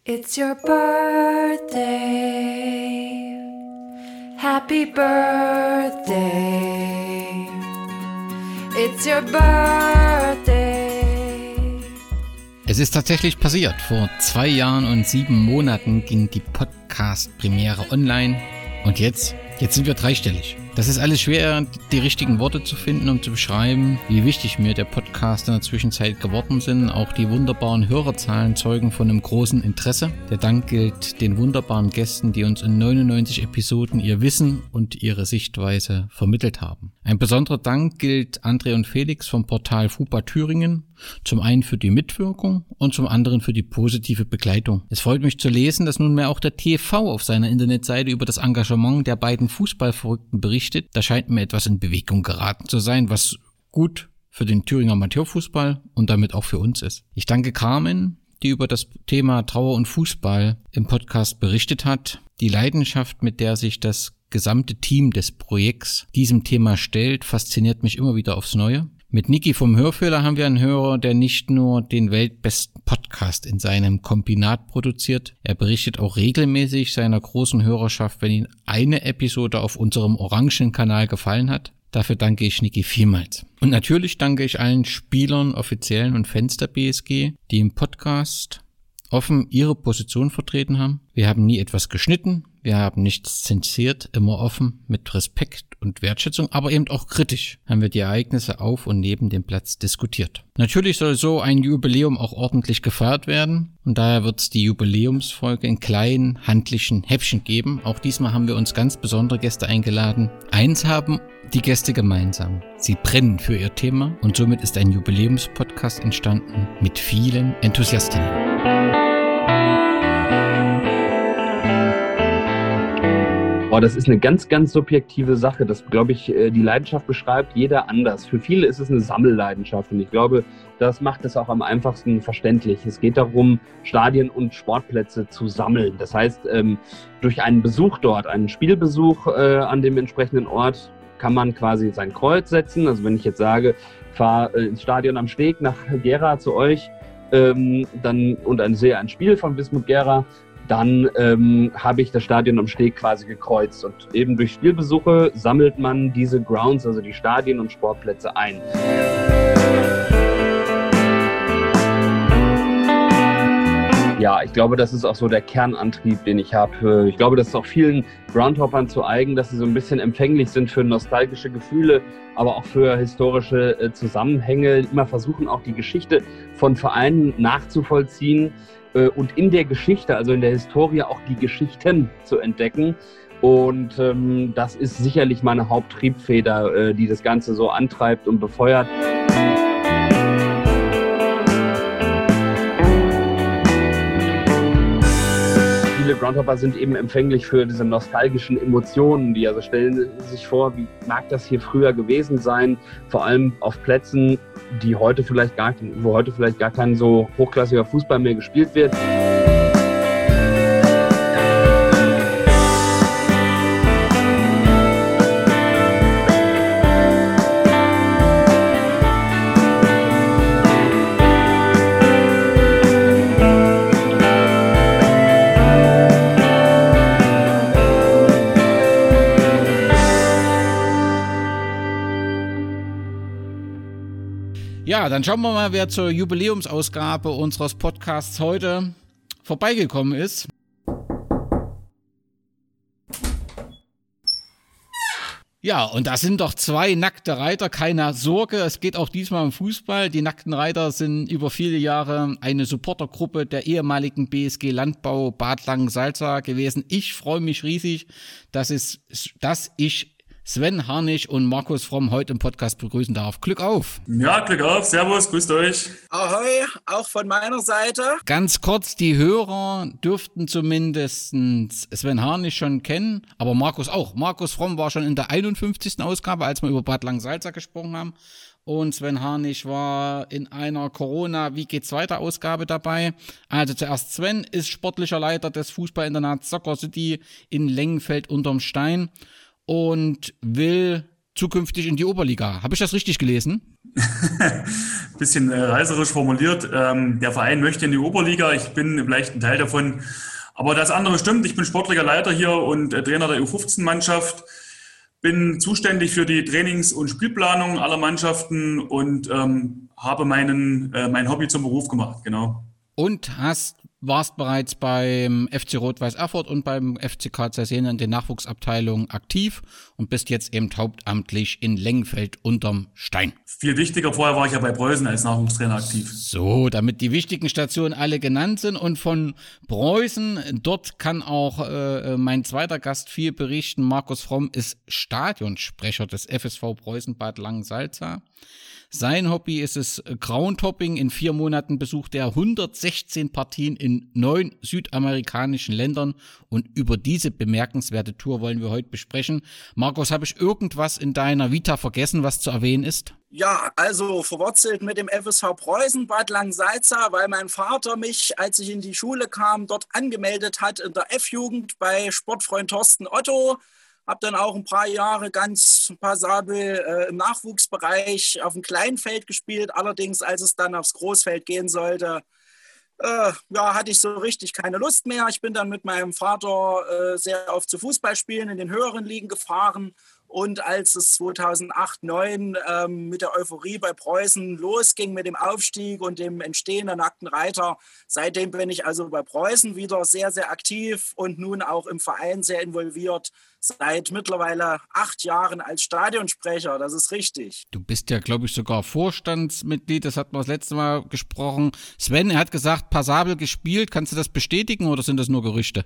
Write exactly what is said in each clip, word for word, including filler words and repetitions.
It's your birthday. Happy birthday. It's your birthday. Es ist tatsächlich passiert. Vor zwei Jahren und sieben Monaten ging die Podcast-Premiere online. Und jetzt, jetzt sind wir dreistellig. Das ist alles schwer, die richtigen Worte zu finden, um zu beschreiben, wie wichtig mir der Podcast in der Zwischenzeit geworden sind. Auch die wunderbaren Hörerzahlen zeugen von einem großen Interesse. Der Dank gilt den wunderbaren Gästen, die uns in neunundneunzig Episoden ihr Wissen und ihre Sichtweise vermittelt haben. Ein besonderer Dank gilt André und Felix vom Portal FUPA Thüringen. Zum einen für die Mitwirkung und zum anderen für die positive Begleitung. Es freut mich zu lesen, dass nunmehr auch der T V auf seiner Internetseite über das Engagement der beiden Fußballverrückten berichtet. Da scheint mir etwas in Bewegung geraten zu sein, was gut für den Thüringer Amateurfußball und damit auch für uns ist. Ich danke Carmen, die über das Thema Trauer und Fußball im Podcast berichtet hat. Die Leidenschaft, mit der sich das gesamte Team des Projekts diesem Thema stellt, fasziniert mich immer wieder aufs Neue. Mit Niki vom Hörfehler haben wir einen Hörer, der nicht nur den weltbesten Podcast in seinem Kombinat produziert, er berichtet auch regelmäßig seiner großen Hörerschaft, wenn ihm eine Episode auf unserem Orangen-Kanal gefallen hat. Dafür danke ich Niki vielmals. Und natürlich danke ich allen Spielern, Offiziellen und Fans der B S G, die im Podcast offen ihre Position vertreten haben. Wir haben nie etwas geschnitten, wir haben nichts zensiert, immer offen, mit Respekt und Wertschätzung, aber eben auch kritisch haben wir die Ereignisse auf und neben dem Platz diskutiert. Natürlich soll so ein Jubiläum auch ordentlich gefeiert werden und daher wird es die Jubiläumsfolge in kleinen, handlichen Häppchen geben. Auch diesmal haben wir uns ganz besondere Gäste eingeladen. Eins haben die Gäste gemeinsam: sie brennen für ihr Thema und somit ist ein Jubiläumspodcast entstanden mit vielen Enthusiastinnen. Boah, das ist eine ganz, ganz subjektive Sache. Das, glaube ich, die Leidenschaft beschreibt jeder anders. Für viele ist es eine Sammelleidenschaft und ich glaube, das macht es auch am einfachsten verständlich. Es geht darum, Stadien und Sportplätze zu sammeln. Das heißt, durch einen Besuch dort, einen Spielbesuch an dem entsprechenden Ort, kann man quasi sein Kreuz setzen. Also wenn ich jetzt sage, fahr ins Stadion am Steg nach Gera zu euch dann, und sehe ein Spiel von Wismut Gera, dann ähm, habe ich das Stadion am Steg quasi gekreuzt. Und eben durch Spielbesuche sammelt man diese Grounds, also die Stadien und Sportplätze ein. Ja, ich glaube, das ist auch so der Kernantrieb, den ich habe. Ich glaube, das ist auch vielen Groundhoppern zu eigen, dass sie so ein bisschen empfänglich sind für nostalgische Gefühle, aber auch für historische äh, Zusammenhänge. Immer versuchen, auch die Geschichte von Vereinen nachzuvollziehen äh, und in der Geschichte, also in der Historie, auch die Geschichten zu entdecken. Und ähm, das ist sicherlich meine Haupttriebfeder, äh, die das Ganze so antreibt und befeuert. Viele Groundhopper sind eben empfänglich für diese nostalgischen Emotionen, die also stellen Sie sich vor, wie mag das hier früher gewesen sein, vor allem auf Plätzen, die heute vielleicht gar, wo heute vielleicht gar kein so hochklassiger Fußball mehr gespielt wird. Ja, dann schauen wir mal, wer zur Jubiläumsausgabe unseres Podcasts heute vorbeigekommen ist. Ja, und da sind doch zwei nackte Reiter, keine Sorge, es geht auch diesmal um Fußball. Die nackten Reiter sind über viele Jahre eine Supportergruppe der ehemaligen B S G Landbau Bad Langensalza gewesen. Ich freue mich riesig, dass, es, dass ich Sven Harnisch und Markus Fromm heute im Podcast begrüßen darf. Glück auf! Ja, Glück auf, servus, grüßt euch. Ahoi, auch von meiner Seite. Ganz kurz, die Hörer dürften zumindest Sven Harnisch schon kennen, aber Markus auch. Markus Fromm war schon in der einundfünfzigsten Ausgabe, als wir über Bad Langensalza gesprochen haben. Und Sven Harnisch war in einer Corona-Wie geht's weiter Ausgabe dabei. Also zuerst Sven ist sportlicher Leiter des Fußballinternats Soccer City in Lengenfeld unterm Stein und will zukünftig in die Oberliga. Habe ich das richtig gelesen? Bisschen äh, reißerisch formuliert. Ähm, der Verein möchte in die Oberliga. Ich bin vielleicht ein Teil davon. Aber das andere stimmt. Ich bin sportlicher Leiter hier und äh, Trainer der U fünfzehn Mannschaft. Bin zuständig für die Trainings- und Spielplanung aller Mannschaften und ähm, habe meinen, äh, mein Hobby zum Beruf gemacht. Genau. Und hast, warst bereits beim F C Rot-Weiß Erfurt und beim F C K Zersena in den Nachwuchsabteilungen aktiv und bist jetzt eben hauptamtlich in Lengenfeld unterm Stein. Viel wichtiger, vorher war ich ja bei Preußen als Nachwuchstrainer aktiv. So, damit die wichtigen Stationen alle genannt sind und von Preußen, dort kann auch äh, mein zweiter Gast viel berichten. Markus Fromm ist Stadionsprecher des F S V Preußen Bad Langensalza. Sein Hobby ist es Groundhopping. In vier Monaten besucht er hundertsechzehn Partien in neun südamerikanischen Ländern und über diese bemerkenswerte Tour wollen wir heute besprechen. Markus, habe ich irgendwas in deiner Vita vergessen, was zu erwähnen ist? Ja, also verwurzelt mit dem F S V Preußen Bad Langensalza, weil mein Vater mich, als ich in die Schule kam, dort angemeldet hat in der F-Jugend bei Sportfreund Thorsten Otto. Habe dann auch ein paar Jahre ganz passabel äh, im Nachwuchsbereich auf dem Kleinfeld gespielt. Allerdings, als es dann aufs Großfeld gehen sollte, äh, ja, hatte ich so richtig keine Lust mehr. Ich bin dann mit meinem Vater äh, sehr oft zu Fußballspielen in den höheren Ligen gefahren. Und als es zweitausendacht, zweitausendneun ähm, mit der Euphorie bei Preußen losging mit dem Aufstieg und dem Entstehen der nackten Reiter, seitdem bin ich also bei Preußen wieder sehr, sehr aktiv und nun auch im Verein sehr involviert. Seit mittlerweile acht Jahren als Stadionsprecher, das ist richtig. Du bist ja, glaube ich, sogar Vorstandsmitglied, das hatten wir das letzte Mal gesprochen. Sven, er hat gesagt, passabel gespielt. Kannst du das bestätigen oder sind das nur Gerüchte?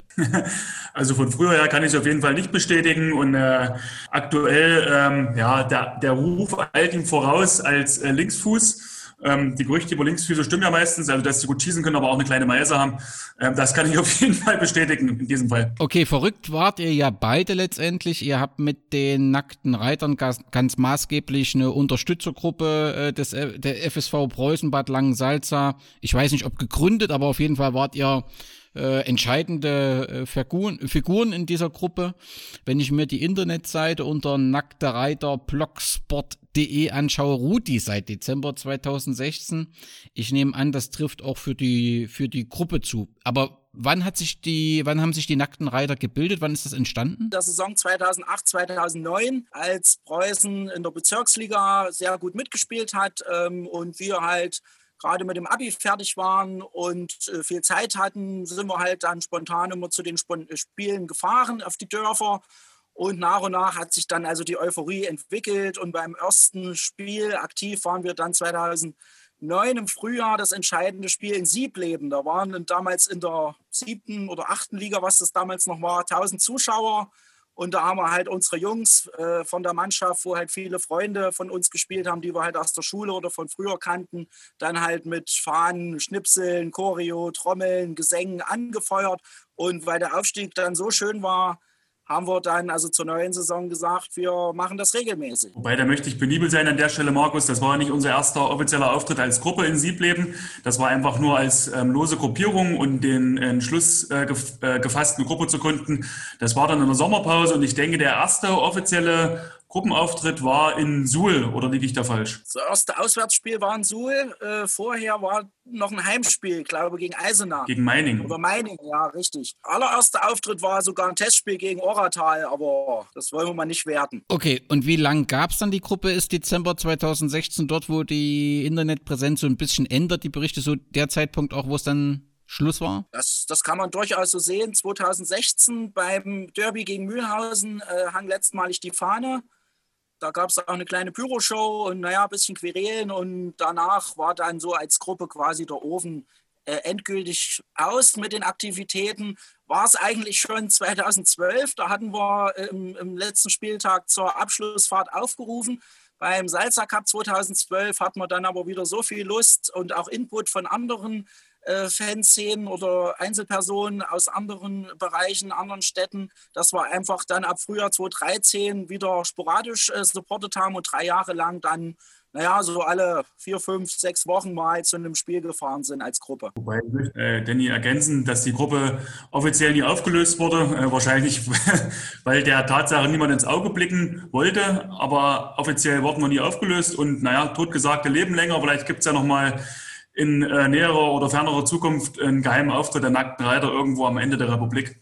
Also von früher her kann ich es auf jeden Fall nicht bestätigen und äh, aktuell, ähm, ja, der, der Ruf eilt ihm voraus als äh, Linksfuß. Ähm, die Gerüchte über Linksfüße stimmen ja meistens, also dass sie gut schießen können, aber auch eine kleine Meise haben. Ähm, das kann ich auf jeden Fall bestätigen in diesem Fall. Okay, verrückt wart ihr ja beide letztendlich. Ihr habt mit den nackten Reitern ganz, ganz maßgeblich eine Unterstützergruppe äh, des der F S V Preußen Bad Langensalza. Ich weiß nicht, ob gegründet, aber auf jeden Fall wart ihr Äh, entscheidende äh, Figuren, Figuren in dieser Gruppe. Wenn ich mir die Internetseite unter nacktereiter blogsport punkt de anschaue, ruht die seit Dezember zweitausendsechzehn. Ich nehme an, das trifft auch für die für die Gruppe zu. Aber wann hat sich die, wann haben sich die nackten Reiter gebildet? Wann ist das entstanden? Der Saison zweitausendacht, zweitausendneun, als Preußen in der Bezirksliga sehr gut mitgespielt hat ähm, und wir halt gerade mit dem Abi fertig waren und äh, viel Zeit hatten, sind wir halt dann spontan immer zu den Spon- Spielen gefahren auf die Dörfer. Und nach und nach hat sich dann also die Euphorie entwickelt. Und beim ersten Spiel aktiv waren wir dann zweitausendneun im Frühjahr, das entscheidende Spiel in Siebleben. Da waren damals in der siebten oder achten Liga, was das damals noch war, tausend Zuschauer. Und da haben wir halt unsere Jungs äh, von der Mannschaft, wo halt viele Freunde von uns gespielt haben, die wir halt aus der Schule oder von früher kannten, dann halt mit Fahnen, Schnipseln, Choreo, Trommeln, Gesängen angefeuert. Und weil der Aufstieg dann so schön war, haben wir dann also zur neuen Saison gesagt, wir machen das regelmäßig. Wobei, da möchte ich penibel sein an der Stelle, Markus. Das war ja nicht unser erster offizieller Auftritt als Gruppe in Siebleben. Das war einfach nur als ähm, lose Gruppierung und den Entschluss äh, gef- äh, gefasst, eine Gruppe zu gründen. Das war dann in der Sommerpause und ich denke, der erste offizielle Gruppenauftritt war in Suhl, oder liege ich da falsch? Das erste Auswärtsspiel war in Suhl. Äh, vorher war noch ein Heimspiel, glaube ich, gegen Eisenach. Gegen Meiningen. Oder Meiningen, ja, richtig. Allererster Auftritt war sogar ein Testspiel gegen Oratal, aber das wollen wir mal nicht werten. Okay, und wie lang gab's dann die Gruppe? Ist Dezember zweitausendsechzehn dort, wo die Internetpräsenz so ein bisschen ändert, die Berichte, so der Zeitpunkt auch, wo es dann Schluss war? Das, das kann man durchaus so sehen. zweitausendsechzehn beim Derby gegen Mühlhausen äh, hang letztmalig die Fahne. Da gab es auch eine kleine Pyroshow und naja, ein bisschen Querelen und danach war dann so als Gruppe quasi der Ofen äh, endgültig aus mit den Aktivitäten. War es eigentlich schon zweitausendzwölf, da hatten wir im, im letzten Spieltag zur Abschlussfahrt aufgerufen. Beim Salsa Cup zweitausendzwölf hatten wir dann aber wieder so viel Lust und auch Input von anderen äh, Fanszenen oder Einzelpersonen aus anderen Bereichen, anderen Städten, dass wir einfach dann ab Frühjahr zweitausenddreizehn wieder sporadisch äh, supportet haben und drei Jahre lang dann, naja, so alle vier, fünf, sechs Wochen mal zu einem Spiel gefahren sind als Gruppe. Wobei ich möchte, äh, Danny, ergänzen, dass die Gruppe offiziell nie aufgelöst wurde. Äh, wahrscheinlich, weil der Tatsache niemand ins Auge blicken wollte. Aber offiziell wurden wir nie aufgelöst. Und naja, totgesagte leben länger. Vielleicht gibt es ja nochmal in äh, näherer oder fernerer Zukunft einen geheimen Auftritt der Nackten Reiter irgendwo am Ende der Republik.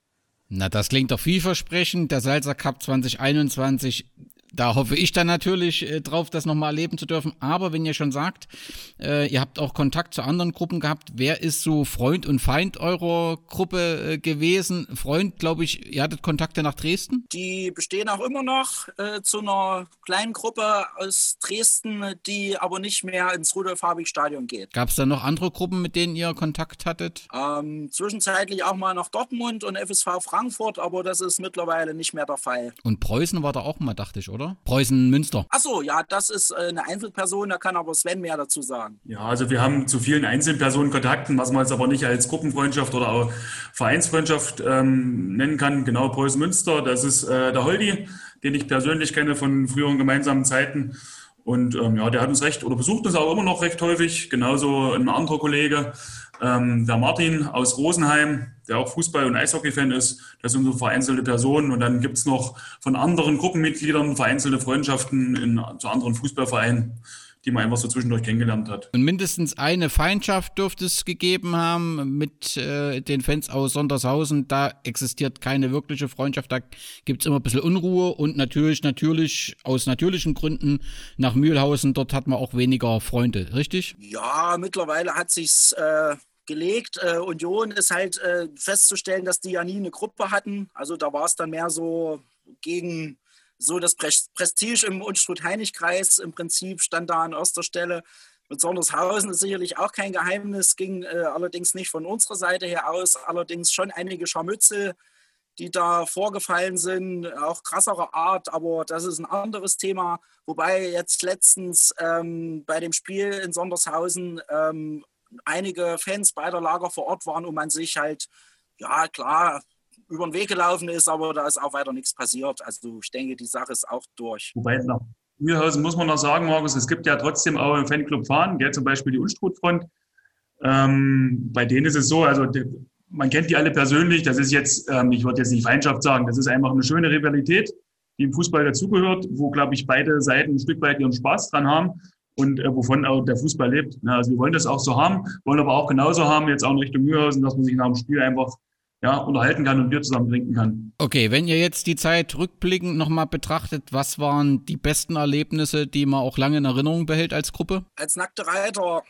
Na, das klingt doch vielversprechend. Der Salzer Cup zwanzig einundzwanzig, da hoffe ich dann natürlich äh, drauf, das nochmal erleben zu dürfen. Aber wenn ihr schon sagt, äh, ihr habt auch Kontakt zu anderen Gruppen gehabt, wer ist so Freund und Feind eurer Gruppe äh, gewesen? Freund, glaube ich, ihr hattet Kontakte nach Dresden? Die bestehen auch immer noch äh, zu einer kleinen Gruppe aus Dresden, die aber nicht mehr ins Rudolf-Habig-Stadion geht. Gab es da noch andere Gruppen, mit denen ihr Kontakt hattet? Ähm, zwischenzeitlich auch mal nach Dortmund und F S V Frankfurt, aber das ist mittlerweile nicht mehr der Fall. Und Preußen war da auch mal, dachte ich, oder? Preußen Münster. Achso, ja, das ist äh, eine Einzelperson, da kann aber Sven mehr dazu sagen. Ja, also wir haben zu vielen Einzelpersonen Kontakten, was man jetzt aber nicht als Gruppenfreundschaft oder auch Vereinsfreundschaft ähm, nennen kann. Genau, Preußen Münster, das ist äh, der Holdi, den ich persönlich kenne von früheren gemeinsamen Zeiten. Und ähm, ja, der hat uns recht oder besucht uns auch immer noch recht häufig. Genauso ein anderer Kollege, ähm, der Martin aus Rosenheim, der auch Fußball- und Eishockey-Fan ist. Das sind so vereinzelte Personen. Und dann gibt's noch von anderen Gruppenmitgliedern vereinzelte Freundschaften in, zu anderen Fußballvereinen, die man einfach so zwischendurch kennengelernt hat. Und mindestens eine Feindschaft dürfte es gegeben haben mit äh, den Fans aus Sondershausen. Da existiert keine wirkliche Freundschaft, da gibt's immer ein bisschen Unruhe und natürlich, natürlich, aus natürlichen Gründen nach Mühlhausen, dort hat man auch weniger Freunde, richtig? Ja, mittlerweile hat sich's äh, gelegt. Äh, Union ist halt äh, festzustellen, dass die ja nie eine Gruppe hatten. Also da war es dann mehr so gegen so das Prestige im Unstrut-Heinig-Kreis im Prinzip stand da an erster Stelle. Mit Sondershausen ist sicherlich auch kein Geheimnis, ging äh, allerdings nicht von unserer Seite her aus, allerdings schon einige Scharmützel, die da vorgefallen sind, auch krasserer Art, aber das ist ein anderes Thema. Wobei jetzt letztens ähm, bei dem Spiel in Sondershausen ähm, einige Fans beider Lager vor Ort waren und man sich halt, ja klar, über den Weg gelaufen ist, aber da ist auch weiter nichts passiert. Also ich denke, die Sache ist auch durch. Wobei nach Mühlhausen muss man noch sagen, Markus, es gibt ja trotzdem auch im Fanclub Fahnen, gell, zum Beispiel die Unstrutfront. Ähm, bei denen ist es so, also die, man kennt die alle persönlich, das ist jetzt, ähm, ich würde jetzt nicht Feindschaft sagen, das ist einfach eine schöne Rivalität, die im Fußball dazugehört, wo, glaube ich, beide Seiten ein Stück weit ihren Spaß dran haben und äh, wovon auch der Fußball lebt. Ja, also wir wollen das auch so haben, wollen aber auch genauso haben, jetzt auch in Richtung Mühlhausen, dass man sich nach dem Spiel einfach ja, unterhalten kann und Bier zusammen trinken kann. Okay, wenn ihr jetzt die Zeit rückblickend nochmal betrachtet, was waren die besten Erlebnisse, die man auch lange in Erinnerung behält als Gruppe? Als nackte Reiter,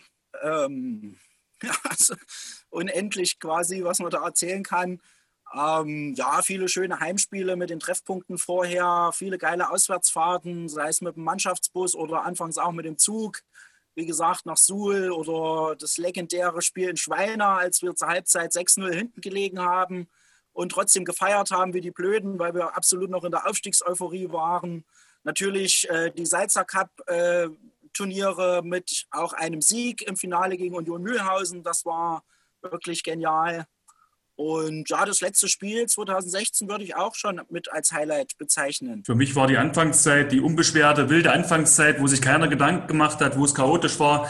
ähm, ja, also unendlich quasi, was man da erzählen kann. Ähm, ja, viele schöne Heimspiele mit den Treffpunkten vorher, viele geile Auswärtsfahrten, sei es mit dem Mannschaftsbus oder anfangs auch mit dem Zug. Wie gesagt, nach Suhl oder das legendäre Spiel in Schweina, als wir zur Halbzeit sechs null hinten gelegen haben und trotzdem gefeiert haben wie die Blöden, weil wir absolut noch in der Aufstiegseuphorie waren. Natürlich äh, die Salzer Cup äh, Turniere mit auch einem Sieg im Finale gegen Union Mühlhausen, das war wirklich genial. Und ja, das letzte Spiel zweitausendsechzehn würde ich auch schon mit als Highlight bezeichnen. Für mich war die Anfangszeit, die unbeschwerte, wilde Anfangszeit, wo sich keiner Gedanken gemacht hat, wo es chaotisch war,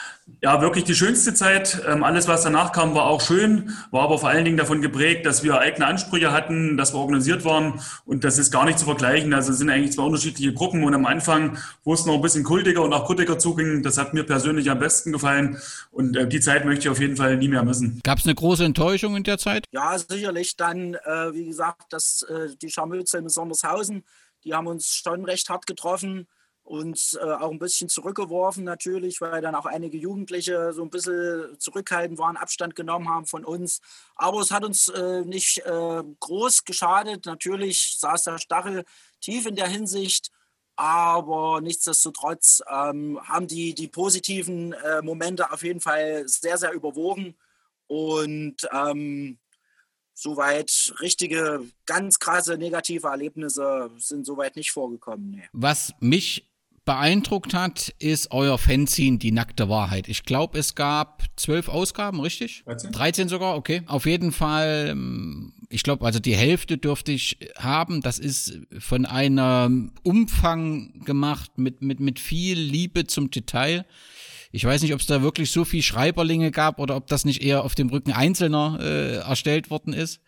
ja, wirklich die schönste Zeit. Ähm, alles, was danach kam, war auch schön, war aber vor allen Dingen davon geprägt, dass wir eigene Ansprüche hatten, dass wir organisiert waren und das ist gar nicht zu vergleichen. Also es sind eigentlich zwei unterschiedliche Gruppen und am Anfang, wo es noch ein bisschen kultiger und auch kritiker zuging, das hat mir persönlich am besten gefallen und äh, die Zeit möchte ich auf jeden Fall nie mehr missen. Gab es eine große Enttäuschung in der Zeit? Ja, sicherlich dann, äh, wie gesagt, das, äh, die Scharmützel in Sondershausen, die haben uns schon recht hart getroffen. Uns äh, auch ein bisschen zurückgeworfen natürlich, weil dann auch einige Jugendliche so ein bisschen zurückhaltend waren, Abstand genommen haben von uns. Aber es hat uns äh, nicht äh, groß geschadet. Natürlich saß der Stachel tief in der Hinsicht, aber nichtsdestotrotz ähm, haben die, die positiven äh, Momente auf jeden Fall sehr, sehr überwogen. Und ähm, soweit richtige, ganz krasse negative Erlebnisse sind soweit nicht vorgekommen. Nee. Was mich beeindruckt hat, ist euer Fanzine Die nackte Wahrheit. Ich glaube, es gab zwölf Ausgaben, richtig? dreizehn? dreizehn sogar, okay. Auf jeden Fall, ich glaube, also die Hälfte dürfte ich haben. Das ist von einem Umfang gemacht mit, mit, mit viel Liebe zum Detail. Ich weiß nicht, ob es da wirklich so viel Schreiberlinge gab oder ob das nicht eher auf dem Rücken Einzelner äh, erstellt worden ist.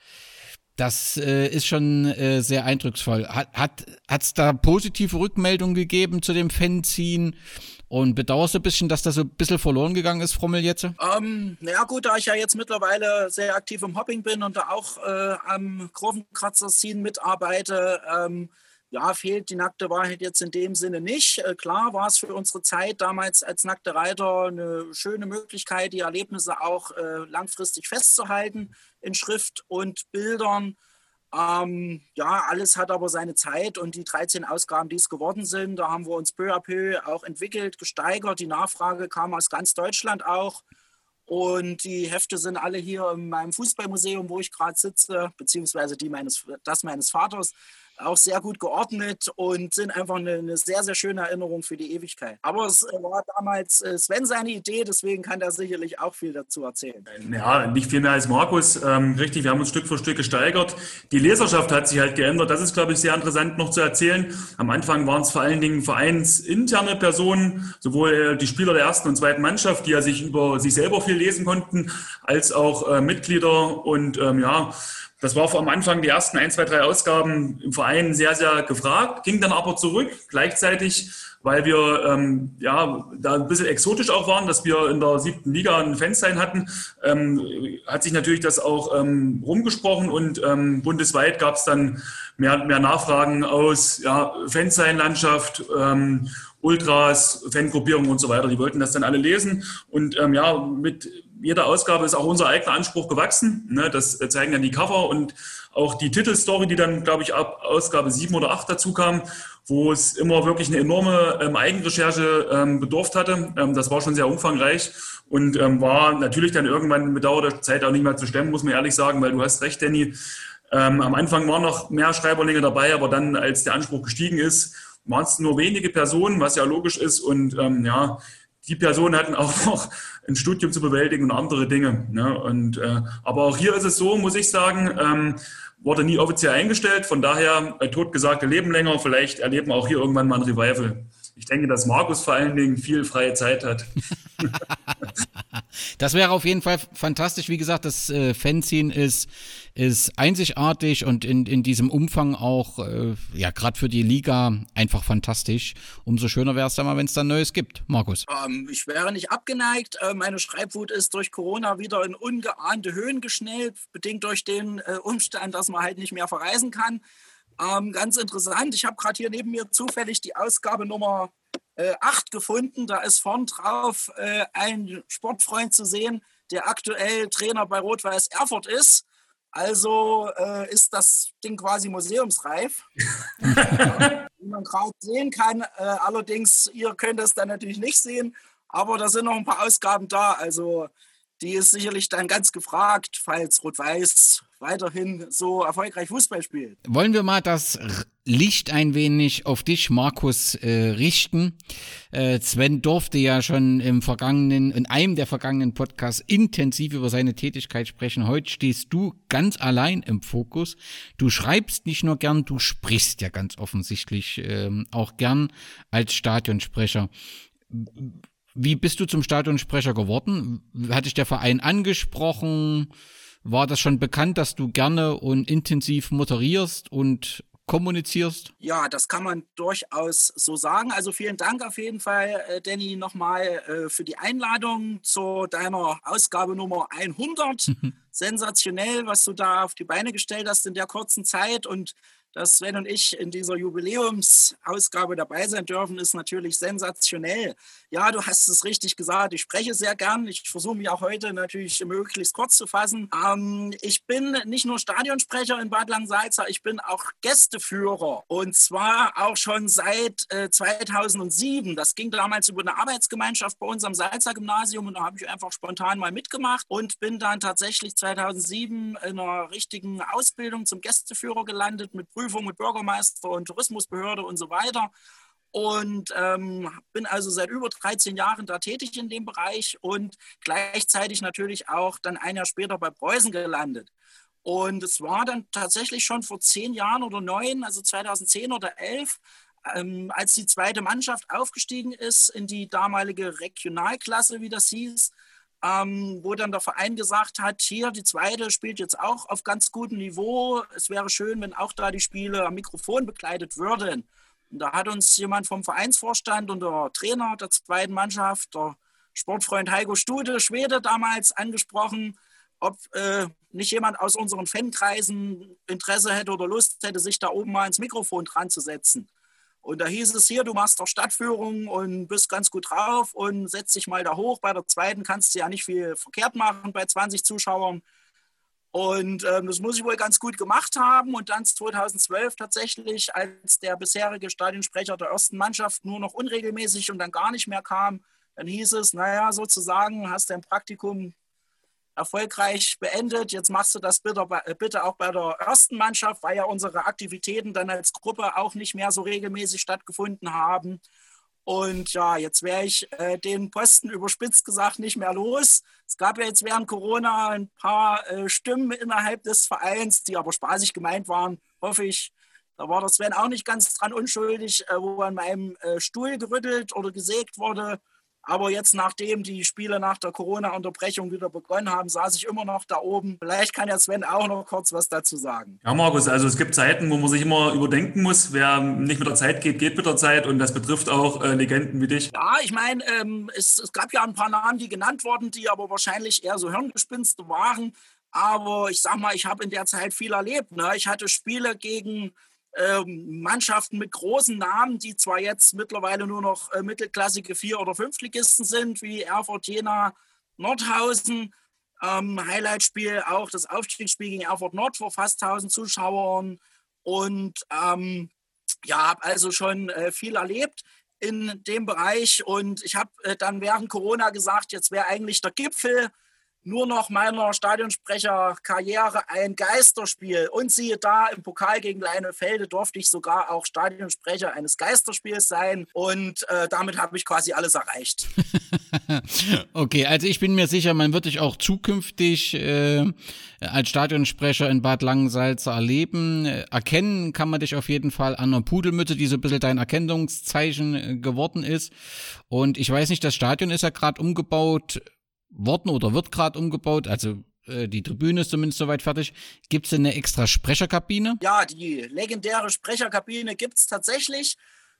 Das äh, ist schon äh, sehr eindrucksvoll. Hat hat hat's da positive Rückmeldungen gegeben zu dem Fanzine? Und bedauerst du ein bisschen, dass das so ein bisschen verloren gegangen ist, Frommel jetzt? Ähm, naja gut, da ich ja jetzt mittlerweile sehr aktiv im Hopping bin und da auch äh, am Kurvenkratzer-Scene mitarbeite, ähm, ja, fehlt die nackte Wahrheit jetzt in dem Sinne nicht. Äh, klar war es für unsere Zeit damals als nackte Reiter eine schöne Möglichkeit, die Erlebnisse auch äh, langfristig festzuhalten in Schrift und Bildern. Ähm, ja, alles hat aber seine Zeit und die dreizehn Ausgaben, die es geworden sind, da haben wir uns peu à peu auch entwickelt, gesteigert. Die Nachfrage kam aus ganz Deutschland auch. Und die Hefte sind alle hier in meinem Fußballmuseum, wo ich gerade sitze, beziehungsweise die meines, das meines Vaters, auch sehr gut geordnet und sind einfach eine, eine sehr, sehr schöne Erinnerung für die Ewigkeit. Aber es war damals Sven seine Idee, deswegen kann er sicherlich auch viel dazu erzählen. Ja, nicht viel mehr als Markus. Ähm, richtig, wir haben uns Stück für Stück gesteigert. Die Leserschaft hat sich halt geändert. Das ist, glaube ich, sehr interessant noch zu erzählen. Am Anfang waren es vor allen Dingen vereinsinterne Personen, sowohl die Spieler der ersten und zweiten Mannschaft, die ja sich über sich selber viel lesen konnten, als auch äh, Mitglieder. Und ähm, ja, das war vor am Anfang die ersten ein, zwei, drei Ausgaben im Verein sehr, sehr gefragt, ging dann aber zurück gleichzeitig, weil wir ähm, ja da ein bisschen exotisch auch waren, dass wir in der siebten Liga ein Fansign hatten, ähm, hat sich natürlich das auch ähm, rumgesprochen und ähm, bundesweit gab es dann mehr, mehr Nachfragen aus ja, Fansign-Landschaft, ähm, Ultras, Fangruppierungen und so weiter. Die wollten das dann alle lesen und ähm, ja, mit jeder Ausgabe ist auch unser eigener Anspruch gewachsen. Ne? Das zeigen dann die Cover und auch die Titelstory, die dann, glaube ich, ab Ausgabe sieben oder acht dazu kam, wo es immer wirklich eine enorme ähm, Eigenrecherche ähm, bedurft hatte. Ähm, das war schon sehr umfangreich und ähm, war natürlich dann irgendwann mit Dauer der Zeit auch nicht mehr zu stemmen, muss man ehrlich sagen, weil du hast recht, Danny. Ähm, am Anfang waren noch mehr Schreiberlinge dabei, aber dann, als der Anspruch gestiegen ist, waren es nur wenige Personen, was ja logisch ist und ähm, ja, die Personen hatten auch noch ein Studium zu bewältigen und andere Dinge. Ne? Und, äh, aber auch hier ist es so, muss ich sagen, ähm, wurde nie offiziell eingestellt. Von daher, äh, totgesagte leben länger. Vielleicht erleben wir auch hier irgendwann mal ein Revival. Ich denke, dass Markus vor allen Dingen viel freie Zeit hat. Das wäre auf jeden Fall fantastisch. Wie gesagt, das äh, Fanzine ist, ist einzigartig und in, in diesem Umfang auch, äh, ja, gerade für die Liga einfach fantastisch. Umso schöner wäre es dann mal, wenn es dann Neues gibt. Markus? Ähm, ich wäre nicht abgeneigt. Äh, meine Schreibwut ist durch Corona wieder in ungeahnte Höhen geschnellt, bedingt durch den äh, Umstand, dass man halt nicht mehr verreisen kann. Ähm, ganz interessant, ich habe gerade hier neben mir zufällig die Ausgabe Nummer äh, acht gefunden. Da ist vorn drauf äh, ein Sportfreund zu sehen, der aktuell Trainer bei Rot-Weiß Erfurt ist. Also äh, ist das Ding quasi museumsreif. Wie man gerade sehen kann. Äh, allerdings, ihr könnt das dann natürlich nicht sehen, aber da sind noch ein paar Ausgaben da. Also die ist sicherlich dann ganz gefragt, falls Rot-Weiß weiterhin so erfolgreich Fußball spielt. Wollen wir mal das Licht ein wenig auf dich, Markus, äh, richten. Äh, Sven durfte ja schon im vergangenen, in einem der vergangenen Podcasts intensiv über seine Tätigkeit sprechen. Heute stehst du ganz allein im Fokus. Du schreibst nicht nur gern, du sprichst ja ganz offensichtlich ähm, auch gern als Stadionsprecher. Wie bist du zum Stadionsprecher geworden? Hat dich der Verein angesprochen? War das schon bekannt, dass du gerne und intensiv moderierst und kommunizierst? Ja, das kann man durchaus so sagen. Also vielen Dank auf jeden Fall, äh, Danny, nochmal äh, für die Einladung zu deiner Ausgabe Nummer hundert. Sensationell, was du da auf die Beine gestellt hast in der kurzen Zeit, und dass Sven und ich in dieser Jubiläumsausgabe dabei sein dürfen, ist natürlich sensationell. Ja, du hast es richtig gesagt, ich spreche sehr gern. Ich versuche mich auch heute natürlich möglichst kurz zu fassen. Ähm, ich bin nicht nur Stadionsprecher in Bad Langensalza, ich bin auch Gästeführer, und zwar auch schon seit äh, zweitausendsieben. Das ging damals über eine Arbeitsgemeinschaft bei uns am Salzer Gymnasium, und da habe ich einfach spontan mal mitgemacht und bin dann tatsächlich zweitausendsieben in einer richtigen Ausbildung zum Gästeführer gelandet mit Prüfung mit Bürgermeister und Tourismusbehörde und so weiter. und ähm, bin also seit über dreizehn Jahren da tätig in dem Bereich und gleichzeitig natürlich auch dann ein Jahr später bei Preußen gelandet. Und es war dann tatsächlich schon vor zehn Jahren oder neun, also zweitausendzehn oder elf, ähm, als die zweite Mannschaft aufgestiegen ist in die damalige Regionalklasse, wie das hieß, ähm, wo dann der Verein gesagt hat, hier, die zweite spielt jetzt auch auf ganz gutem Niveau. Es wäre schön, wenn auch da die Spiele am Mikrofon begleitet würden. Und da hat uns jemand vom Vereinsvorstand und der Trainer der zweiten Mannschaft, der Sportfreund Heiko Stude, Schwede damals, angesprochen, ob äh, nicht jemand aus unseren Fankreisen Interesse hätte oder Lust hätte, sich da oben mal ins Mikrofon dran zu setzen. Und da hieß es hier, du machst doch Stadtführung und bist ganz gut drauf und setz dich mal da hoch. Bei der zweiten kannst du ja nicht viel verkehrt machen bei zwanzig Zuschauern. Und ähm, das muss ich wohl ganz gut gemacht haben. Und dann zweitausendzwölf tatsächlich, als der bisherige Stadionsprecher der ersten Mannschaft nur noch unregelmäßig und dann gar nicht mehr kam, dann hieß es, naja, sozusagen, hast dein Praktikum erfolgreich beendet. Jetzt machst du das bitte, bitte auch bei der ersten Mannschaft, weil ja unsere Aktivitäten dann als Gruppe auch nicht mehr so regelmäßig stattgefunden haben. Und ja, jetzt wäre ich äh, den Posten überspitzt gesagt nicht mehr los. Es gab ja jetzt während Corona ein paar äh, Stimmen innerhalb des Vereins, die aber spaßig gemeint waren, hoffe ich. Da war der Sven auch nicht ganz dran unschuldig, äh, wo an meinem äh, Stuhl gerüttelt oder gesägt wurde. Aber jetzt, nachdem die Spiele nach der Corona-Unterbrechung wieder begonnen haben, saß ich immer noch da oben. Vielleicht kann ja Sven auch noch kurz was dazu sagen. Ja, Markus, also es gibt Zeiten, wo man sich immer überdenken muss, wer nicht mit der Zeit geht, geht mit der Zeit. Und das betrifft auch äh, Legenden wie dich. Ja, ich meine, ähm, es, es gab ja ein paar Namen, die genannt wurden, die aber wahrscheinlich eher so Hirngespinste waren. Aber ich sag mal, ich habe in der Zeit viel erlebt. Ne? Ich hatte Spiele gegen Ähm, Mannschaften mit großen Namen, die zwar jetzt mittlerweile nur noch äh, mittelklassige Vier- oder Fünftligisten sind, wie Erfurt, Jena, Nordhausen. Ähm, Highlightspiel auch das Aufstiegsspiel gegen Erfurt Nord vor fast tausend Zuschauern. Und ähm, ja, habe also schon äh, viel erlebt in dem Bereich. Und ich habe äh, dann während Corona gesagt, jetzt wäre eigentlich der Gipfel nur noch meiner Stadionsprecherkarriere ein Geisterspiel. Und siehe da, im Pokal gegen Leinefelde durfte ich sogar auch Stadionsprecher eines Geisterspiels sein. Und äh, damit habe ich quasi alles erreicht. Okay, also ich bin mir sicher, man wird dich auch zukünftig äh, als Stadionsprecher in Bad Langensalza erleben. Äh, erkennen kann man dich auf jeden Fall an der Pudelmütze, die so ein bisschen dein Erkennungszeichen äh, geworden ist. Und ich weiß nicht, das Stadion ist ja gerade umgebaut worden oder wird gerade umgebaut, also äh, die Tribüne ist zumindest soweit fertig. Gibt es denn eine extra Sprecherkabine? Ja, die legendäre Sprecherkabine gibt es tatsächlich.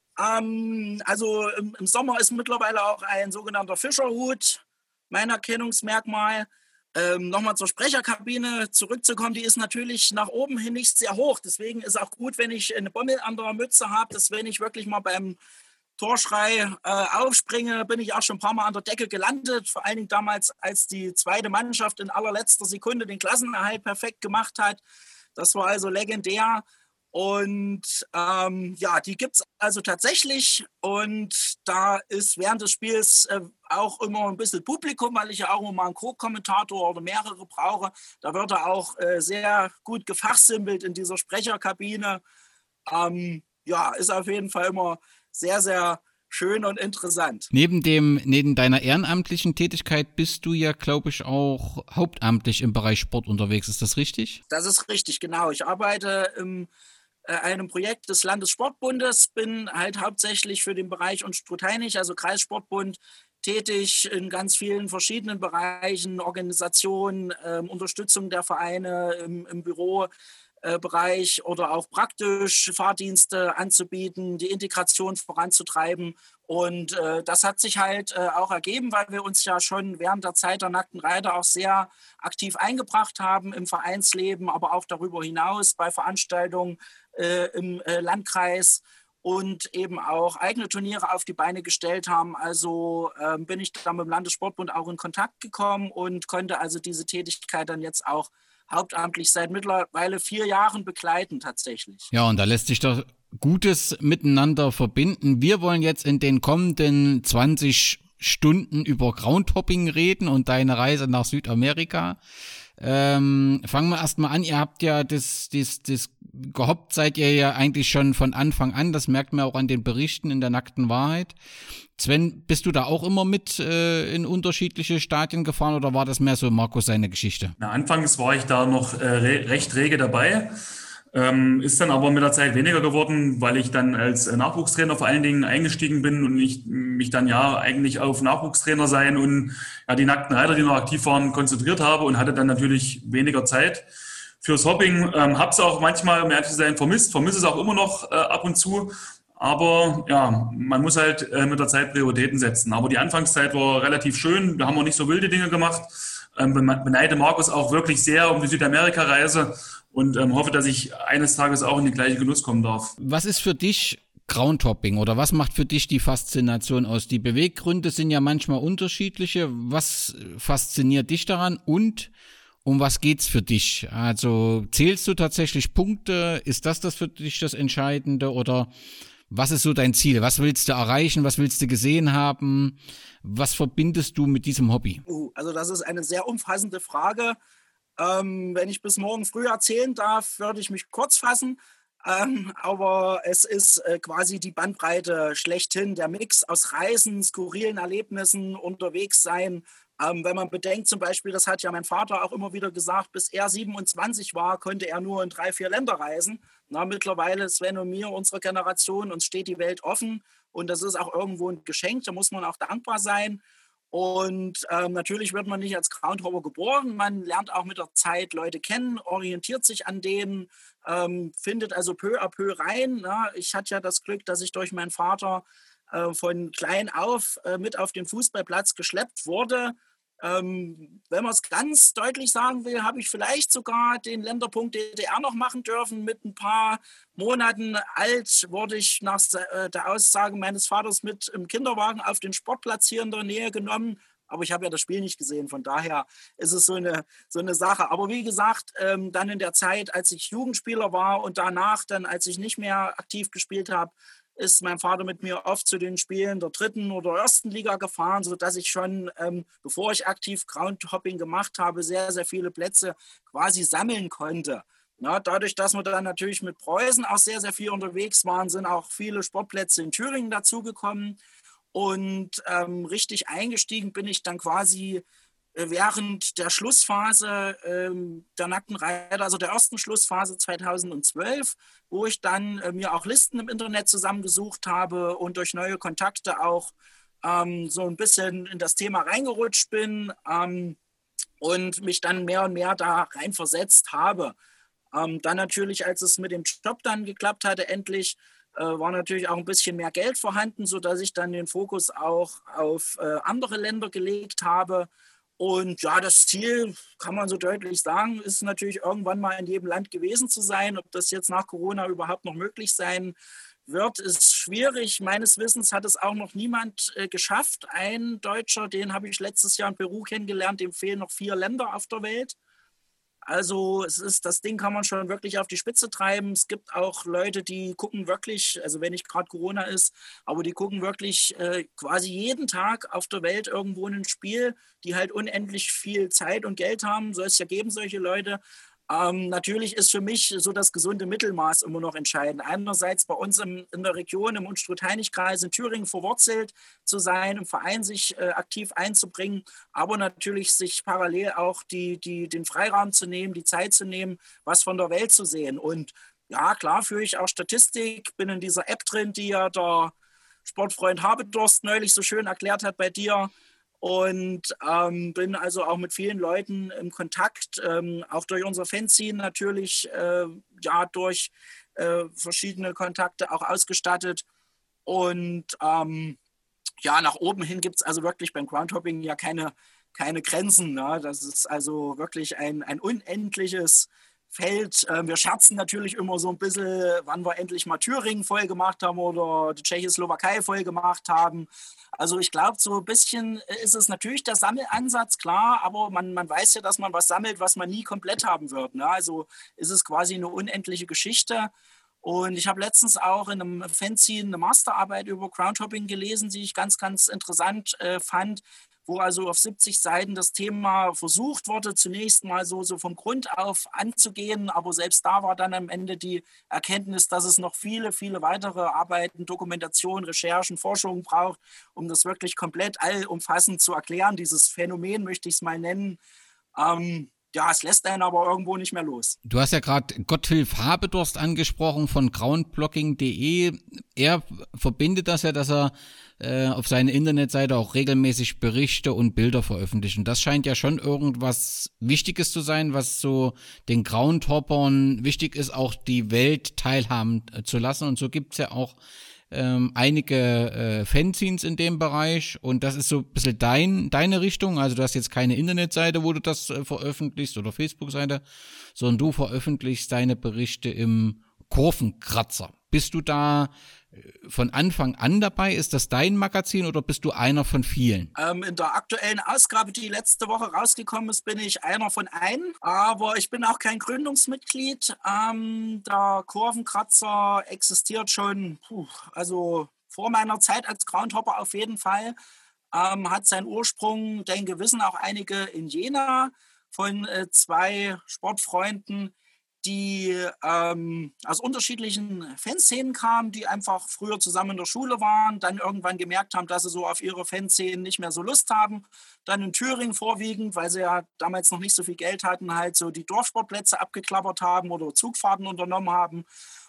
Ähm, also im, im Sommer ist mittlerweile auch ein sogenannter Fischerhut mein Erkennungsmerkmal. Ähm, Nochmal zur Sprecherkabine zurückzukommen, die ist natürlich nach oben hin nicht sehr hoch. Deswegen ist auch gut, wenn ich eine Bommel an der Mütze habe, dass wenn ich wirklich mal beim Torschrei äh, aufspringe, bin ich auch schon ein paar Mal an der Decke gelandet. Vor allen Dingen damals, als die zweite Mannschaft in allerletzter Sekunde den Klassenerhalt perfekt gemacht hat. Das war also legendär. Und ähm, ja, die gibt es also tatsächlich. Und da ist während des Spiels äh, auch immer ein bisschen Publikum, weil ich ja auch immer mal einen Co-Kommentator oder mehrere brauche. Da wird er auch äh, sehr gut gefachsimpelt in dieser Sprecherkabine. Ähm, ja, ist auf jeden Fall immer sehr, sehr schön und interessant. Neben dem, neben deiner ehrenamtlichen Tätigkeit bist du ja, glaube ich, auch hauptamtlich im Bereich Sport unterwegs. Ist das richtig? Das ist richtig, genau. Ich arbeite in äh, einem Projekt des Landessportbundes, bin halt hauptsächlich für den Bereich Unstrut-Hainich, also Kreissportbund, tätig in ganz vielen verschiedenen Bereichen, Organisation, äh, Unterstützung der Vereine im, im Büro. Bereich oder auch praktisch Fahrdienste anzubieten, die Integration voranzutreiben. Und äh, das hat sich halt äh, auch ergeben, weil wir uns ja schon während der Zeit der Nackten Reiter auch sehr aktiv eingebracht haben im Vereinsleben, aber auch darüber hinaus bei Veranstaltungen äh, im äh, Landkreis und eben auch eigene Turniere auf die Beine gestellt haben. Also äh, bin ich dann mit dem Landessportbund auch in Kontakt gekommen und konnte also diese Tätigkeit dann jetzt auch hauptamtlich seit mittlerweile vier Jahren begleiten tatsächlich. Ja, und da lässt sich doch Gutes miteinander verbinden. Wir wollen jetzt in den kommenden zwanzig Stunden über Groundhopping reden und deine Reise nach Südamerika. Ähm, fangen wir erstmal an. Ihr habt ja das, das, das gehoppt seid ihr ja eigentlich schon von Anfang an. Das merkt man auch an den Berichten in der nackten Wahrheit. Sven, bist du da auch immer mit äh, in unterschiedliche Stadien gefahren oder war das mehr so Markus seine Geschichte? Na, anfangs war ich da noch äh, re- recht rege dabei. Ähm, ist dann aber mit der Zeit weniger geworden, weil ich dann als äh, Nachwuchstrainer vor allen Dingen eingestiegen bin und ich mich dann ja eigentlich auf Nachwuchstrainer sein und ja, die nackten Reiter, die noch aktiv waren, konzentriert habe und hatte dann natürlich weniger Zeit fürs Hopping. Ähm, hab's auch manchmal, um ehrlich zu sein, vermisst, vermisse es auch immer noch äh, ab und zu. Aber ja, man muss halt äh, mit der Zeit Prioritäten setzen. Aber die Anfangszeit war relativ schön. Wir haben auch nicht so wilde Dinge gemacht. Ähm, beneide Markus auch wirklich sehr um die Südamerika-Reise und ähm, hoffe, dass ich eines Tages auch in den gleichen Genuss kommen darf. Was ist für dich Groundhopping oder was macht für dich die Faszination aus? Die Beweggründe sind ja manchmal unterschiedliche. Was fasziniert dich daran und um was geht's für dich? Also zählst du tatsächlich Punkte? Ist das das für dich das Entscheidende oder was ist so dein Ziel? Was willst du erreichen? Was willst du gesehen haben? Was verbindest du mit diesem Hobby? Uh, also das ist eine sehr umfassende Frage. Ähm, wenn ich bis morgen früh erzählen darf, würde ich mich kurz fassen. Ähm, aber es ist äh, quasi die Bandbreite schlechthin, der Mix aus Reisen, skurrilen Erlebnissen, unterwegs sein. Ähm, wenn man bedenkt zum Beispiel, das hat ja mein Vater auch immer wieder gesagt, bis er siebenundzwanzig war, konnte er nur in drei, vier Länder reisen. Na, mittlerweile, Sven und mir, unsere Generation, uns steht die Welt offen und das ist auch irgendwo ein Geschenk, da muss man auch dankbar sein. Und ähm, natürlich wird man nicht als Groundhopper geboren, man lernt auch mit der Zeit Leute kennen, orientiert sich an denen, ähm, findet also peu à peu rein. Na? Ich hatte ja das Glück, dass ich durch meinen Vater äh, von klein auf äh, mit auf den Fußballplatz geschleppt wurde. Ähm, wenn man es ganz deutlich sagen will, habe ich vielleicht sogar den Länderpunkt D D R noch machen dürfen. Mit ein paar Monaten alt wurde ich nach äh, der Aussage meines Vaters mit im Kinderwagen auf den Sportplatz hier in der Nähe genommen. Aber ich habe ja das Spiel nicht gesehen, von daher ist es so eine, so eine Sache. Aber wie gesagt, ähm, dann in der Zeit, als ich Jugendspieler war und danach dann, als ich nicht mehr aktiv gespielt habe, ist mein Vater mit mir oft zu den Spielen der dritten oder ersten Liga gefahren, sodass ich schon, ähm, bevor ich aktiv Groundhopping gemacht habe, sehr, sehr viele Plätze quasi sammeln konnte. Ja, dadurch, dass wir dann natürlich mit Preußen auch sehr, sehr viel unterwegs waren, sind auch viele Sportplätze in Thüringen dazugekommen. Und ähm, richtig eingestiegen bin ich dann quasi während der Schlussphase ähm, der nackten Reiter, also der ersten Schlussphase zweitausendzwölf, wo ich dann äh, mir auch Listen im Internet zusammengesucht habe und durch neue Kontakte auch ähm, so ein bisschen in das Thema reingerutscht bin ähm, und mich dann mehr und mehr da reinversetzt habe. Ähm, dann natürlich, als es mit dem Job dann geklappt hatte, endlich, äh, war natürlich auch ein bisschen mehr Geld vorhanden, sodass ich dann den Fokus auch auf äh, andere Länder gelegt habe. Und ja, das Ziel, kann man so deutlich sagen, ist natürlich irgendwann mal in jedem Land gewesen zu sein. Ob das jetzt nach Corona überhaupt noch möglich sein wird, ist schwierig. Meines Wissens hat es auch noch niemand äh, geschafft. Ein Deutscher, den habe ich letztes Jahr in Peru kennengelernt, dem fehlen noch vier Länder auf der Welt. Also es ist, das Ding kann man schon wirklich auf die Spitze treiben. Es gibt auch Leute, die gucken wirklich, also wenn nicht gerade Corona ist, aber die gucken wirklich äh, quasi jeden Tag auf der Welt irgendwo ein Spiel, die halt unendlich viel Zeit und Geld haben. Soll es ja geben, solche Leute. Ähm, natürlich ist für mich so das gesunde Mittelmaß immer noch entscheidend. Einerseits bei uns im, in der Region, im Unstrut-Heinig-Kreis in Thüringen verwurzelt zu sein, im Verein sich äh, aktiv einzubringen, aber natürlich sich parallel auch die, die, den Freiraum zu nehmen, die Zeit zu nehmen, was von der Welt zu sehen. Und ja, klar führe ich auch Statistik, bin in dieser App drin, die ja der Sportfreund Habedurst neulich so schön erklärt hat bei dir. Und ähm, bin also auch mit vielen Leuten im Kontakt, ähm, auch durch unser Fanzine natürlich, äh, ja, durch äh, verschiedene Kontakte auch ausgestattet. Und ähm, ja, nach oben hin gibt es also wirklich beim Groundhopping ja keine, keine Grenzen. Ne? Das ist also wirklich ein, ein unendliches Feld. Wir scherzen natürlich immer so ein bisschen, wann wir endlich mal Thüringen voll gemacht haben oder die Tschechoslowakei voll gemacht haben. Also ich glaube, so ein bisschen ist es natürlich der Sammelansatz, klar, aber man, man weiß ja, dass man was sammelt, was man nie komplett haben wird. Ne? Also ist es quasi eine unendliche Geschichte. Und ich habe letztens auch in einem Fanzine eine Masterarbeit über Groundhopping gelesen, die ich ganz, ganz interessant äh, fand, wo also auf siebzig Seiten das Thema versucht wurde, zunächst mal so, so vom Grund auf anzugehen. Aber selbst da war dann am Ende die Erkenntnis, dass es noch viele, viele weitere Arbeiten, Dokumentation, Recherchen, Forschungen braucht, um das wirklich komplett allumfassend zu erklären. Dieses Phänomen möchte ich es mal nennen. Ähm, Ja, es lässt einen aber irgendwo nicht mehr los. Du hast ja gerade Gotthilf Habedorst angesprochen von groundblocking punkt de. Er verbindet das ja, dass er äh, auf seiner Internetseite auch regelmäßig Berichte und Bilder veröffentlicht. Und das scheint ja schon irgendwas Wichtiges zu sein, was so den Groundhoppern wichtig ist, auch die Welt teilhaben äh, zu lassen. Und so gibt's ja auch Ähm, einige äh, Fanzines in dem Bereich und das ist so ein bisschen dein, deine Richtung, also du hast jetzt keine Internetseite, wo du das äh, veröffentlichst oder Facebook-Seite, sondern du veröffentlichst deine Berichte im Kurvenkratzer. Bist du da von Anfang an dabei? Ist das dein Magazin oder bist du einer von vielen? Ähm, in der aktuellen Ausgabe, die letzte Woche rausgekommen ist, bin ich einer von einen, aber ich bin auch kein Gründungsmitglied. Ähm, der Kurvenkratzer existiert schon, puh, also vor meiner Zeit als Groundhopper auf jeden Fall, ähm, hat seinen Ursprung, denke, wissen auch einige, in Jena von äh, zwei Sportfreunden, die ähm, aus unterschiedlichen Fanszenen kamen, die einfach früher zusammen in der Schule waren, dann irgendwann gemerkt haben, dass sie so auf ihre Fanszenen nicht mehr so Lust haben. Dann in Thüringen vorwiegend, weil sie ja damals noch nicht so viel Geld hatten, halt so die Dorfsportplätze abgeklappert haben oder Zugfahrten unternommen haben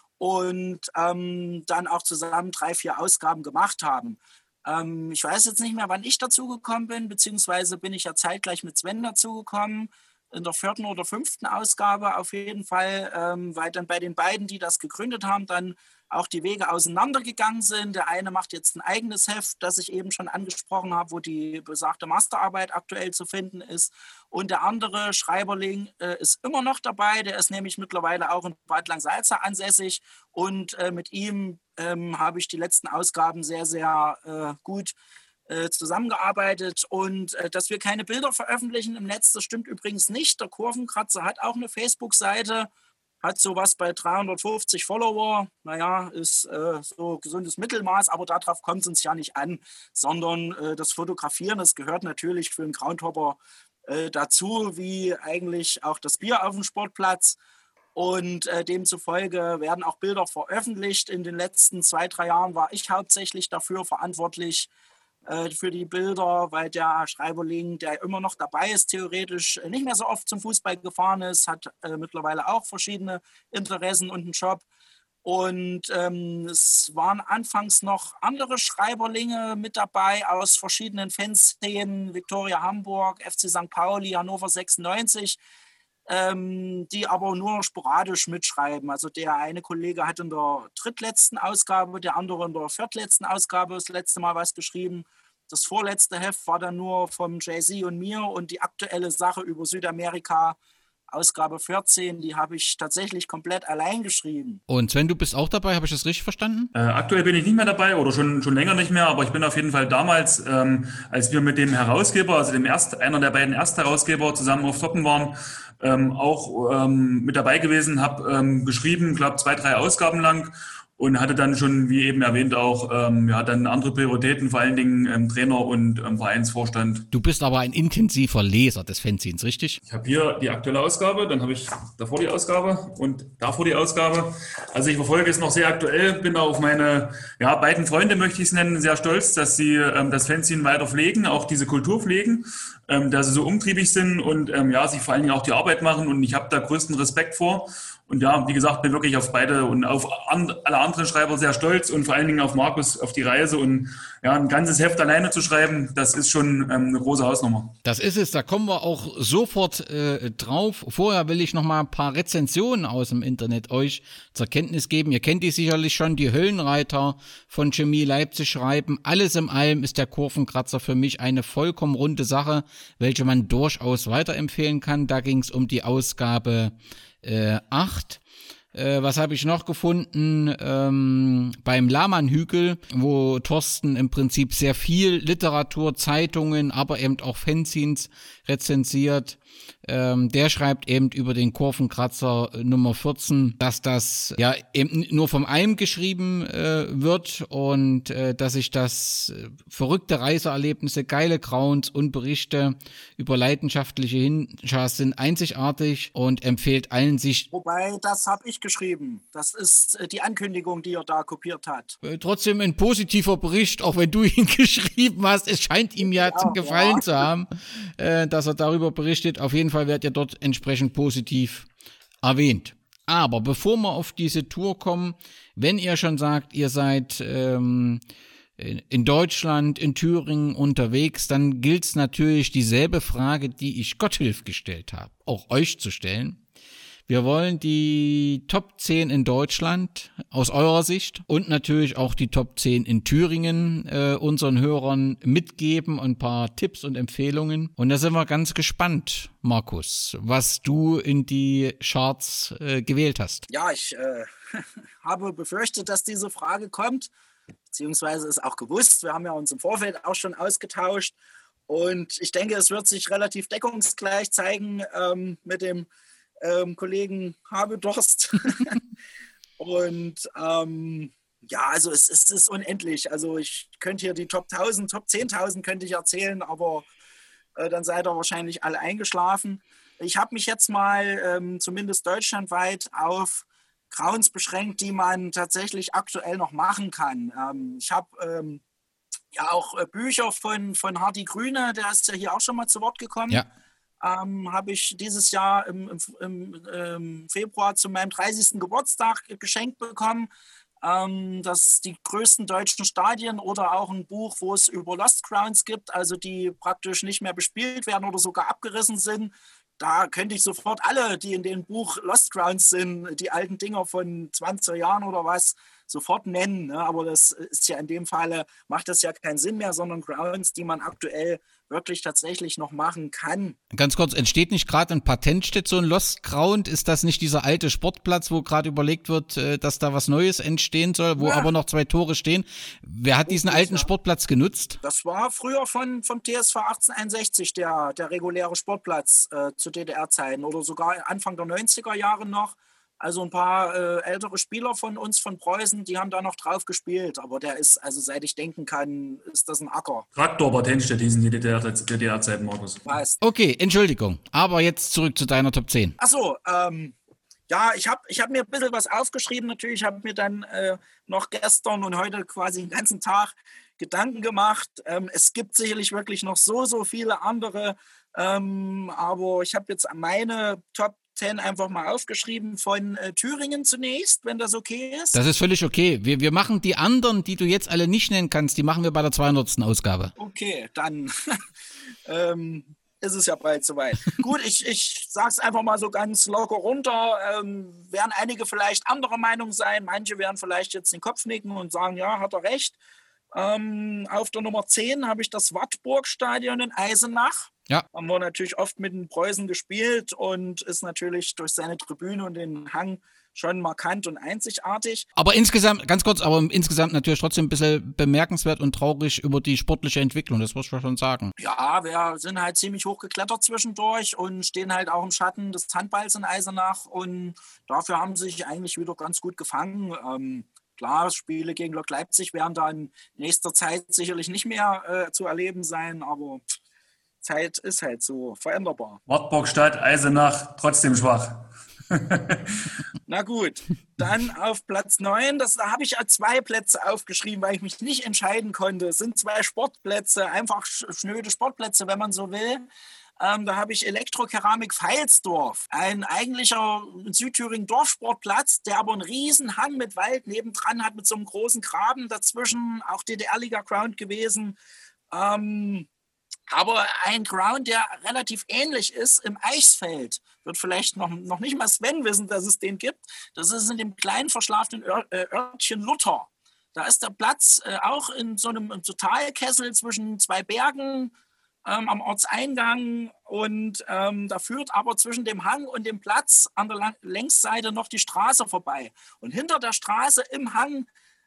und ähm, dann auch zusammen drei, vier Ausgaben gemacht haben. Ähm, ich weiß jetzt nicht mehr, wann ich dazugekommen bin, beziehungsweise bin ich ja zeitgleich mit Sven dazugekommen, in der vierten oder fünften Ausgabe auf jeden Fall, ähm, weil dann bei den beiden, die das gegründet haben, dann auch die Wege auseinandergegangen sind. Der eine macht jetzt ein eigenes Heft, das ich eben schon angesprochen habe, wo die besagte Masterarbeit aktuell zu finden ist. Und der andere, Schreiberling, äh, ist immer noch dabei. Der ist nämlich mittlerweile auch in Bad Langsalza ansässig. Und äh, mit ihm ähm, habe ich die letzten Ausgaben sehr, sehr äh, gut zusammengearbeitet und äh, dass wir keine Bilder veröffentlichen im Netz, das stimmt übrigens nicht. Der Kurvenkratzer hat auch eine Facebook-Seite, hat sowas bei dreihundertfünfzig Follower. Naja, ist äh, so gesundes Mittelmaß, aber darauf kommt es uns ja nicht an, sondern äh, das Fotografieren, das gehört natürlich für einen Groundhopper äh, dazu, wie eigentlich auch das Bier auf dem Sportplatz. Und äh, demzufolge werden auch Bilder veröffentlicht. In den letzten zwei, drei Jahren war ich hauptsächlich dafür verantwortlich, für die Bilder, weil der Schreiberling, der immer noch dabei ist, theoretisch nicht mehr so oft zum Fußball gefahren ist, hat äh, mittlerweile auch verschiedene Interessen und einen Job. Und ähm, es waren anfangs noch andere Schreiberlinge mit dabei aus verschiedenen Fanszenen, Viktoria Hamburg, F C Sankt Pauli, Hannover sechsundneunzig, ähm, die aber nur sporadisch mitschreiben. Also der eine Kollege hat in der drittletzten Ausgabe, der andere in der viertletzten Ausgabe das letzte Mal was geschrieben. Das vorletzte Heft war dann nur vom Jay-Z und mir und die aktuelle Sache über Südamerika, Ausgabe vierzehn, die habe ich tatsächlich komplett allein geschrieben. Und Sven, du bist auch dabei, habe ich das richtig verstanden? Äh, aktuell bin ich nicht mehr dabei oder schon schon länger nicht mehr, aber ich bin auf jeden Fall damals, ähm, als wir mit dem Herausgeber, also dem erst, einer der beiden Erstherausgeber zusammen auf Toppen waren, ähm, auch ähm, mit dabei gewesen, habe ähm, geschrieben, glaube zwei, drei Ausgaben lang. Und hatte dann schon, wie eben erwähnt, auch ähm, ja, dann andere Prioritäten, vor allen Dingen ähm, Trainer und ähm, Vereinsvorstand. Du bist aber ein intensiver Leser des Fanzines, richtig? Ich habe hier die aktuelle Ausgabe, dann habe ich davor die Ausgabe und davor die Ausgabe. Also ich verfolge es noch sehr aktuell, bin auf meine ja, beiden Freunde, möchte ich es nennen, sehr stolz, dass sie ähm, das Fanzine weiter pflegen, auch diese Kultur pflegen, ähm, dass sie so umtriebig sind und ähm, ja, sich vor allen Dingen auch die Arbeit machen und ich habe da größten Respekt vor. Und ja, wie gesagt, bin wirklich auf beide und auf and, alle anderen Schreiber sehr stolz und vor allen Dingen auf Markus, auf die Reise und ja, ein ganzes Heft alleine zu schreiben, das ist schon ähm, eine große Hausnummer. Das ist es, da kommen wir auch sofort äh, drauf. Vorher will ich noch mal ein paar Rezensionen aus dem Internet euch zur Kenntnis geben. Ihr kennt die sicherlich schon, die Höllenreiter von Chemie Leipzig schreiben. Alles in allem ist der Kurvenkratzer für mich eine vollkommen runde Sache, welche man durchaus weiterempfehlen kann. Da ging es um die Ausgabe Äh, acht. Äh, was habe ich noch gefunden? Ähm, beim Lahmann-Hügel, wo Thorsten im Prinzip sehr viel Literatur, Zeitungen, aber eben auch Fanzines rezensiert. Ähm, der schreibt eben über den Kurvenkratzer Nummer vierzehn, dass das ja eben nur vom einem geschrieben äh, wird und äh, dass sich das äh, verrückte Reiseerlebnisse, geile Grounds und Berichte über leidenschaftliche Hinschas sind einzigartig und empfiehlt allen, sich Wobei, das habe ich geschrieben. Das ist äh, die Ankündigung, die er da kopiert hat. äh, trotzdem ein positiver Bericht, auch wenn du ihn geschrieben hast. Es scheint ihm ja, Ja, zu gefallen ja. zu haben, äh, dass er darüber berichtet. Auf jeden Fall werdet ihr dort entsprechend positiv erwähnt. Aber bevor wir auf diese Tour kommen, wenn ihr schon sagt, ihr seid ähm, in Deutschland, in Thüringen unterwegs, dann gilt es natürlich dieselbe Frage, die ich Gotthilf gestellt habe, auch euch zu stellen. Wir wollen die Top zehn in Deutschland aus eurer Sicht und natürlich auch die Top zehn in Thüringen äh, unseren Hörern mitgeben und ein paar Tipps und Empfehlungen. Und da sind wir ganz gespannt, Markus, was du in die Charts äh, gewählt hast. Ja, ich äh, habe befürchtet, dass diese Frage kommt, beziehungsweise ist auch gewusst. Wir haben ja uns im Vorfeld auch schon ausgetauscht. Und ich denke, es wird sich relativ deckungsgleich zeigen ähm, mit dem Ähm, Kollegen Habedorst. Und ähm, ja, also es, es ist unendlich. Also ich könnte hier die Top tausend, Top zehntausend könnte ich erzählen, aber äh, dann seid ihr wahrscheinlich alle eingeschlafen. Ich habe mich jetzt mal ähm, zumindest deutschlandweit auf Grounds beschränkt, die man tatsächlich aktuell noch machen kann. Ähm, ich habe ähm, ja auch äh, Bücher von, von Hardy Grüne, der ist ja hier auch schon mal zu Wort gekommen. Ja. Ähm, habe ich dieses Jahr im, im, im Februar zu meinem dreißigsten Geburtstag geschenkt bekommen. Ähm, das die größten deutschen Stadien oder auch ein Buch, wo es über Lost Grounds gibt, also die praktisch nicht mehr bespielt werden oder sogar abgerissen sind. Da könnte ich sofort alle, die in dem Buch Lost Grounds sind, die alten Dinger von zwanzig Jahren oder was, sofort nennen. Ne? Aber das ist ja in dem Falle, macht das ja keinen Sinn mehr, sondern Grounds, die man aktuell wirklich tatsächlich noch machen kann. Ganz kurz, entsteht nicht gerade ein Patentstück, so ein Lost Ground? Ist das nicht dieser alte Sportplatz, wo gerade überlegt wird, dass da was Neues entstehen soll, wo Ja. aber noch zwei Tore stehen? Wer hat diesen Richtig, alten ja. Sportplatz genutzt? Das war früher von, vom T S V achtzehnhunderteinundsechzig der, der reguläre Sportplatz äh, zu D D R-Zeiten oder sogar Anfang der neunziger Jahre noch. Also ein paar äh, ältere Spieler von uns, von Preußen, die haben da noch drauf gespielt. Aber der ist, also seit ich denken kann, ist das ein Acker. Traktor-Patentstätte hießen die D D R-Zeiten, Markus. Weißt. Okay, Entschuldigung. Aber jetzt zurück zu deiner Top zehn. Achso, ähm, ja, ich habe ich hab mir ein bisschen was aufgeschrieben. Natürlich habe ich mir dann äh, noch gestern und heute quasi den ganzen Tag Gedanken gemacht. Ähm, es gibt sicherlich wirklich noch so, so viele andere. Ähm, aber ich habe jetzt meine Top zehn einfach mal aufgeschrieben von äh, Thüringen zunächst, wenn das okay ist. Das ist völlig okay. Wir, wir machen die anderen, die du jetzt alle nicht nennen kannst, die machen wir bei der zweihundertsten Ausgabe. Okay, dann ähm, ist es ja bald soweit. Gut, ich, ich sage es einfach mal so ganz locker runter. Ähm, werden einige vielleicht anderer Meinung sein. Manche werden vielleicht jetzt den Kopf nicken und sagen, ja, hat er recht. Ähm, auf der Nummer zehn habe ich das Wartburg-Stadion in Eisenach. Ja. Haben wir natürlich oft mit den Preußen gespielt und ist natürlich durch seine Tribüne und den Hang schon markant und einzigartig. Aber insgesamt, ganz kurz, aber insgesamt natürlich trotzdem ein bisschen bemerkenswert und traurig über die sportliche Entwicklung, das muss man schon sagen. Ja, wir sind halt ziemlich hoch geklettert zwischendurch und stehen halt auch im Schatten des Handballs in Eisenach und dafür haben sie sich eigentlich wieder ganz gut gefangen. Ähm, Klar, Spiele gegen Lok Leipzig werden da in nächster Zeit sicherlich nicht mehr äh, zu erleben sein, aber Zeit ist halt so veränderbar. Wartburg-Stadt, Eisenach, trotzdem schwach. Na gut, dann auf Platz neun, das, da habe ich ja zwei Plätze aufgeschrieben, weil ich mich nicht entscheiden konnte. Es sind zwei Sportplätze, einfach schnöde Sportplätze, wenn man so will. Ähm, da habe ich Elektrokeramik Veilsdorf, ein eigentlicher Südthüringen Dorfsportplatz, der aber einen riesen Hang mit Wald nebendran hat, mit so einem großen Graben dazwischen, auch D D R-Liga-Ground gewesen. Ähm, aber ein Ground, der relativ ähnlich ist im Eichsfeld, wird vielleicht noch, noch nicht mal Sven wissen, dass es den gibt. Das ist in dem kleinen verschlafenen Ör, äh, Örtchen Luther. Da ist der Platz äh, auch in so einem Totalkessel zwischen zwei Bergen, Ähm, am Ortseingang und ähm, da führt aber zwischen dem Hang und dem Platz an der Lang- Längsseite noch die Straße vorbei. Und hinter der Straße im Hang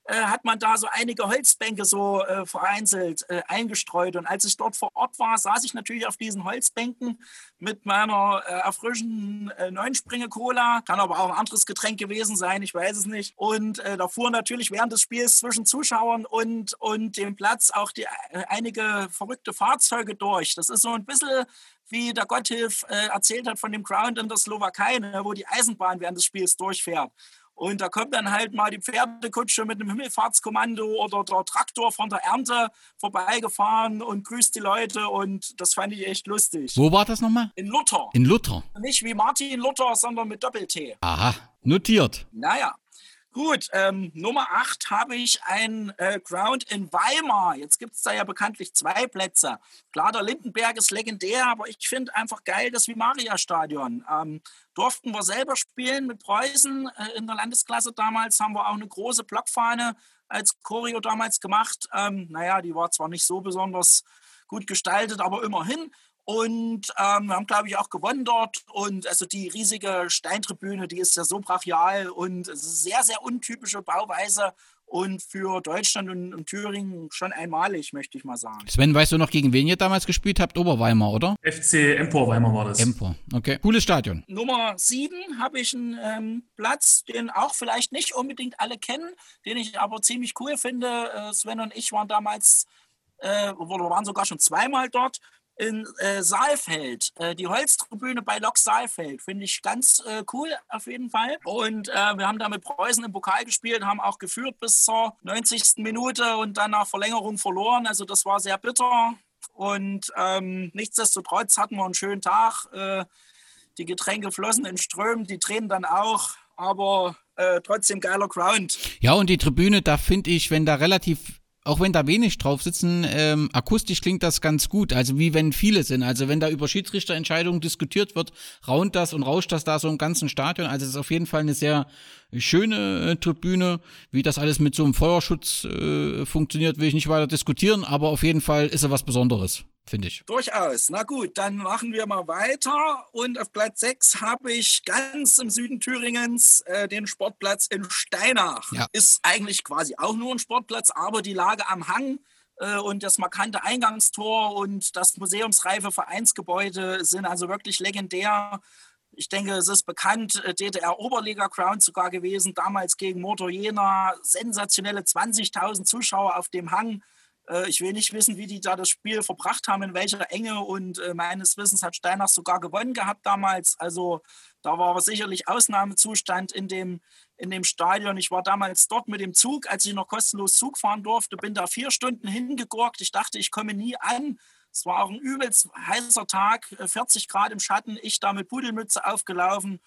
äh, hat man da so einige Holzbänke so äh, vereinzelt äh, eingestreut. Und als ich dort vor Ort war, saß ich natürlich auf diesen Holzbänken mit meiner äh, erfrischenden äh, Neunspringe-Cola. Kann aber auch ein anderes Getränk gewesen sein, ich weiß es nicht. Und äh, da fuhren natürlich während des Spiels zwischen Zuschauern und, und dem Platz auch die, äh, einige verrückte Fahrzeuge durch. Das ist so ein bisschen, wie der Gotthilf äh, erzählt hat von dem Ground in der Slowakei, ne, wo die Eisenbahn während des Spiels durchfährt. Und da kommt dann halt mal die Pferdekutsche mit einem Himmelfahrtskommando oder der Traktor von der Ernte vorbeigefahren und grüßt die Leute. Und das fand ich echt lustig. Wo war das nochmal? In Luther. In Luther. Nicht wie Martin Luther, sondern mit Doppel-T. Aha, notiert. Naja. Gut, ähm, Nummer acht habe ich ein äh, Ground in Weimar. Jetzt gibt es da ja bekanntlich zwei Plätze. Klar, der Lindenberg ist legendär, aber ich finde einfach geil das Vimaria-Stadion. Ähm, durften wir selber spielen mit Preußen äh, in der Landesklasse damals. Haben wir auch eine große Blockfahne als Choreo damals gemacht. Ähm, naja, die war zwar nicht so besonders gut gestaltet, aber immerhin. Und ähm, wir haben, glaube ich, auch gewonnen dort. Und also die riesige Steintribüne, die ist ja so brachial und es ist sehr, sehr untypische Bauweise. Und für Deutschland und, und Thüringen schon einmalig, möchte ich mal sagen. Sven, weißt du noch, gegen wen ihr damals gespielt habt? Oberweimar, oder? F C Empor Weimar war das. Empor, okay. Cooles Stadion. Nummer sieben habe ich einen ähm, Platz, den auch vielleicht nicht unbedingt alle kennen, den ich aber ziemlich cool finde. Äh, Sven und ich waren damals, äh, wir waren sogar schon zweimal dort. In äh, Saalfeld, äh, die Holztribüne bei Lok Saalfeld, finde ich ganz äh, cool auf jeden Fall. Und äh, wir haben da mit Preußen im Pokal gespielt, haben auch geführt bis zur neunzigsten Minute und dann nach Verlängerung verloren. Also das war sehr bitter und ähm, nichtsdestotrotz hatten wir einen schönen Tag. Äh, die Getränke flossen in Strömen, die Tränen dann auch, aber äh, trotzdem geiler Ground. Ja, und die Tribüne, da finde ich, wenn da relativ... Auch wenn da wenig drauf sitzen, ähm, akustisch klingt das ganz gut. Also wie wenn viele sind. Also wenn da über Schiedsrichterentscheidungen diskutiert wird, raunt das und rauscht das da so im ganzen Stadion. Also es ist auf jeden Fall eine sehr schöne äh, Tribüne. Wie das alles mit so einem Feuerschutz äh, funktioniert, will ich nicht weiter diskutieren. Aber auf jeden Fall ist er was Besonderes, finde ich. Durchaus. Na gut, dann machen wir mal weiter. Und auf Platz sechs habe ich ganz im Süden Thüringens äh, den Sportplatz in Steinach. Ja. Ist eigentlich quasi auch nur ein Sportplatz, aber die Lage am Hang äh, und das markante Eingangstor und das museumsreife Vereinsgebäude sind also wirklich legendär. Ich denke, es ist bekannt, D D R-Oberliga-Ground sogar gewesen, damals gegen Motor Jena, sensationelle zwanzigtausend Zuschauer auf dem Hang. Ich will nicht wissen, wie die da das Spiel verbracht haben, in welcher Enge. Und äh, meines Wissens hat Steinach sogar gewonnen gehabt damals. Also da war sicherlich Ausnahmezustand in dem, in dem Stadion. Ich war damals dort mit dem Zug, als ich noch kostenlos Zug fahren durfte. Bin da vier Stunden hingegurkt. Ich dachte, ich komme nie an. Es war auch ein übelst heißer Tag, vierzig Grad im Schatten. Ich da mit Pudelmütze aufgelaufen.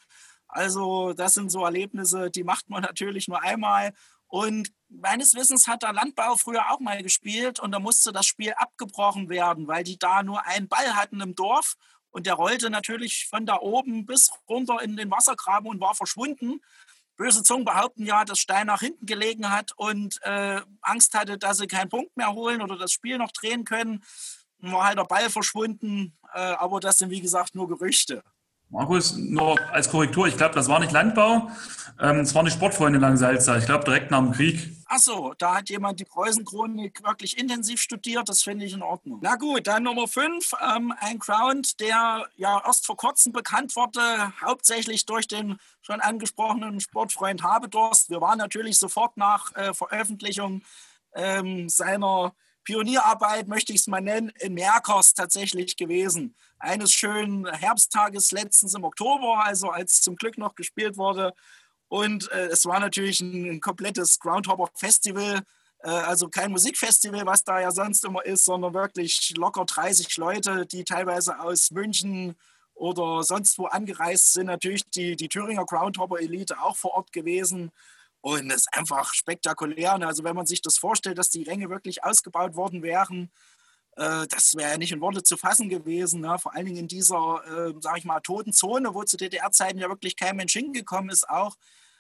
Also das sind so Erlebnisse, die macht man natürlich nur einmal. Und meines Wissens hat der Landbau früher auch mal gespielt und da musste das Spiel abgebrochen werden, weil die da nur einen Ball hatten im Dorf und der rollte natürlich von da oben bis runter in den Wassergraben und war verschwunden. Böse Zungen behaupten ja, dass Steinach hinten gelegen hat und äh, Angst hatte, dass sie keinen Punkt mehr holen oder das Spiel noch drehen können. War halt der Ball verschwunden, äh, aber das sind wie gesagt nur Gerüchte. Markus, nur als Korrektur, ich glaube, das war nicht Landbau, ähm, es war eine Sportfreunde Langsalza, ich glaube direkt nach dem Krieg. Ach so, da hat jemand die Preußenchronik wirklich intensiv studiert, das finde ich in Ordnung. Na gut, dann Nummer fünf, ähm, ein Ground, der ja erst vor kurzem bekannt wurde, hauptsächlich durch den schon angesprochenen Sportfreund Habedorst. Wir waren natürlich sofort nach äh, Veröffentlichung ähm, seiner Pionierarbeit, möchte ich es mal nennen, in Merkers tatsächlich gewesen. Eines schönen Herbsttages letztens im Oktober, also als zum Glück noch gespielt wurde. Und äh, es war natürlich ein, ein komplettes Groundhopper-Festival, äh, also kein Musikfestival, was da ja sonst immer ist, sondern wirklich locker dreißig Leute, die teilweise aus München oder sonst wo angereist sind. Natürlich die, die Thüringer Groundhopper-Elite auch vor Ort gewesen. Und es ist einfach spektakulär. Also wenn man sich das vorstellt, dass die Ränge wirklich ausgebaut worden wären, äh, das wäre ja nicht in Worte zu fassen gewesen. Ne? Vor allen Dingen in dieser, äh, sage ich mal, toten Zone, wo zu D D R-Zeiten ja wirklich kein Mensch hingekommen ist auch.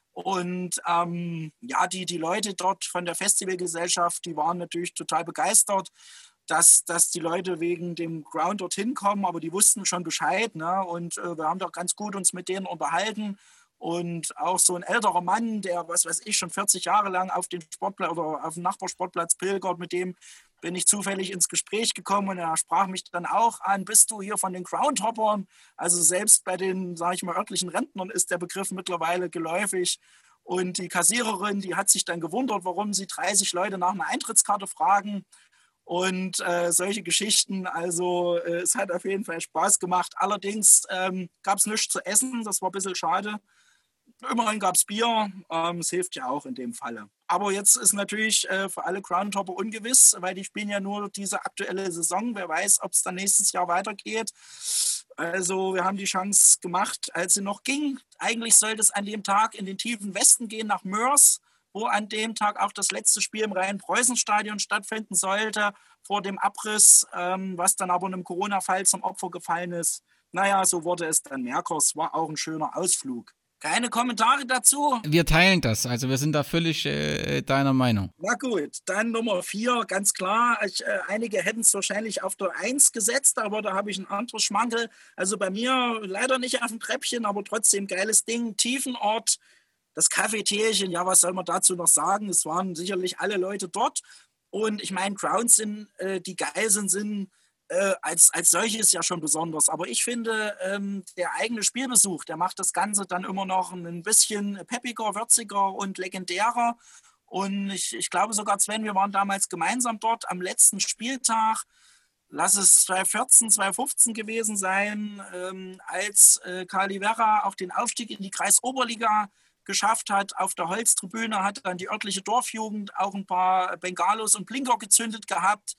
Und ähm, ja, die, die Leute dort von der Festivalgesellschaft, die waren natürlich total begeistert, dass, dass die Leute wegen dem Ground dorthin kommen, aber die wussten schon Bescheid. Ne? Und äh, wir haben doch ganz gut uns mit denen unterhalten. Und auch so ein älterer Mann, der, was weiß ich, schon vierzig Jahre lang auf den Sportplatz oder auf den Nachbarsportplatz pilgert, mit dem bin ich zufällig ins Gespräch gekommen und er sprach mich dann auch an, bist du hier von den Groundhoppern? Also selbst bei den, sage ich mal, örtlichen Rentnern ist der Begriff mittlerweile geläufig. Und die Kassiererin, die hat sich dann gewundert, warum sie dreißig Leute nach einer Eintrittskarte fragen. Und äh, solche Geschichten, also äh, es hat auf jeden Fall Spaß gemacht. Allerdings ähm, gab es nichts zu essen, das war ein bisschen schade. Immerhin gab es Bier, ähm, es hilft ja auch in dem Falle. Aber jetzt ist natürlich äh, für alle Groundhopper ungewiss, weil die spielen ja nur diese aktuelle Saison. Wer weiß, ob es dann nächstes Jahr weitergeht. Also wir haben die Chance gemacht, als sie noch ging. Eigentlich sollte es an dem Tag in den tiefen Westen gehen, nach Moers, wo an dem Tag auch das letzte Spiel im Rhein-Preußen-Stadion stattfinden sollte, vor dem Abriss, ähm, was dann aber einem Corona-Fall zum Opfer gefallen ist. Naja, so wurde es dann Merkers, war auch ein schöner Ausflug. Keine Kommentare dazu? Wir teilen das, also wir sind da völlig äh, deiner Meinung. Na gut, dann Nummer vier, ganz klar. Ich, äh, einige hätten es wahrscheinlich auf der eins gesetzt, aber da habe ich ein anderes Schmankerl. Also bei mir leider nicht auf dem Treppchen, aber trotzdem geiles Ding. Tiefenort, das Cafeterchen, ja, was soll man dazu noch sagen? Es waren sicherlich alle Leute dort. Und ich meine, Grounds sind, äh, die geil sind, sind Äh, als, als solches ja schon besonders. Aber ich finde, ähm, der eigene Spielbesuch, der macht das Ganze dann immer noch ein bisschen peppiger, würziger und legendärer. Und ich, ich glaube sogar, Sven, wir waren damals gemeinsam dort am letzten Spieltag, lass es zwanzig vierzehn, zwanzig fünfzehn gewesen sein, ähm, als äh, Kali Werra auch den Aufstieg in die Kreisoberliga geschafft hat. Auf der Holztribüne hat dann die örtliche Dorfjugend auch ein paar Bengalos und Blinker gezündet gehabt.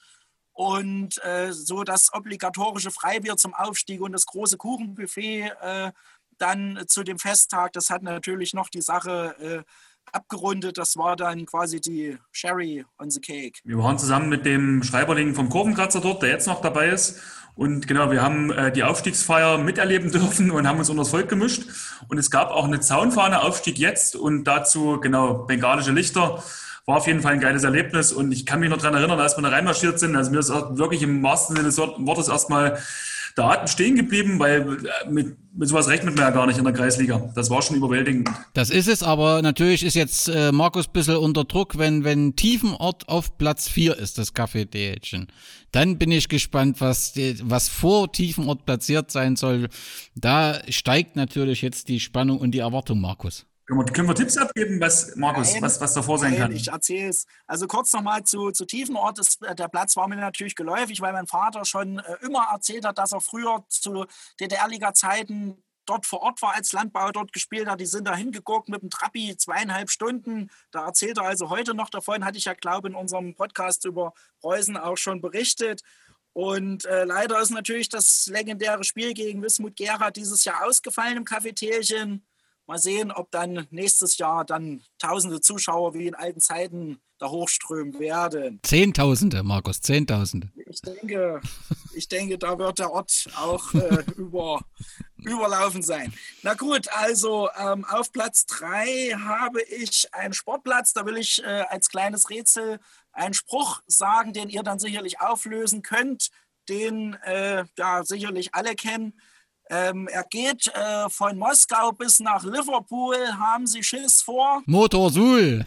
Und äh, so das obligatorische Freibier zum Aufstieg und das große Kuchenbuffet äh, dann zu dem Festtag, das hat natürlich noch die Sache äh, abgerundet. Das war dann quasi die Sherry on the Cake. Wir waren zusammen mit dem Schreiberling vom Kurvenkratzer dort, der jetzt noch dabei ist. Und genau, wir haben äh, die Aufstiegsfeier miterleben dürfen und haben uns unter das Volk gemischt. Und es gab auch eine Zaunfahne, Aufstieg jetzt und dazu genau bengalische Lichter. War auf jeden Fall ein geiles Erlebnis und ich kann mich noch daran erinnern, als wir da reinmarschiert sind, also mir ist wirklich im wahrsten Sinne des Wortes erstmal der Atem stehen geblieben, weil mit, mit sowas rechnet man ja gar nicht in der Kreisliga. Das war schon überwältigend. Das ist es, aber natürlich ist jetzt äh, Markus ein bisschen unter Druck, wenn, wenn Tiefenort auf Platz vier ist, das Cafeterchen. Dann bin ich gespannt, was, die, was vor Tiefenort platziert sein soll. Da steigt natürlich jetzt die Spannung und die Erwartung, Markus. Können wir, können wir Tipps abgeben, was, Markus, Nein, was, was davor sein nein, kann? Ich erzähle es. Also kurz nochmal zu, zu Tiefenort. Das, der Platz war mir natürlich geläufig, weil mein Vater schon äh, immer erzählt hat, dass er früher zu D D R-Liga-Zeiten dort vor Ort war, als Landbauer dort gespielt hat. Die sind da hingeguckt mit dem Trabi, zweieinhalb Stunden. Da erzählt er also heute noch davon. Hatte ich ja, glaube ich, in unserem Podcast über Preußen auch schon berichtet. Und äh, leider ist natürlich das legendäre Spiel gegen Wismut Gera dieses Jahr ausgefallen im Cafeterchen. Mal sehen, ob dann nächstes Jahr dann tausende Zuschauer wie in alten Zeiten da hochströmen werden. Zehntausende, Markus, Zehntausende. Ich denke, ich denke, da wird der Ort auch äh, über, überlaufen sein. Na gut, also ähm, auf Platz drei habe ich einen Sportplatz. Da will ich äh, als kleines Rätsel einen Spruch sagen, den ihr dann sicherlich auflösen könnt, den äh, ja sicherlich alle kennen. Ähm, er geht äh, von Moskau bis nach Liverpool. Haben Sie Schiss vor? Motor Suhl.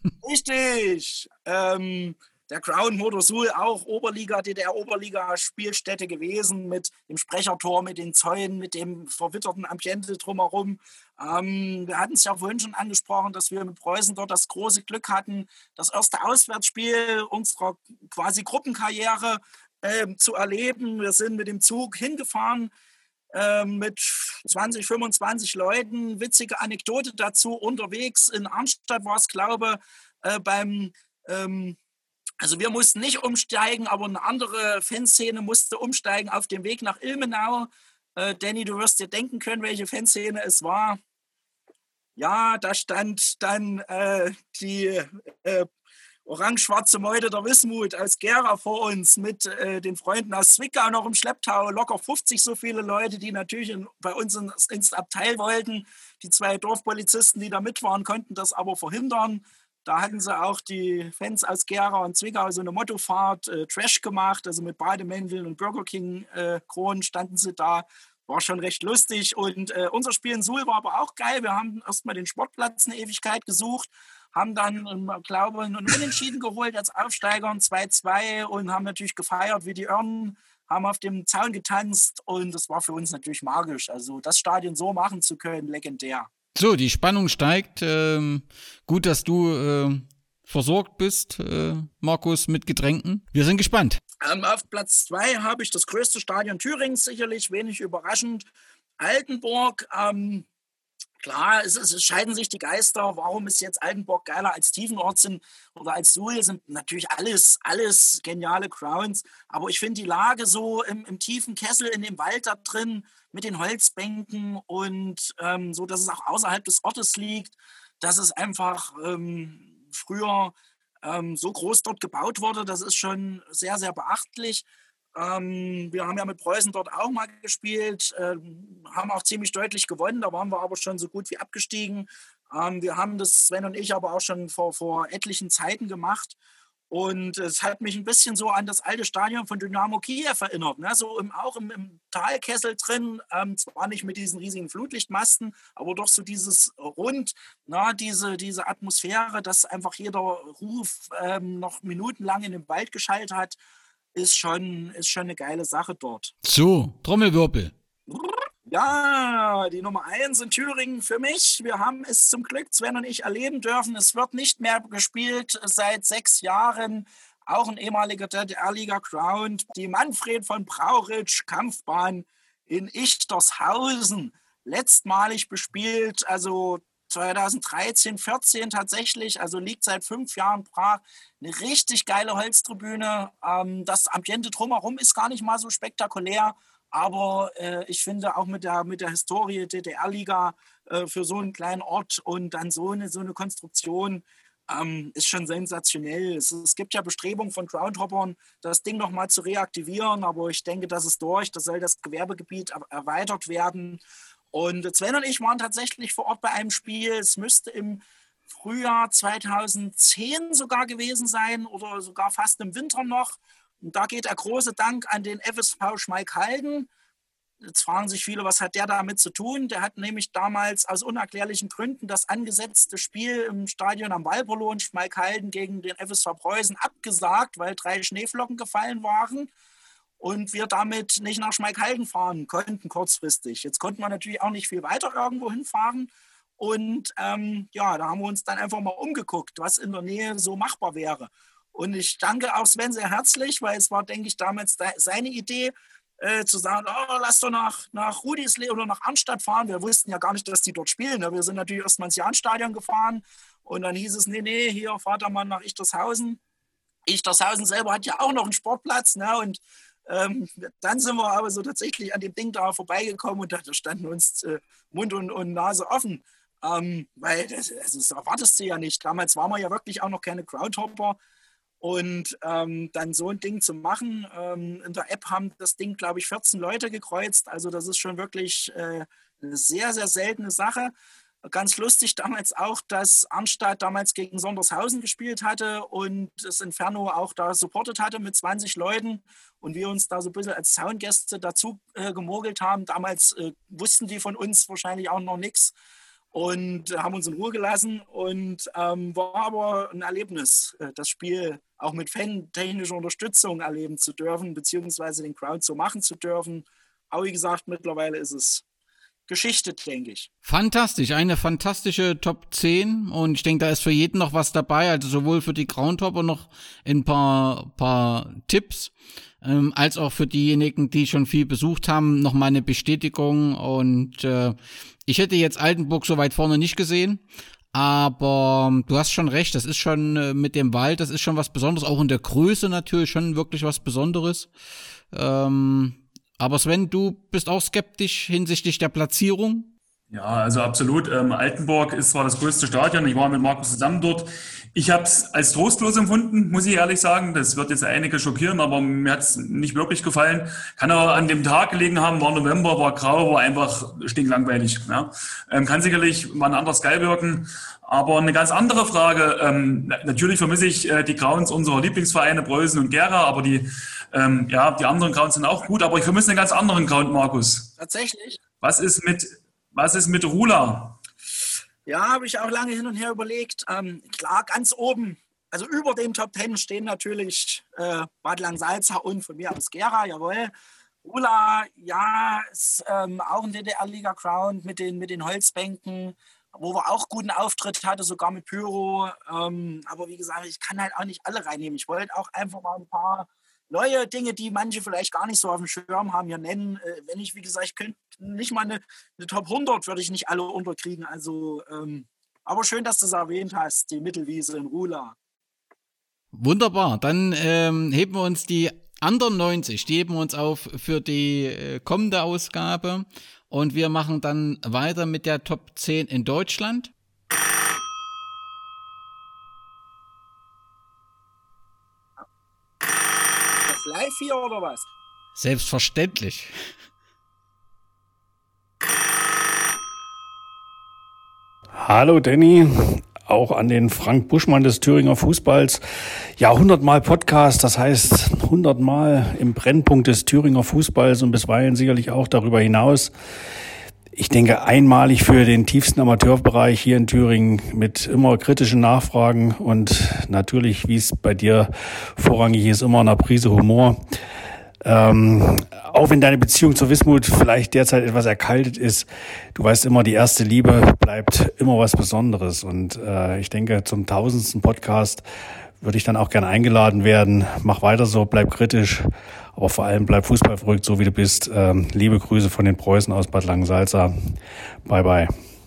Richtig. Ähm, der Ground Motor Suhl, auch Oberliga, D D R-Oberliga-Spielstätte gewesen, mit dem Sprechertor, mit den Zäunen, mit dem verwitterten Ambiente drumherum. Ähm, wir hatten es ja vorhin schon angesprochen, dass wir mit Preußen dort das große Glück hatten, das erste Auswärtsspiel unserer quasi Gruppenkarriere äh, zu erleben. Wir sind mit dem Zug hingefahren, mit zwanzig, fünfundzwanzig Leuten. Witzige Anekdote dazu, unterwegs in Arnstadt war es, glaube ich, beim, ähm, also wir mussten nicht umsteigen, aber eine andere Fanszene musste umsteigen auf dem Weg nach Ilmenau. Äh, Danny, du wirst dir denken können, welche Fanszene es war. Ja, da stand dann äh, die äh, orange-schwarze Meute der Wismut aus Gera vor uns mit äh, den Freunden aus Zwickau noch im Schlepptau, locker fünfzig so viele Leute, die natürlich in, bei uns ins, ins Abteil wollten. Die zwei Dorfpolizisten, die da mit waren, konnten das aber verhindern. Da hatten sie auch die Fans aus Gera und Zwickau so eine Mottofahrt, äh, Trash gemacht, also mit Bademänteln und Burger King-Kronen äh, standen sie da. war schon recht lustig. Und äh, unser Spiel in Suhl war aber auch geil. Wir haben erstmal den Sportplatz eine Ewigkeit gesucht, haben dann, ich glaube, einen Unentschieden geholt als Aufsteiger, zwei zwei, und haben natürlich gefeiert wie die Örnen, haben auf dem Zaun getanzt, und das war für uns natürlich magisch. Also das Stadion so machen zu können, legendär. So, die Spannung steigt. Ähm, gut, dass du äh, versorgt bist, äh, Markus, mit Getränken. Wir sind gespannt. Ähm, auf Platz zwei habe ich das größte Stadion Thürings, sicherlich wenig überraschend. Altenburg, ähm, klar, es, es scheiden sich die Geister. Warum ist jetzt Altenburg geiler als Tiefenort sind oder als Suhl? Sind natürlich alles, alles geniale Crowns. Aber ich finde die Lage so im, im tiefen Kessel, in dem Wald da drin, mit den Holzbänken und ähm, so, dass es auch außerhalb des Ortes liegt, dass es einfach ähm, früher ähm, so groß dort gebaut wurde. Das ist schon sehr, sehr beachtlich. Ähm, wir haben ja mit Preußen dort auch mal gespielt, äh, haben auch ziemlich deutlich gewonnen, da waren wir aber schon so gut wie abgestiegen. Ähm, wir haben das, Sven und ich, aber auch schon vor, vor etlichen Zeiten gemacht. Und es hat mich ein bisschen so an das alte Stadion von Dynamo Kiew erinnert, ne? So im, auch im, im Talkessel drin, ähm, zwar nicht mit diesen riesigen Flutlichtmasten, aber doch so dieses Rund, na, diese, diese Atmosphäre, dass einfach jeder Ruf ähm, noch minutenlang in den Wald geschallt hat, ist schon, ist schon eine geile Sache dort. So, Trommelwirbel. Ja, die Nummer eins in Thüringen für mich. Wir haben es zum Glück, Sven und ich, erleben dürfen. Es wird nicht mehr gespielt seit sechs Jahren. Auch ein ehemaliger D D R-Liga-Crown. Die Manfred von Brauritsch Kampfbahn in Ichtershausen. Letztmalig bespielt, also zweitausenddreizehn, vierzehn tatsächlich, also liegt seit fünf Jahren brach. Eine richtig geile Holztribüne. Das Ambiente drumherum ist gar nicht mal so spektakulär. Aber äh, ich finde auch mit der, mit der Historie D D R-Liga äh, für so einen kleinen Ort und dann so eine, so eine Konstruktion ähm, ist schon sensationell. Es, es gibt ja Bestrebungen von Groundhoppern, das Ding nochmal zu reaktivieren, aber ich denke, das ist durch. Da soll das Gewerbegebiet er- erweitert werden. Und Sven und ich waren tatsächlich vor Ort bei einem Spiel. Es müsste im Frühjahr zweitausendzehn sogar gewesen sein oder sogar fast im Winter noch. Und da geht der große Dank an den F S V Schmalkalden. Jetzt fragen sich viele, was hat der damit zu tun? Der hat nämlich damals aus unerklärlichen Gründen das angesetzte Spiel im Stadion am Walperloh in Schmalkalden gegen den F S V Preußen abgesagt, weil drei Schneeflocken gefallen waren und wir damit nicht nach Schmalkalden fahren konnten kurzfristig. Jetzt konnten wir natürlich auch nicht viel weiter irgendwo hinfahren. Und ähm, ja, da haben wir uns dann einfach mal umgeguckt, was in der Nähe so machbar wäre. Und ich danke auch Sven sehr herzlich, weil es war, denke ich, damals seine Idee, äh, zu sagen, oh, lass doch nach, nach Rudisleben oder nach Arnstadt fahren. Wir wussten ja gar nicht, dass die dort spielen. Wir sind natürlich erst mal ins Jahnstadion gefahren und dann hieß es, nee, nee, hier fahrt ihr mal nach Ichtershausen. Ichtershausen selber hat ja auch noch einen Sportplatz, ne? Und ähm, dann sind wir aber so tatsächlich an dem Ding da vorbeigekommen und da standen uns äh, Mund und, und Nase offen. Ähm, weil das, also das erwartest du ja nicht. Damals waren wir ja wirklich auch noch keine Crowdhopper. Und ähm, dann so ein Ding zu machen, ähm, in der App haben das Ding, glaube ich, vierzehn Leute gekreuzt. Also das ist schon wirklich äh, eine sehr, sehr seltene Sache. Ganz lustig damals auch, dass Arnstadt damals gegen Sondershausen gespielt hatte und das Inferno auch da supportet hatte mit zwanzig Leuten und wir uns da so ein bisschen als Soundgäste dazu äh, gemogelt haben. Damals äh, wussten die von uns wahrscheinlich auch noch nichts. Und haben uns in Ruhe gelassen und ähm, war aber ein Erlebnis, das Spiel auch mit fantechnischer Unterstützung erleben zu dürfen, beziehungsweise den Crowd so machen zu dürfen. Aber wie gesagt, mittlerweile ist es Geschichte, denke ich. Fantastisch, eine fantastische Top zehn und ich denke, da ist für jeden noch was dabei, also sowohl für die Groundhopper noch ein paar, paar Tipps, ähm, als auch für diejenigen, die schon viel besucht haben, noch mal eine Bestätigung und äh, ich hätte jetzt Altenburg so weit vorne nicht gesehen, aber du hast schon recht, das ist schon äh, mit dem Wald, das ist schon was Besonderes, auch in der Größe natürlich schon wirklich was Besonderes. Ähm, aber Sven, du bist auch skeptisch hinsichtlich der Platzierung? Ja, also absolut. Ähm, Altenburg ist zwar das größte Stadion, ich war mit Markus zusammen dort. Ich habe es als trostlos empfunden, muss ich ehrlich sagen. Das wird jetzt einige schockieren, aber mir hat es nicht wirklich gefallen. Kann aber an dem Tag gelegen haben, war November, war grau, war einfach stinklangweilig. Ja. Ähm, kann sicherlich mal anders geil wirken, Aber eine ganz andere Frage, ähm, natürlich vermisse ich äh, die Grounds unserer Lieblingsvereine Preußen und Gera, aber die, ähm, ja, die anderen Grounds sind auch gut, aber ich vermisse einen ganz anderen Ground, Markus. Tatsächlich? Was ist mit, was ist mit Rula? Ja, habe ich auch lange hin und her überlegt. Ähm, klar, ganz oben, also über dem Top Ten stehen natürlich äh, Bad Langsalza und von mir aus Gera, jawohl. Rula, ja, ist ähm, auch ein D D R-Liga-Ground mit den, mit den Holzbänken, wo wir auch guten Auftritt hatte, sogar mit Pyro. Ähm, aber wie gesagt, ich kann halt auch nicht alle reinnehmen. Ich wollte auch einfach mal ein paar neue Dinge, die manche vielleicht gar nicht so auf dem Schirm haben, hier nennen. Äh, wenn ich, wie gesagt, ich könnte nicht mal eine, eine Top hundert, würde ich nicht alle unterkriegen. Also, ähm, aber schön, dass du es erwähnt hast, die Mittelwiese in Rula. Wunderbar, dann ähm, heben wir uns die anderen neunzig, die heben wir uns auf für die äh, kommende Ausgabe und wir machen dann weiter mit der Top zehn in Deutschland. Das live hier oder was? Selbstverständlich. Hallo Danny, auch an den Frank Buschmann des Thüringer Fußballs. Ja, hundertmal Podcast, das heißt hundertmal im Brennpunkt des Thüringer Fußballs und bisweilen sicherlich auch darüber hinaus. Ich denke, einmalig für den tiefsten Amateurbereich hier in Thüringen mit immer kritischen Nachfragen und natürlich, wie es bei dir vorrangig ist, immer einer Prise Humor. Ähm, auch wenn deine Beziehung zur Wismut vielleicht derzeit etwas erkaltet ist, du weißt immer, die erste Liebe bleibt immer was Besonderes. Und äh, ich denke, zum tausendsten Podcast würde ich dann auch gerne eingeladen werden. Mach weiter so, bleib kritisch, aber vor allem bleib fußballverrückt, so wie du bist. Ähm, liebe Grüße von den Preußen aus Bad Langensalza. Bye, bye.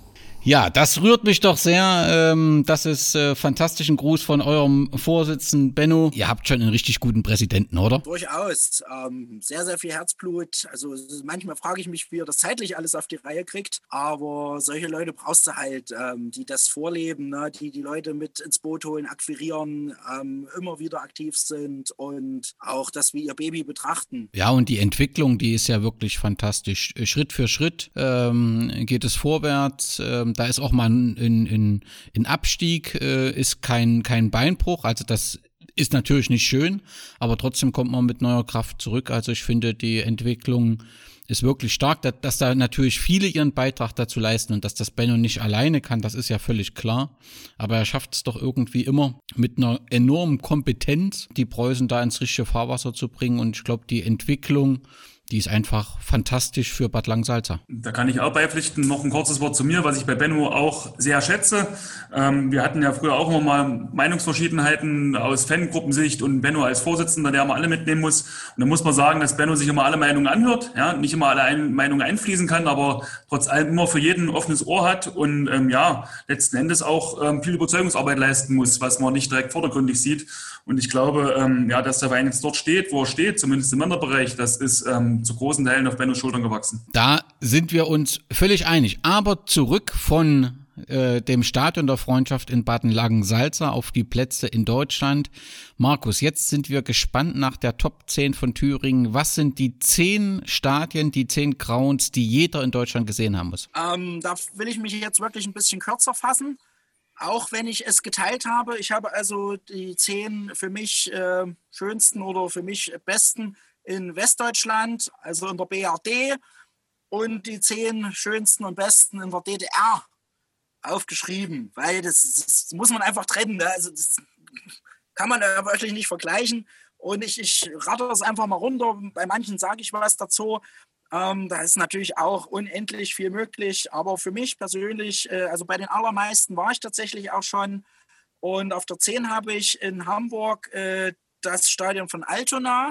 Ja, das rührt mich doch sehr. Ähm, das ist äh, fantastischen Gruß von eurem Vorsitzenden Benno. Ihr habt schon einen richtig guten Präsidenten, oder? Durchaus. Ähm, sehr, sehr viel Herzblut. Also manchmal frage ich mich, wie er das zeitlich alles auf die Reihe kriegt. Aber solche Leute brauchst du halt, ähm, die das vorleben, ne? die die Leute mit ins Boot holen, akquirieren, ähm, immer wieder aktiv sind und auch das wie ihr Baby betrachten. Ja, und die Entwicklung, die ist ja wirklich fantastisch. Schritt für Schritt ähm, geht es vorwärts. Ähm, Da ist auch mal ein, ein, ein Abstieg, äh, ist kein, kein Beinbruch. Also das ist natürlich nicht schön, aber trotzdem kommt man mit neuer Kraft zurück. Also ich finde, die Entwicklung ist wirklich stark. Dass, dass da natürlich viele ihren Beitrag dazu leisten und dass das Benno nicht alleine kann, das ist ja völlig klar. Aber er schafft es doch irgendwie immer mit einer enormen Kompetenz, die Preußen da ins richtige Fahrwasser zu bringen. Und ich glaube, die Entwicklung, die ist einfach fantastisch für Bad Langensalza. Da kann ich auch beipflichten. Noch ein kurzes Wort zu mir, was ich bei Benno auch sehr schätze. Ähm, wir hatten ja früher auch immer mal Meinungsverschiedenheiten aus Fangruppensicht und Benno als Vorsitzender, der mal alle mitnehmen muss. Und da muss man sagen, dass Benno sich immer alle Meinungen anhört, ja, nicht immer alle ein- Meinungen einfließen kann, aber trotz allem immer für jeden ein offenes Ohr hat und ähm, ja, letzten Endes auch ähm, viel Überzeugungsarbeit leisten muss, was man nicht direkt vordergründig sieht. Und ich glaube, ähm, ja, dass der Verein jetzt dort steht, wo er steht, zumindest im Männerbereich, das ist ähm, zu großen Teilen auf Bennos Schultern gewachsen. Da sind wir uns völlig einig. Aber zurück von äh, dem Stadion der Freundschaft in Bad Langensalza auf die Plätze in Deutschland. Markus, jetzt sind wir gespannt nach der Top zehn von Thüringen. Was sind die zehn Stadien, die zehn Grounds, die jeder in Deutschland gesehen haben muss? Ähm, da will ich mich jetzt wirklich ein bisschen kürzer fassen. Auch wenn ich es geteilt habe. Ich habe also die zehn für mich äh, schönsten oder für mich besten in Westdeutschland, also in der B R D, und die zehn schönsten und besten in der D D R aufgeschrieben, weil das, das muss man einfach trennen. Ne? Also das kann man ja wirklich nicht vergleichen. Und ich, ich rate das einfach mal runter. Bei manchen sage ich was dazu. Ähm, da ist natürlich auch unendlich viel möglich. Aber für mich persönlich, äh, also bei den allermeisten war ich tatsächlich auch schon. Und auf der zehn habe ich in Hamburg äh, das Stadion von Altona.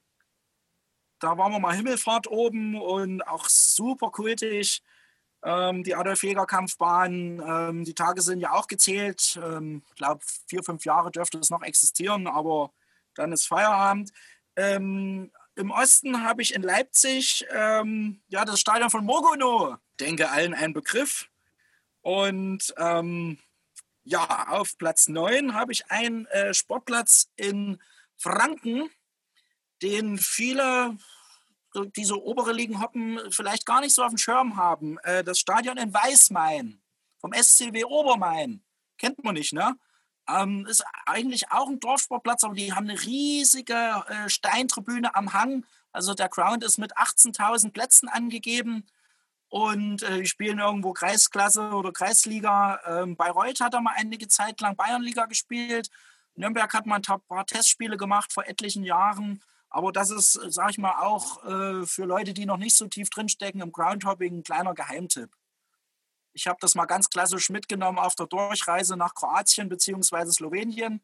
Da waren wir mal Himmelfahrt oben und auch super kultig. Ähm, die Adolf-Jäger-Kampfbahn, ähm, die Tage sind ja auch gezählt. Ähm, ich glaube, vier, fünf Jahre dürfte es noch existieren, aber dann ist Feierabend. Ähm, Im Osten habe ich in Leipzig ähm, ja, das Stadion von Mogono. Denke allen ein Begriff. Und ähm, ja, auf Platz neun habe ich einen äh, Sportplatz in Franken, den viele, die so obere Ligen hoppen, vielleicht gar nicht so auf dem Schirm haben. Äh, das Stadion in Weißmain vom S C W Obermain. kennt man nicht, ne? Ähm, ist eigentlich auch ein Dorfsportplatz, aber die haben eine riesige äh, Steintribüne am Hang. Also der Ground ist mit achtzehntausend Plätzen angegeben und äh, die spielen irgendwo Kreisklasse oder Kreisliga. Ähm, Bayreuth hat da mal einige Zeit lang Bayernliga gespielt. Nürnberg hat mal ein paar Testspiele gemacht vor etlichen Jahren. Aber das ist, sag ich mal, auch äh, für Leute, die noch nicht so tief drinstecken im Groundhopping, ein kleiner Geheimtipp. Ich habe das mal ganz klassisch mitgenommen auf der Durchreise nach Kroatien bzw. Slowenien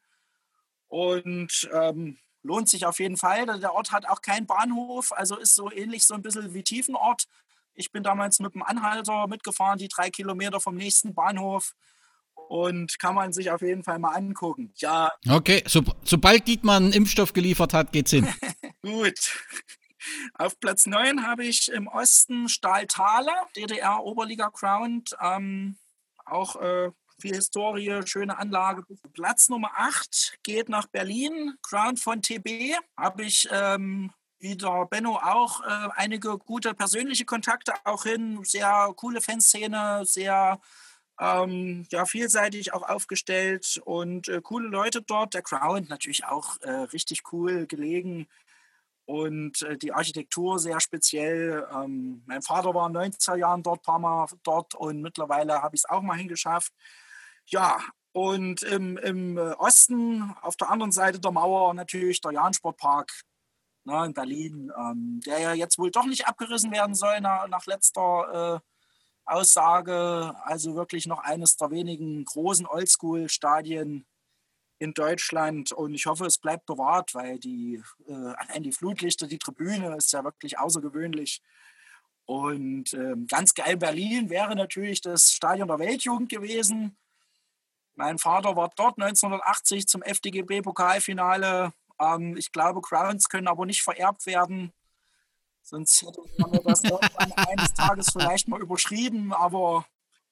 und ähm, lohnt sich auf jeden Fall. Der Ort hat auch keinen Bahnhof, also ist so ähnlich so ein bisschen wie Tiefenort. Ich bin damals mit dem Anhalter mitgefahren, die drei Kilometer vom nächsten Bahnhof und kann man sich auf jeden Fall mal angucken. Ja. Okay, so, sobald Dietmar einen Impfstoff geliefert hat, geht's hin. Gut. Auf Platz neun habe ich im Osten Stahlthaler, D D R-Oberliga-Ground. Ähm, auch äh, viel Historie, schöne Anlage. Platz Nummer acht geht nach Berlin, Ground von T B. Habe ich ähm, wie der Benno auch äh, einige gute persönliche Kontakte auch hin. Sehr coole Fanszene, sehr ähm, ja, vielseitig auch aufgestellt und äh, coole Leute dort. Der Ground natürlich auch äh, richtig cool gelegen. Und äh, die Architektur sehr speziell. Ähm, mein Vater war in den neunziger Jahren dort, ein paar Mal dort und mittlerweile habe ich es auch mal hingeschafft. Ja, und im, im Osten, auf der anderen Seite der Mauer, natürlich der Jahn-Sportpark, ne, in Berlin, ähm, der ja jetzt wohl doch nicht abgerissen werden soll nach, nach letzter äh, Aussage. Also wirklich noch eines der wenigen großen Oldschool-Stadien in Deutschland und ich hoffe, es bleibt bewahrt, weil die, äh, allein die Flutlichter, die Tribüne ist ja wirklich außergewöhnlich. Und ähm, ganz geil Berlin wäre natürlich das Stadion der Weltjugend gewesen. Mein Vater war dort neunzehnhundertachtzig zum F D G B-Pokalfinale. Ähm, ich glaube, Crowns können aber nicht vererbt werden. Sonst hätte man das irgendwann eines Tages vielleicht mal überschrieben, aber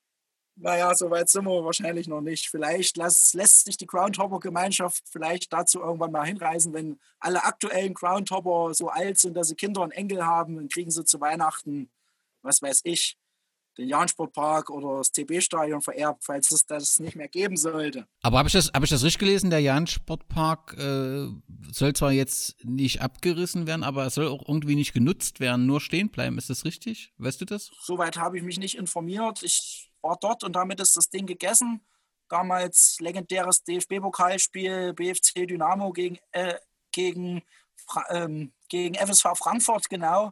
naja, so weit sind wir wahrscheinlich noch nicht. Vielleicht lässt, lässt sich die Groundhopper-Gemeinschaft vielleicht dazu irgendwann mal hinreißen, wenn alle aktuellen Groundhopper so alt sind, dass sie Kinder und Enkel haben, dann kriegen sie zu Weihnachten, was weiß ich, den Jahn-Sportpark oder das T B-Stadion vererbt, falls es das nicht mehr geben sollte. Aber habe ich, das, hab ich das richtig gelesen? Der Jahn-Sportpark äh, soll zwar jetzt nicht abgerissen werden, aber er soll auch irgendwie nicht genutzt werden, nur stehen bleiben. Ist das richtig? Weißt du das? Soweit habe ich mich nicht informiert. Ich war dort und damit ist das Ding gegessen. Damals legendäres D F B-Pokalspiel B F C Dynamo gegen, äh, gegen, ähm, gegen F S V Frankfurt, genau,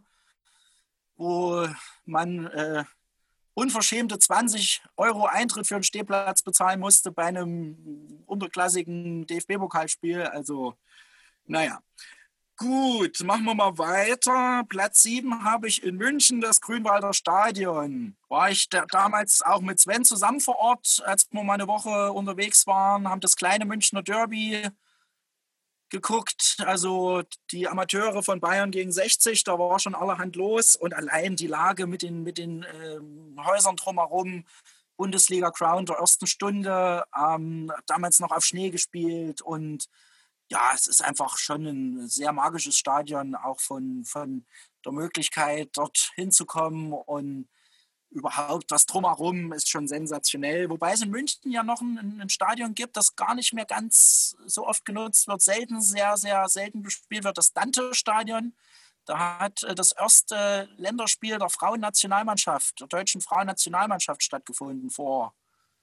wo man äh, unverschämte zwanzig Euro Eintritt für einen Stehplatz bezahlen musste bei einem unterklassigen D F B-Pokalspiel. Also, naja. Gut, machen wir mal weiter. Platz sieben habe ich in München, das Grünwalder Stadion. War ich da, damals auch mit Sven zusammen vor Ort, als wir mal eine Woche unterwegs waren, haben das kleine Münchner Derby geguckt. Also die Amateure von Bayern gegen sechzig, da war schon allerhand los. Und allein die Lage mit den, mit den ähm, Häusern drumherum, Bundesliga Ground der ersten Stunde, ähm, damals noch auf Schnee gespielt und ja, es ist einfach schon ein sehr magisches Stadion, auch von, von der Möglichkeit, dort hinzukommen und überhaupt das Drumherum ist schon sensationell. Wobei es in München ja noch ein, ein Stadion gibt, das gar nicht mehr ganz so oft genutzt wird, selten, sehr, sehr selten bespielt wird, das Dante-Stadion. Da hat das erste Länderspiel der Frauennationalmannschaft, der deutschen Frauennationalmannschaft stattgefunden vor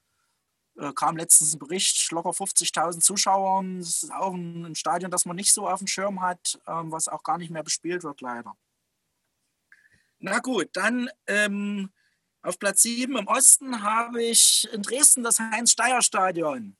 kam letztens ein Bericht, locker fünfzigtausend Zuschauern. Das ist auch ein, ein Stadion, das man nicht so auf dem Schirm hat, ähm, was auch gar nicht mehr bespielt wird, leider. Na gut, dann ähm, auf Platz sieben im Osten habe ich in Dresden das Heinz-Steier-Stadion.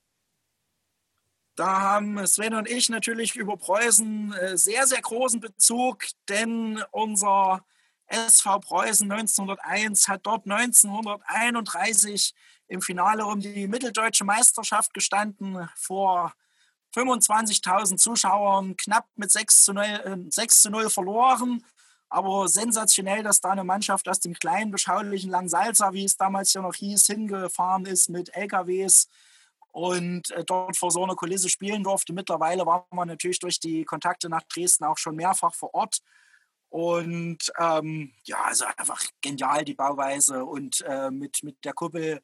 Da haben Sven und ich natürlich über Preußen äh, sehr, sehr großen Bezug, denn unser S V Preußen neunzehnhunderteins hat dort neunzehnhunderteinunddreißig im Finale um die mitteldeutsche Meisterschaft gestanden, vor fünfundzwanzigtausend Zuschauern, knapp mit sechs zu null verloren. Aber sensationell, dass da eine Mannschaft aus dem kleinen, beschaulichen Langsalza, wie es damals ja noch hieß, hingefahren ist mit L K Ws und äh, dort vor so einer Kulisse spielen durfte. Mittlerweile war man natürlich durch die Kontakte nach Dresden auch schon mehrfach vor Ort. Und ähm, ja, also einfach genial die Bauweise und äh, mit, mit der Kuppel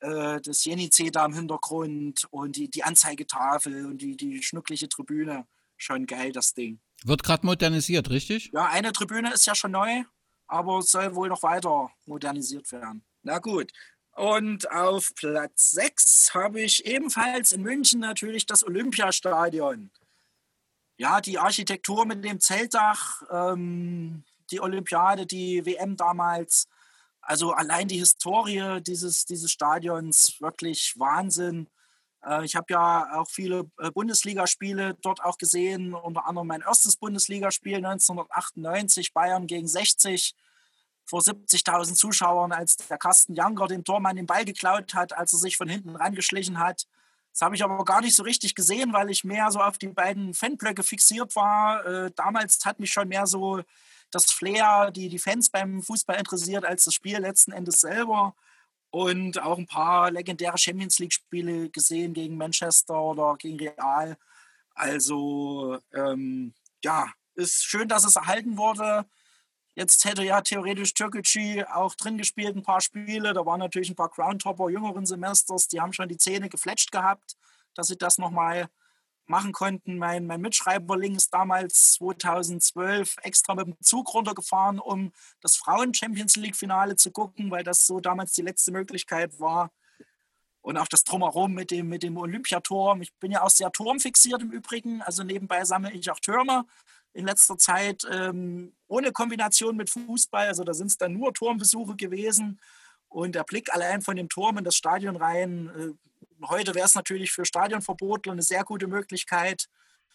äh, das Jenisej da im Hintergrund und die, die Anzeigetafel und die, die schnucklige Tribüne. Schon geil, das Ding. Wird gerade modernisiert, richtig? Ja, eine Tribüne ist ja schon neu, aber es soll wohl noch weiter modernisiert werden. Na gut. Und auf Platz sechs habe ich ebenfalls in München natürlich das Olympiastadion. Ja, die Architektur mit dem Zeltdach, ähm, die Olympiade, die W M damals, also allein die Historie dieses, dieses Stadions, wirklich Wahnsinn. Äh, ich habe ja auch viele äh, Bundesligaspiele dort auch gesehen, unter anderem mein erstes Bundesligaspiel neunzehnhundertachtundneunzig, Bayern gegen sechzig, vor siebzigtausend Zuschauern, als der Carsten Janker dem Tormann den Ball geklaut hat, als er sich von hinten rangeschlichen hat. Das habe ich aber gar nicht so richtig gesehen, weil ich mehr so auf die beiden Fanblöcke fixiert war. Äh, damals hat mich schon mehr so das Flair, die, die Fans beim Fußball interessiert, als das Spiel letzten Endes selber. Und auch ein paar legendäre Champions-League-Spiele gesehen gegen Manchester oder gegen Real. Also ähm, ja, ist schön, dass es erhalten wurde. Jetzt hätte ja theoretisch Türkgücü auch drin gespielt, ein paar Spiele. Da waren natürlich ein paar Groundhopper jüngeren Semesters, die haben schon die Zähne gefletscht gehabt, dass sie das nochmal machen konnten. Mein, mein Mitschreiberling ist damals zweitausendzwölf extra mit dem Zug runtergefahren, um das Frauen-Champions-League-Finale zu gucken, weil das so damals die letzte Möglichkeit war. Und auch das Drumherum mit dem, mit dem Olympiaturm. Ich bin ja auch sehr turmfixiert im Übrigen. Also nebenbei sammle ich auch Türme. In letzter Zeit ähm, ohne Kombination mit Fußball. Also da sind es dann nur Turmbesuche gewesen. Und der Blick allein von dem Turm in das Stadion rein. Äh, heute wäre es natürlich für Stadionverbotler eine sehr gute Möglichkeit.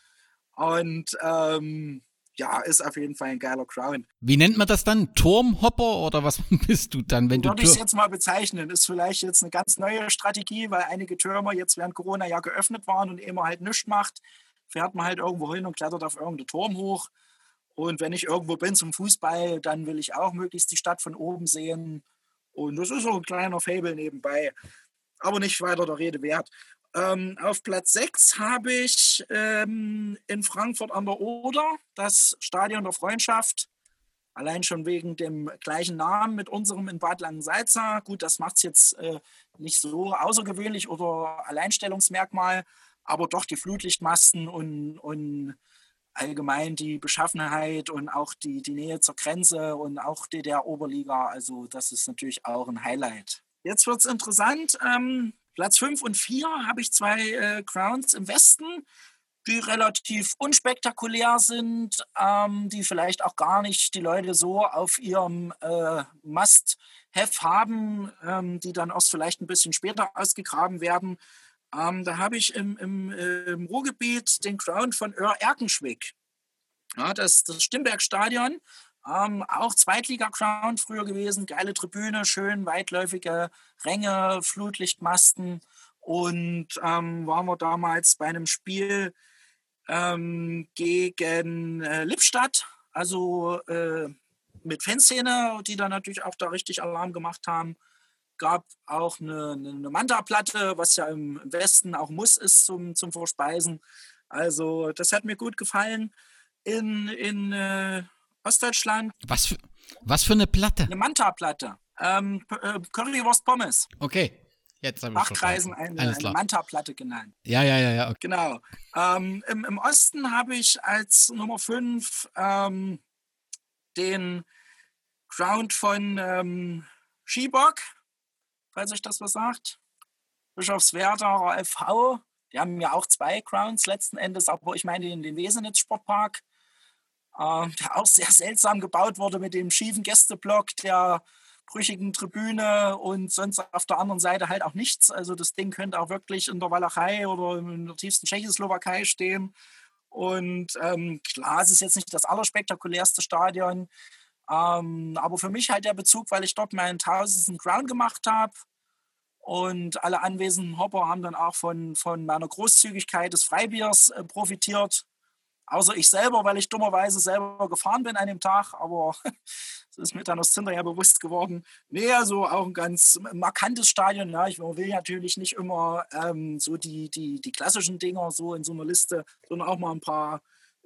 Und ähm, ja, ist auf jeden Fall ein geiler Crown. Wie nennt man das dann? Turmhopper oder was bist du dann, wenn du Würde ich es Tür- jetzt mal bezeichnen. Ist vielleicht jetzt eine ganz neue Strategie, weil einige Türme jetzt während Corona ja geöffnet waren und immer halt nichts macht. Fährt man halt irgendwo hin und klettert auf irgendeinen Turm hoch. Und wenn ich irgendwo bin zum Fußball, dann will ich auch möglichst die Stadt von oben sehen. Und das ist so ein kleiner Faible nebenbei. Aber nicht weiter der Rede wert. Ähm, auf Platz sechs habe ich ähm, in Frankfurt an der Oder das Stadion der Freundschaft. Allein schon wegen dem gleichen Namen mit unserem in Bad Langensalza. Gut, das macht es jetzt äh, nicht so außergewöhnlich oder Alleinstellungsmerkmal. Aber doch die Flutlichtmasten und, und allgemein die Beschaffenheit und auch die, die Nähe zur Grenze und auch D D R-Oberliga. Also das ist natürlich auch ein Highlight. Jetzt wird es interessant. Ähm, Platz fünf und vier habe ich zwei äh, Crowns im Westen, die relativ unspektakulär sind, ähm, die vielleicht auch gar nicht die Leute so auf ihrem äh, Must-Have haben, ähm, die dann erst vielleicht ein bisschen später ausgegraben werden. Ähm, da habe ich im, im, im Ruhrgebiet den Crown von Oer Erkenschwick. Ja, das, das Stimberg-Stadion, ähm, auch Zweitliga-Crown früher gewesen, geile Tribüne, schön weitläufige Ränge, Flutlichtmasten. Und ähm, waren wir damals bei einem Spiel ähm, gegen äh, Lippstadt, also äh, mit Fanszene, die dann natürlich auch da richtig Alarm gemacht haben. Gab auch eine, eine Manta-Platte, was ja im Westen auch muss ist zum, zum Verspeisen. Also das hat mir gut gefallen. In, in äh, Ostdeutschland. Was für, was für eine Platte? Eine Manta-Platte. Ähm, äh, Currywurst Pommes. Okay, jetzt habe ich Fachkreisen eine, Alles eine klar. Manta-Platte genannt. Ja, ja, ja, ja. Okay. Genau. Ähm, im, Im Osten habe ich als Nummer fünf ähm, den Crown von ähm, Schiebock, falls euch das was sagt. Bischofswerder F V. Die haben ja auch zwei Crowns letzten Endes, aber ich meine den, den Wesenitz-Sportpark, äh, der auch sehr seltsam gebaut wurde mit dem schiefen Gästeblock, der brüchigen Tribüne und sonst auf der anderen Seite halt auch nichts. Also das Ding könnte auch wirklich in der Walachei oder in der tiefsten Tschechoslowakei stehen. Und ähm, klar, es ist jetzt nicht das allerspektakulärste Stadion, ähm, aber für mich halt der Bezug, weil ich dort meinen tausendsten Crown gemacht habe. Und alle anwesenden Hopper haben dann auch von, von meiner Großzügigkeit des Freibiers äh, profitiert. Außer ich selber, weil ich dummerweise selber gefahren bin an dem Tag. Aber das ist mir dann aus hinterher bewusst geworden. Nee, also auch ein ganz markantes Stadion. Ja. Ich will natürlich nicht immer ähm, so die, die, die klassischen Dinger so in so einer Liste, sondern auch mal ein paar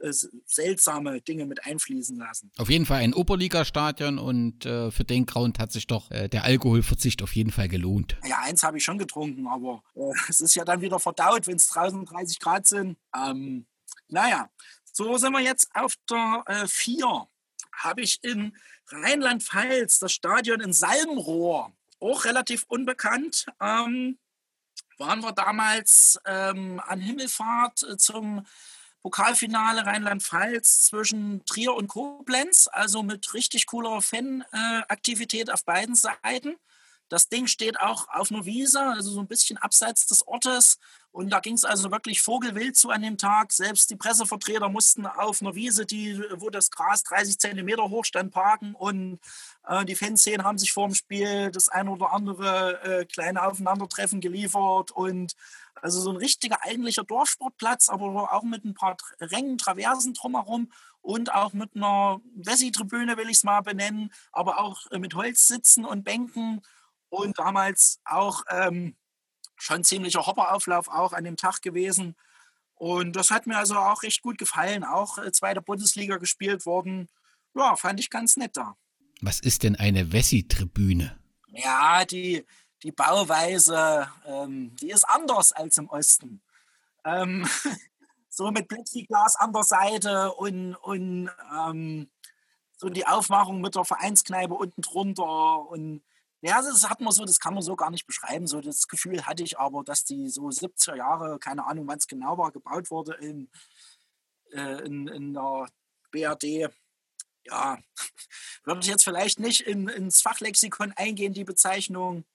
äh, seltsame Dinge mit einfließen lassen. Auf jeden Fall ein Oberligastadion und äh, für den Grund hat sich doch äh, der Alkoholverzicht auf jeden Fall gelohnt. Ja, eins habe ich schon getrunken, aber äh, es ist ja dann wieder verdaut, wenn es draußen dreißig Grad sind. Ähm, naja, so sind wir jetzt auf der äh, vier. Habe ich in Rheinland-Pfalz das Stadion in Salmrohr, auch relativ unbekannt. Ähm, waren wir damals ähm, an Himmelfahrt äh, zum Pokalfinale Rheinland-Pfalz zwischen Trier und Koblenz, also mit richtig cooler Fanaktivität äh, auf beiden Seiten. Das Ding steht auch auf einer Wiese, also so ein bisschen abseits des Ortes. Und da ging es also wirklich vogelwild zu an dem Tag. Selbst die Pressevertreter mussten auf einer Wiese, die, wo das Gras dreißig Zentimeter hoch stand, parken. Und äh, die Fanszenen haben sich vor dem Spiel das ein oder andere äh, kleine Aufeinandertreffen geliefert. Und also so ein richtiger eigentlicher Dorfsportplatz, aber auch mit ein paar Rängen, Traversen drumherum. Und auch mit einer Wessi-Tribüne, will ich es mal benennen, aber auch äh, mit Holzsitzen und Bänken. Und damals auch ähm, schon ziemlicher Hopperauflauf auch an dem Tag gewesen. Und das hat mir also auch recht gut gefallen. Auch äh, zweite Bundesliga gespielt worden. Ja, fand ich ganz nett da. Was ist denn eine Wessi-Tribüne? Ja, die, die Bauweise, ähm, die ist anders als im Osten. Ähm, so mit Plexiglas an der Seite und, und ähm, so die Aufmachung mit der Vereinskneipe unten drunter. Und ja, das hat man so, das kann man so gar nicht beschreiben. So das Gefühl hatte ich aber, dass die so siebziger Jahre, keine Ahnung, wann es genau war, gebaut wurde in, äh, in, in der B R D. Ja, würde ich jetzt vielleicht nicht in, ins Fachlexikon eingehen, die Bezeichnung,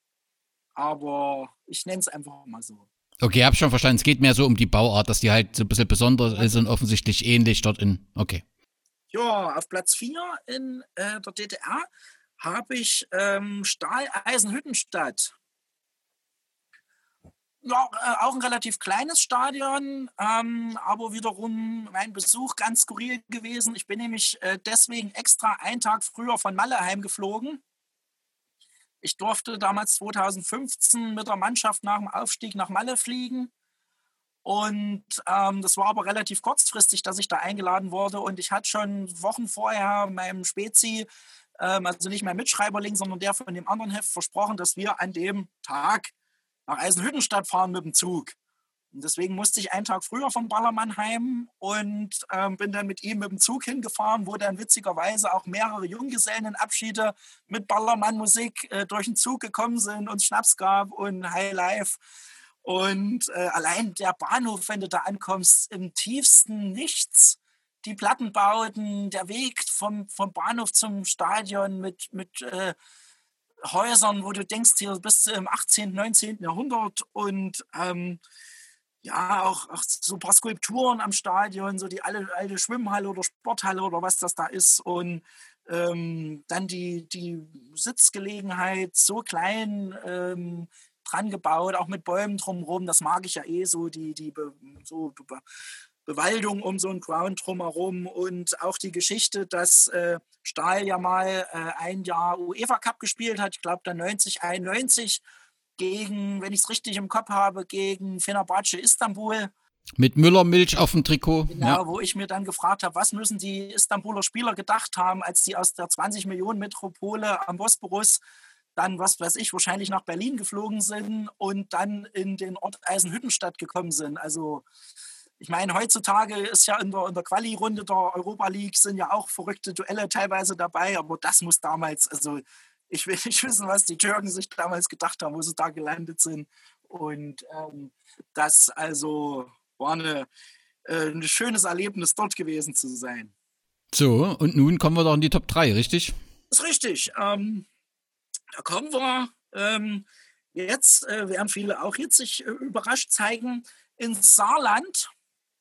aber ich nenne es einfach mal so. Okay, hab schon verstanden. Es geht mehr so um die Bauart, dass die halt so ein bisschen besonders ist und offensichtlich ähnlich dort in. Okay. Ja, auf Platz vier in äh, der D D R habe ich ähm, Stahleisenhüttenstadt. Ja, äh, auch ein relativ kleines Stadion, ähm, aber wiederum mein Besuch ganz skurril gewesen. Ich bin nämlich äh, deswegen extra einen Tag früher von Malle heimgeflogen. Ich durfte damals zweitausendfünfzehn mit der Mannschaft nach dem Aufstieg nach Malle fliegen. Und ähm, das war aber relativ kurzfristig, dass ich da eingeladen wurde. Und ich hatte schon Wochen vorher meinem Spezi, ähm, also nicht mein Mitschreiberling, sondern der von dem anderen Heft, versprochen, dass wir an dem Tag nach Eisenhüttenstadt fahren mit dem Zug. Und deswegen musste ich einen Tag früher vom Ballermann heim und ähm, bin dann mit ihm mit dem Zug hingefahren, wo dann witzigerweise auch mehrere Junggesellenabschiede mit Ballermann-Musik äh, durch den Zug gekommen sind und Schnaps gab und Highlife. Und äh, allein der Bahnhof, wenn du da ankommst, im tiefsten Nichts. Die Plattenbauten, der Weg vom, vom Bahnhof zum Stadion mit, mit äh, Häusern, wo du denkst, hier bist du im achtzehnten, neunzehnten Jahrhundert und ähm, ja, auch, auch so ein paar Skulpturen am Stadion, so die alte, alte Schwimmhalle oder Sporthalle oder was das da ist und ähm, dann die, die Sitzgelegenheit so klein ähm, dran gebaut, auch mit Bäumen drumherum, das mag ich ja eh so, die, die Be, so Be, Bewaldung um so einen Ground drumherum und auch die Geschichte, dass äh, Stahl ja mal äh, ein Jahr UEFA Cup gespielt hat, ich glaube dann neunzig, einundneunzig gegen, wenn ich es richtig im Kopf habe, gegen Fenerbahce Istanbul. Mit Müller-Milch auf dem Trikot. Genau, ja. Wo ich mir dann gefragt habe, was müssen die Istanbuler Spieler gedacht haben, als die aus der zwanzig Millionen Metropole am Bosporus dann, was weiß ich, wahrscheinlich nach Berlin geflogen sind und dann in den Ort Eisenhüttenstadt gekommen sind. Also ich meine, heutzutage ist ja in der, in der Quali-Runde der Europa League sind ja auch verrückte Duelle teilweise dabei, aber das muss damals, also ich will nicht wissen, was die Türken sich damals gedacht haben, wo sie da gelandet sind. Und ähm, das also war eine, äh, ein schönes Erlebnis, dort gewesen zu sein. So, und nun kommen wir doch in die Top drei, richtig? Das ist richtig. Ähm, da kommen wir ähm, jetzt, äh, werden viele auch jetzt sich äh, überrascht zeigen, ins Saarland.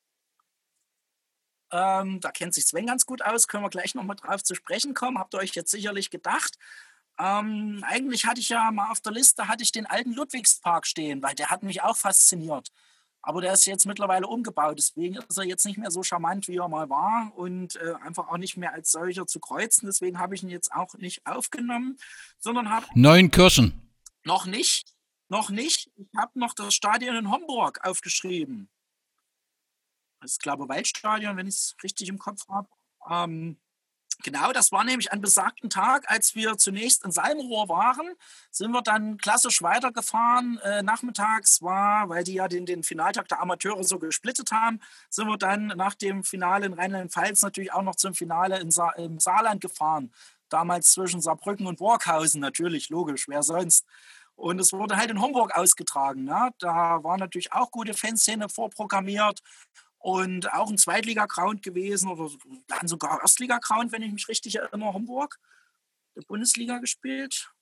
Ähm, da kennt sich Sven ganz gut aus, können wir gleich nochmal drauf zu sprechen kommen. Habt ihr euch jetzt sicherlich gedacht. Ähm, eigentlich hatte ich ja mal auf der Liste, hatte ich den alten Ludwigspark stehen, weil der hat mich auch fasziniert. Aber der ist jetzt mittlerweile umgebaut, deswegen ist er jetzt nicht mehr so charmant, wie er mal war und äh, einfach auch nicht mehr als solcher zu kreuzen. Deswegen habe ich ihn jetzt auch nicht aufgenommen, sondern habe... Neunkirchen. Noch nicht, noch nicht. Ich habe noch das Stadion in Homburg aufgeschrieben. das ist, glaube ich, Waldstadion, wenn ich es richtig im Kopf habe. Ähm, Genau, das war nämlich an besagten Tag, als wir zunächst in Salmrohr waren, sind wir dann klassisch weitergefahren. Äh, nachmittags war, weil die ja den, den Finaltag der Amateure so gesplittet haben, sind wir dann nach dem Finale in Rheinland-Pfalz natürlich auch noch zum Finale in Sa- im Saarland gefahren. Damals zwischen Saarbrücken und Burghausen, natürlich, logisch, wer sonst. Und es wurde halt in Homburg ausgetragen. Ne? Da war natürlich auch gute Fanszene vorprogrammiert. Und auch ein Zweitliga-Ground gewesen oder dann sogar Erstliga-Ground, wenn ich mich richtig erinnere, Homburg, der Bundesliga gespielt.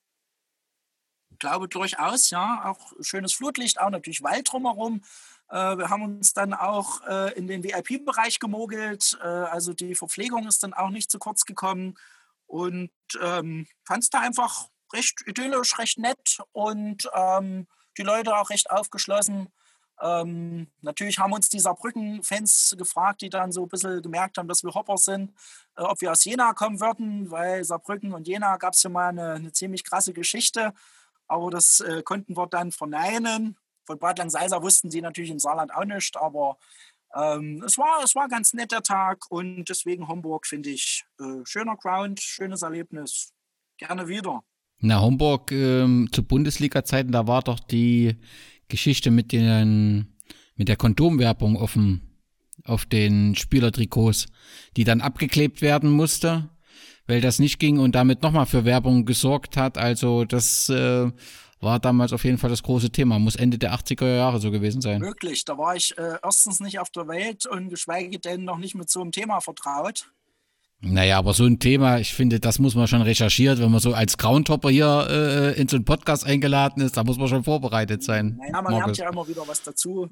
Ich glaube durchaus, ja, auch schönes Flutlicht, auch natürlich Wald drumherum. Äh, wir haben uns dann auch äh, in den V I P-Bereich gemogelt, äh, also die Verpflegung ist dann auch nicht zu kurz gekommen und ähm, fand es da einfach recht idyllisch, recht nett und ähm, die Leute auch recht aufgeschlossen. Ähm, natürlich haben uns die Saarbrücken-Fans gefragt, die dann so ein bisschen gemerkt haben, dass wir Hopper sind, äh, ob wir aus Jena kommen würden, weil Saarbrücken und Jena gab es ja mal eine, eine ziemlich krasse Geschichte, aber das äh, konnten wir dann verneinen. Von Bad Langsalza wussten sie natürlich im Saarland auch nicht, aber ähm, es war, es war ganz nett der Tag und deswegen Homburg finde ich äh, schöner Ground, schönes Erlebnis, gerne wieder. Na, Homburg ähm, zu Bundesliga-Zeiten, da war doch die Geschichte mit den mit der Kondomwerbung auf, dem, auf den Spielertrikots, die dann abgeklebt werden musste, weil das nicht ging und damit nochmal für Werbung gesorgt hat. Also das äh, war damals auf jeden Fall das große Thema. Muss Ende der achtziger Jahre so gewesen sein. Wirklich, da war ich äh, erstens nicht auf der Welt und geschweige denn noch nicht mit so einem Thema vertraut. Naja, aber so ein Thema, ich finde, das muss man schon recherchiert, wenn man so als Groundhopper hier äh, in so einen Podcast eingeladen ist, da muss man schon vorbereitet sein. Naja, man Markus. lernt ja immer wieder was dazu.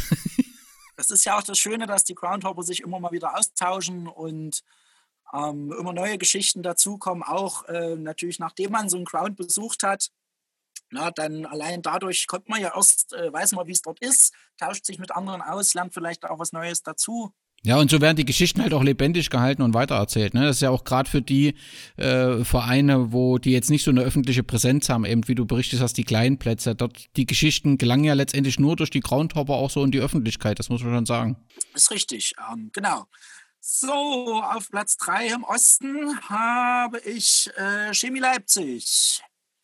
Das ist ja auch das Schöne, dass die Groundhopper sich immer mal wieder austauschen und ähm, immer neue Geschichten dazukommen, auch äh, natürlich nachdem man so einen Ground besucht hat. Na, dann allein dadurch kommt man ja erst, äh, weiß man, wie es dort ist, tauscht sich mit anderen aus, lernt vielleicht auch was Neues dazu. Ja, und so werden die Geschichten halt auch lebendig gehalten und weitererzählt. Ne? Das ist ja auch gerade für die äh, Vereine, wo die jetzt nicht so eine öffentliche Präsenz haben, eben wie du berichtest hast, die kleinen Plätze. Dort, die Geschichten gelangen ja letztendlich nur durch die Groundhopper auch so in die Öffentlichkeit, das muss man schon sagen. Ist richtig, ähm, genau. So, auf Platz drei im Osten habe ich äh, Chemie Leipzig.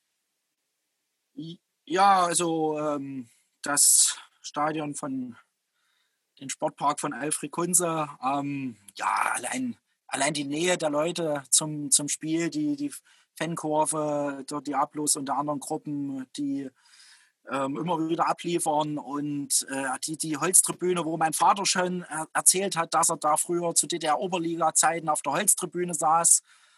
Ja, also ähm, das Stadion von den Sportpark von Alfred Kunze. Ähm, ja, allein, allein die Nähe der Leute zum, zum Spiel, die, die Fankurve, der Diablos und der anderen Gruppen, die ähm, immer wieder abliefern und äh, die, die Holztribüne, wo mein Vater schon er, erzählt hat, dass er da früher zu D D R-Oberliga-Zeiten auf der Holztribüne saß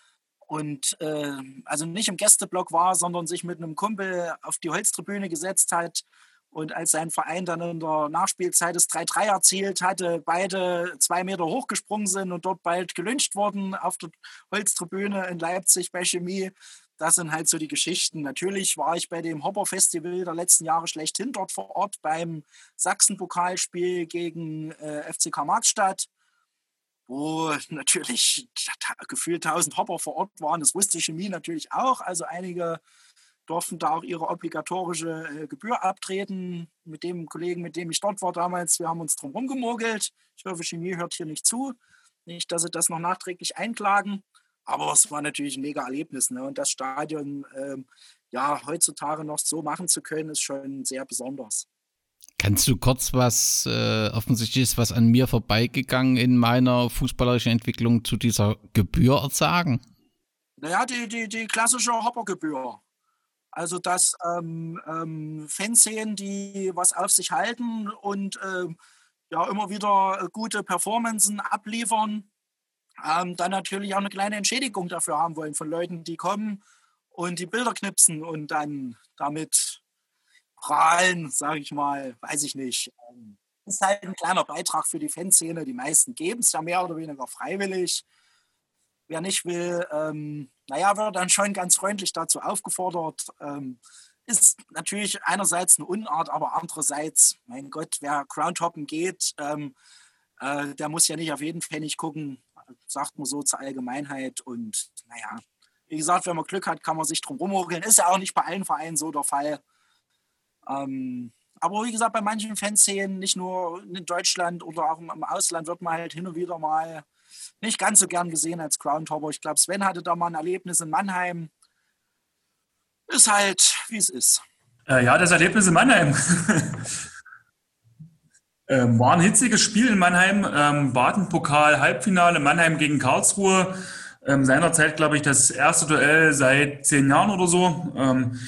und äh, also nicht im Gästeblock war, sondern sich mit einem Kumpel auf die Holztribüne gesetzt hat. Und als sein Verein dann in der Nachspielzeit das drei drei erzielt hatte, beide zwei Meter hochgesprungen sind und dort bald gelyncht wurden auf der Holztribüne in Leipzig bei Chemie. Das sind halt so die Geschichten. Natürlich war ich bei dem Hopper-Festival der letzten Jahre schlechthin dort vor Ort beim Sachsen-Pokalspiel gegen äh, F C K Marxstadt, wo natürlich gefühlt tausend Hopper vor Ort waren. Das wusste Chemie natürlich auch. Also einige durften da auch ihre obligatorische äh, Gebühr abtreten. Mit dem Kollegen, mit dem ich dort war damals, wir haben uns drum rumgemogelt. Ich hoffe, Chemie hört hier nicht zu. Nicht, dass sie das noch nachträglich einklagen. Aber es war natürlich ein mega Erlebnis. Ne? Und das Stadion ähm, ja, heutzutage noch so machen zu können, ist schon sehr besonders. Kannst du kurz was, äh, offensichtlich ist was an mir vorbeigegangen in meiner fußballerischen Entwicklung zu dieser Gebühr sagen? Naja, die, die, die klassische Hoppergebühr. Also dass ähm, ähm, Fanszenen, die was auf sich halten und ähm, ja immer wieder gute Performances abliefern, ähm, dann natürlich auch eine kleine Entschädigung dafür haben wollen von Leuten, die kommen und die Bilder knipsen und dann damit prahlen, sage ich mal, weiß ich nicht. Ähm, ist halt ein kleiner Beitrag für die Fanszene. Die meisten geben es ja mehr oder weniger freiwillig. Wer nicht will, ähm, naja, wird dann schon ganz freundlich dazu aufgefordert. Ähm, ist natürlich einerseits eine Unart, aber andererseits, mein Gott, wer Groundhoppen geht, ähm, äh, der muss ja nicht auf jeden Pfennig gucken, sagt man so zur Allgemeinheit. Und naja, wie gesagt, wenn man Glück hat, kann man sich drum rummogeln. Ist ja auch nicht bei allen Vereinen so der Fall. Ähm, aber wie gesagt, bei manchen Fanszenen, nicht nur in Deutschland oder auch im Ausland, wird man halt hin und wieder mal nicht ganz so gern gesehen als Groundhopper. Ich glaube, Sven hatte da mal ein Erlebnis in Mannheim. Ist halt, wie es ist. Äh, ja, das Erlebnis in Mannheim. ähm, war ein hitziges Spiel in Mannheim. Ähm, Baden-Pokal, Halbfinale, Mannheim gegen Karlsruhe. Ähm, seinerzeit, glaube ich, das erste Duell seit zehn Jahren oder so. Ähm,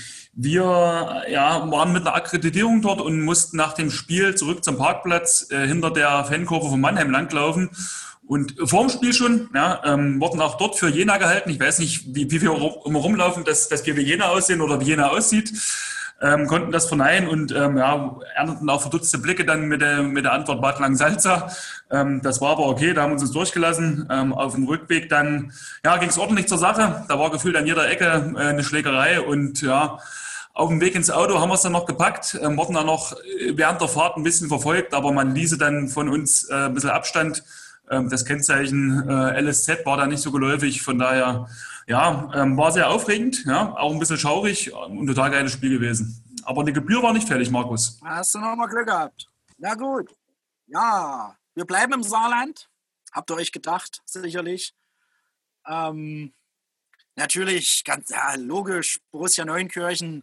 wir ja, waren mit einer Akkreditierung dort und mussten nach dem Spiel zurück zum Parkplatz äh, hinter der Fankurve von Mannheim langlaufen. Und vor dem Spiel schon, ja, ähm, wurden auch dort für Jena gehalten. Ich weiß nicht, wie, wie wir immer rumlaufen, dass, dass wir wie Jena aussehen oder wie Jena aussieht. Ähm, konnten das verneinen und ähm, ja, ernteten auch verdutzte Blicke dann mit der, mit der Antwort Bad Langensalza. Ähm, das war aber okay, da haben wir uns das durchgelassen. Ähm, auf dem Rückweg dann ja, ging es ordentlich zur Sache. Da war gefühlt an jeder Ecke äh, eine Schlägerei und ja, auf dem Weg ins Auto haben wir es dann noch gepackt, ähm, wurden dann noch während der Fahrt ein bisschen verfolgt, aber man ließe dann von uns äh, ein bisschen Abstand. Ähm, das Kennzeichen äh, L S Z war da nicht so geläufig, von daher ja, ähm, war sehr aufregend, ja, auch ein bisschen schaurig und ein total geiles Spiel gewesen. Aber die Gebühr war nicht fertig, Markus. Hast du noch mal Glück gehabt. Na gut. Ja, wir bleiben im Saarland. Habt ihr euch gedacht, sicherlich. Ähm, natürlich, ganz ja, logisch, Borussia Neunkirchen,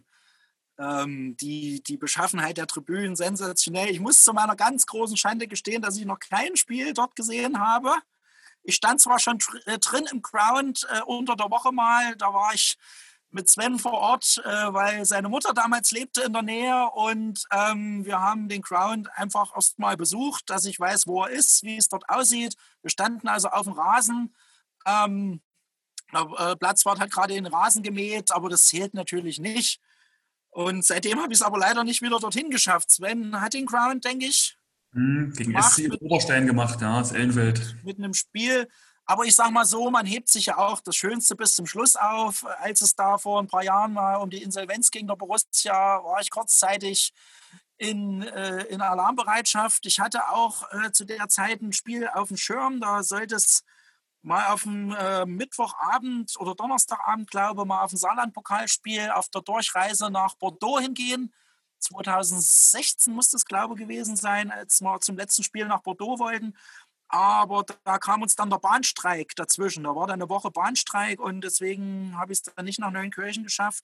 ähm, die, die Beschaffenheit der Tribünen sensationell. Ich muss zu meiner ganz großen Schande gestehen, dass ich noch kein Spiel dort gesehen habe. Ich stand zwar schon tr- drin im Ground äh, unter der Woche mal, da war ich mit Sven vor Ort, äh, weil seine Mutter damals lebte in der Nähe und ähm, wir haben den Ground einfach erst mal besucht, dass ich weiß, wo er ist, wie es dort aussieht. Wir standen also auf dem Rasen. Ähm, der äh, Platzwart hat gerade den Rasen gemäht, aber das zählt natürlich nicht. Und seitdem habe ich es aber leider nicht wieder dorthin geschafft. Sven hat den Ground, denke ich, Hm, gegen gemacht S C mit, Oberstein gemacht, ja, das Ellenfeld. mit einem Spiel. Aber ich sage mal so, man hebt sich ja auch das Schönste bis zum Schluss auf. Als es da vor ein paar Jahren mal um die Insolvenz ging der Borussia, war ich kurzzeitig in, äh, in Alarmbereitschaft. Ich hatte auch äh, zu der Zeit ein Spiel auf dem Schirm. Da sollte es mal auf dem äh, Mittwochabend oder Donnerstagabend, glaube ich, mal auf dem Saarland-Pokalspiel auf der Durchreise nach Bordeaux hingehen. zweitausendsechzehn muss das, glaube ich, gewesen sein, als wir zum letzten Spiel nach Bordeaux wollten. Aber da kam uns dann der Bahnstreik dazwischen. Da war dann eine Woche Bahnstreik und deswegen habe ich es dann nicht nach Neunkirchen geschafft.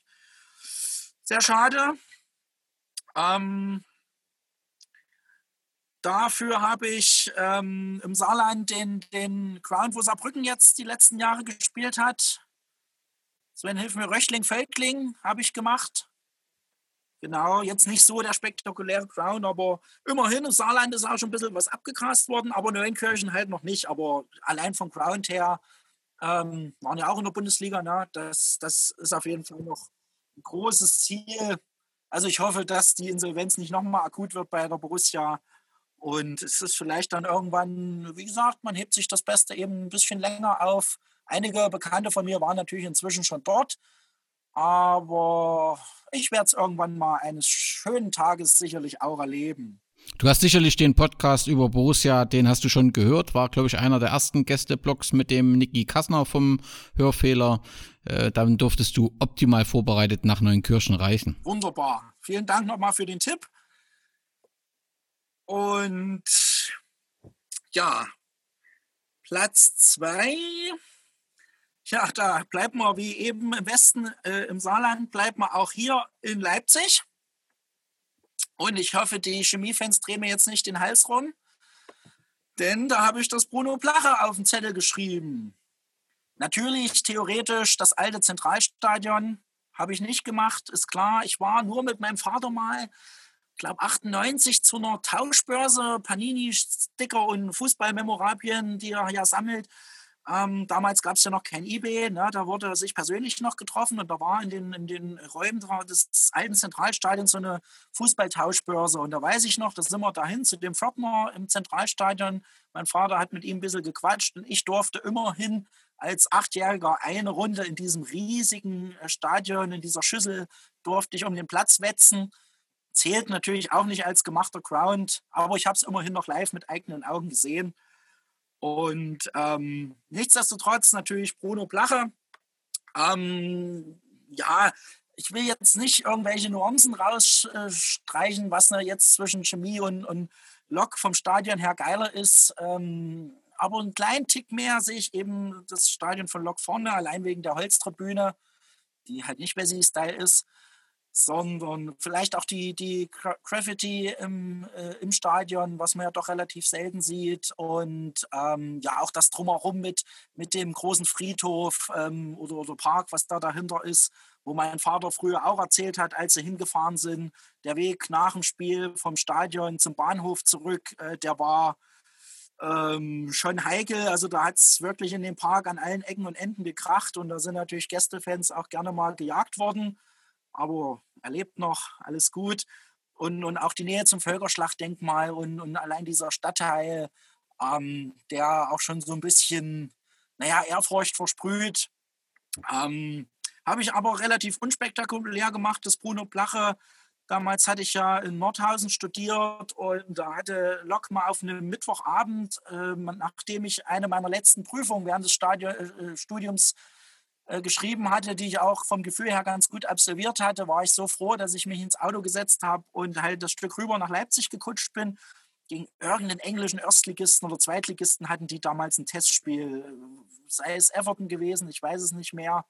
Sehr schade. Ähm, dafür habe ich ähm, im Saarland den, den Ground, wo Saarbrücken jetzt die letzten Jahre gespielt hat. Sven, hilf mir, Röchling-Völkling habe ich gemacht. Genau, jetzt nicht so der spektakuläre Ground, aber immerhin, im Saarland ist auch schon ein bisschen was abgegrast worden, aber Neunkirchen halt noch nicht. Aber allein vom Ground her ähm, waren ja auch in der Bundesliga. Ne? Das, das ist auf jeden Fall noch ein großes Ziel. Also ich hoffe, dass die Insolvenz nicht nochmal akut wird bei der Borussia. Und es ist vielleicht dann irgendwann, wie gesagt, man hebt sich das Beste eben ein bisschen länger auf. Einige Bekannte von mir waren natürlich inzwischen schon dort. Aber ich werde es irgendwann mal eines schönen Tages sicherlich auch erleben. Du hast sicherlich den Podcast über Borussia, den hast du schon gehört, war, glaube ich, einer der ersten Gästeblogs mit dem Niki Kassner vom Hörfehler. Äh, dann durftest du optimal vorbereitet nach Neunkirchen reisen. Wunderbar. Vielen Dank nochmal für den Tipp. Und ja, Platz zwei. Ja, da bleibt man wie eben im Westen, äh, im Saarland, bleibt man auch hier in Leipzig. Und ich hoffe, die Chemiefans drehen mir jetzt nicht den Hals rum, denn da habe ich das Bruno Plache auf den Zettel geschrieben. Natürlich, theoretisch, das alte Zentralstadion habe ich nicht gemacht, ist klar. Ich war nur mit meinem Vater mal, ich glaube achtundneunzig, zu einer Tauschbörse, Panini-Sticker und Fußballmemorabilien, die er ja sammelt. Ähm, damals gab es ja noch kein eBay, ne? Da wurde er sich persönlich noch getroffen und da war in den, in den Räumen des alten Zentralstadions so eine Fußballtauschbörse. Und da weiß ich noch, da sind wir dahin zu dem Pförtner im Zentralstadion. Mein Vater hat mit ihm ein bisschen gequatscht und ich durfte immerhin als Achtjähriger eine Runde in diesem riesigen Stadion, in dieser Schüssel, durfte ich um den Platz wetzen. Zählt natürlich auch nicht als gemachter Ground, aber ich habe es immerhin noch live mit eigenen Augen gesehen. Und ähm, nichtsdestotrotz natürlich Bruno Plache. Ähm, ja, ich will jetzt nicht irgendwelche Nuancen rausstreichen, was da jetzt zwischen Chemie und, und Lok vom Stadion her geiler ist. Ähm, aber einen kleinen Tick mehr sehe ich eben das Stadion von Lok vorne, allein wegen der Holztribüne, die halt nicht Wessi-Style ist, sondern vielleicht auch die, die Graffiti im, äh, im Stadion, was man ja doch relativ selten sieht. Und ähm, ja, auch das Drumherum mit, mit dem großen Friedhof ähm, oder, oder Park, was da dahinter ist, wo mein Vater früher auch erzählt hat, als sie hingefahren sind, der Weg nach dem Spiel vom Stadion zum Bahnhof zurück, äh, der war ähm, schon heikel. Also da hat es wirklich in dem Park an allen Ecken und Enden gekracht und da sind natürlich Gästefans auch gerne mal gejagt worden. Aber er lebt noch, alles gut. Und, und auch die Nähe zum Völkerschlachtdenkmal und, und allein dieser Stadtteil, ähm, der auch schon so ein bisschen, naja, Ehrfurcht versprüht. Ähm, habe ich aber relativ unspektakulär gemacht, das Bruno Plache. Damals hatte ich ja in Nordhausen studiert und da hatte Lok mal auf einem Mittwochabend, äh, nachdem ich eine meiner letzten Prüfungen während des Stadion, äh, Studiums geschrieben hatte, die ich auch vom Gefühl her ganz gut absolviert hatte, war ich so froh, dass ich mich ins Auto gesetzt habe und halt das Stück rüber nach Leipzig gekutscht bin. Gegen irgendeinen englischen Erstligisten oder Zweitligisten hatten die damals ein Testspiel, sei es Everton gewesen, ich weiß es nicht mehr.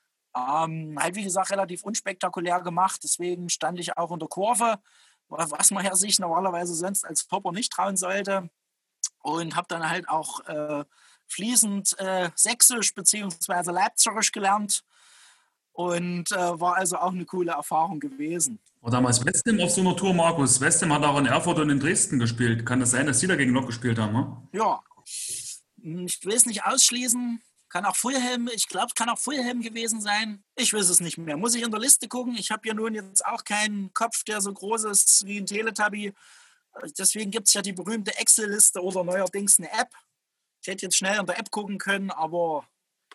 Ähm, halt wie gesagt relativ unspektakulär gemacht, deswegen stand ich auch in der Kurve, was man ja sich normalerweise sonst als Topper nicht trauen sollte, und habe dann halt auch äh, fließend äh, Sächsisch bzw. Leipzerisch gelernt und äh, war also auch eine coole Erfahrung gewesen. War damals Westham auf so einer Tour, Markus? Westham hat auch in Erfurt und in Dresden gespielt. Kann das sein, dass die da gegen Lok gespielt haben? Ne? Ja, ich will es nicht ausschließen. Kann auch Fulham, ich glaube, es kann auch Fulham gewesen sein. Ich weiß es nicht mehr. Muss ich in der Liste gucken. Ich habe ja nun jetzt auch keinen Kopf, der so groß ist wie ein Teletubby. Deswegen gibt es ja die berühmte Excel-Liste oder neuerdings eine App. Ich hätte jetzt schnell in der App gucken können, aber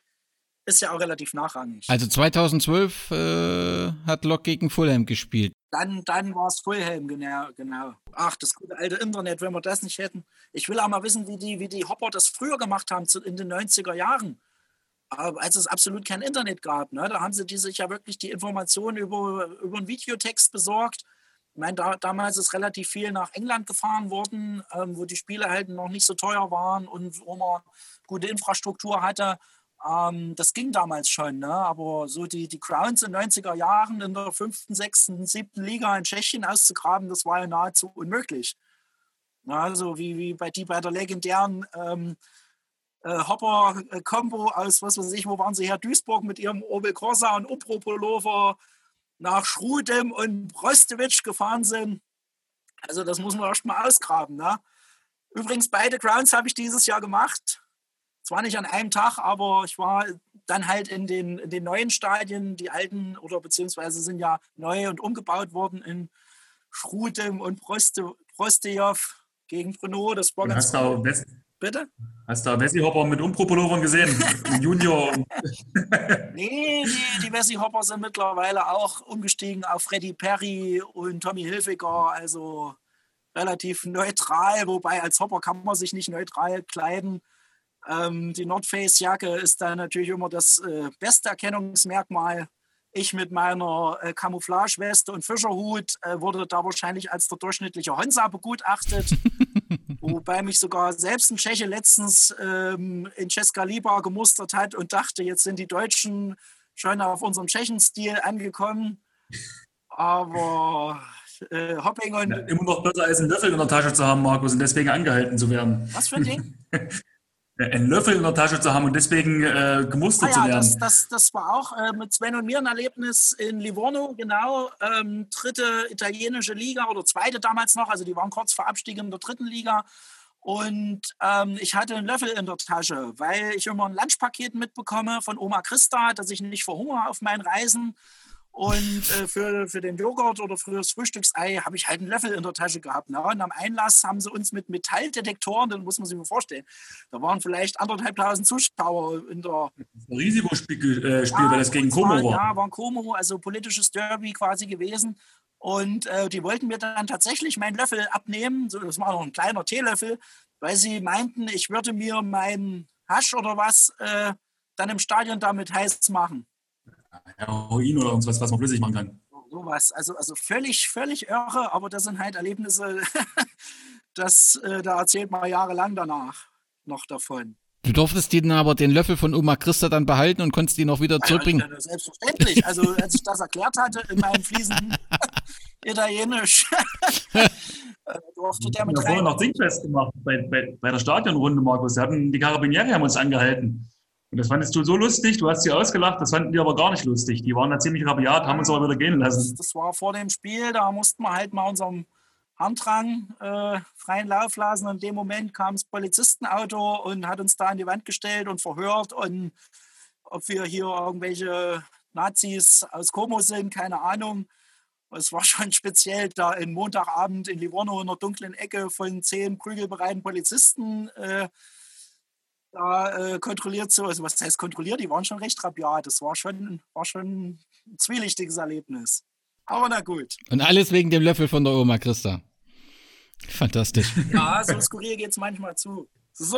ist ja auch relativ nachrangig. Also zweitausendzwölf äh, hat Lok gegen Fulham gespielt. Dann, dann war es Fulham, genau, genau. Ach, das gute alte Internet, wenn wir das nicht hätten. Ich will auch mal wissen, wie die, wie die Hopper das früher gemacht haben, in den neunziger Jahren. Als es absolut kein Internet gab. Ne? Da haben sie die sich ja wirklich die Informationen über, über einen Videotext besorgt. Ich meine, da, damals ist relativ viel nach England gefahren worden, ähm, wo die Spiele halt noch nicht so teuer waren und wo man gute Infrastruktur hatte. Ähm, das ging damals schon, ne? Aber so die, die Crowns in den neunziger Jahren in der fünften, sechsten, siebten Liga in Tschechien auszugraben, das war ja nahezu unmöglich. Na, also wie, wie bei die bei der legendären ähm, äh, Hopper-Kombo aus, was weiß ich, wo waren sie her, Duisburg mit ihrem Opel Corsa und Opro-Pullover nach Schrudem und Prostowitsch gefahren sind. Also das muss man erst mal ausgraben. Ne? Übrigens, beide Grounds habe ich dieses Jahr gemacht. Zwar nicht an einem Tag, aber ich war dann halt in den, in den neuen Stadien, die alten, oder beziehungsweise sind ja neu und umgebaut worden in Schrudem und Prostejov gegen Brno. Das war und ganz hast cool. Du West- Bitte? Hast du Wessi-Hopper mit Umpro-Pullovern gesehen? Junior. Nee, die, die Wessi-Hopper sind mittlerweile auch umgestiegen auf Freddie Perry und Tommy Hilfiger, also relativ neutral, wobei als Hopper kann man sich nicht neutral kleiden. Ähm, die North Face-Jacke ist da natürlich immer das äh, beste Erkennungsmerkmal. Ich mit meiner äh, Camouflage-Weste und Fischerhut äh, wurde da wahrscheinlich als der durchschnittliche Honsa begutachtet. Wobei mich sogar selbst ein Tscheche letztens ähm, in Česká Lípa gemustert hat und dachte, jetzt sind die Deutschen schon auf unserem Tschechenstil angekommen. Aber äh, Hopping und... Ja, immer noch besser als einen Löffel in der Tasche zu haben, Markus, und deswegen angehalten zu werden. Was für ein Ding? Einen Löffel in der Tasche zu haben und deswegen äh, gemustert ah, ja, zu werden. Das, das, das war auch äh, mit Sven und mir ein Erlebnis in Livorno, genau. Ähm, dritte italienische Liga oder zweite damals noch, also die waren kurz vor Abstieg in der dritten Liga. Und ähm, ich hatte einen Löffel in der Tasche, weil ich immer ein Lunchpaket mitbekomme von Oma Christa, dass ich nicht verhungere auf meinen Reisen. Und äh, für, für den Joghurt oder für das Frühstücksei habe ich halt einen Löffel in der Tasche gehabt. Ne? Und am Einlass haben sie uns mit Metalldetektoren, das muss man sich mal vorstellen, da waren vielleicht anderthalbtausend Zuschauer in der... Ein Risikospiel, äh, Spiel, ja, weil das gegen Como war. Ja, war ein Como, also politisches Derby quasi gewesen. Und äh, die wollten mir dann tatsächlich meinen Löffel abnehmen, so, das war noch ein kleiner Teelöffel, weil sie meinten, ich würde mir meinen Hasch oder was äh, dann im Stadion damit heiß machen. Heroin oder irgendwas, was man flüssig machen kann. Sowas, also, also völlig, völlig irre, aber das sind halt Erlebnisse, das, äh, da erzählt man jahrelang danach noch davon. Du durftest den aber den Löffel von Oma Christa dann behalten und konntest ihn auch wieder zurückbringen. Ja, selbstverständlich. Also als ich das erklärt hatte in meinem fließenden Italienisch, durfte der mit Wir haben vorher noch Dingfest gemacht bei, bei, bei der Stadionrunde, Markus. Wir hatten, die Carabinieri haben uns angehalten. Und das fandest du so lustig, du hast sie ausgelacht, das fanden die aber gar nicht lustig. Die waren da ziemlich rabiat, haben uns aber wieder gehen lassen. Das, das war vor dem Spiel, da mussten wir halt mal unserem Handrang äh, freien Lauf lassen. Und in dem Moment kam das Polizistenauto und hat uns da an die Wand gestellt und verhört. Und ob wir hier irgendwelche Nazis aus Como sind, keine Ahnung. Es war schon speziell, da in Montagabend in Livorno in einer dunklen Ecke von zehn prügelbereiten Polizisten äh, da äh, kontrolliert zu. Also was heißt kontrolliert? Die waren schon recht rabiat. Das war schon, war schon ein zwielichtiges Erlebnis. Aber na gut. Und alles wegen dem Löffel von der Oma Christa. Fantastisch. Ja, so skurril geht es manchmal zu.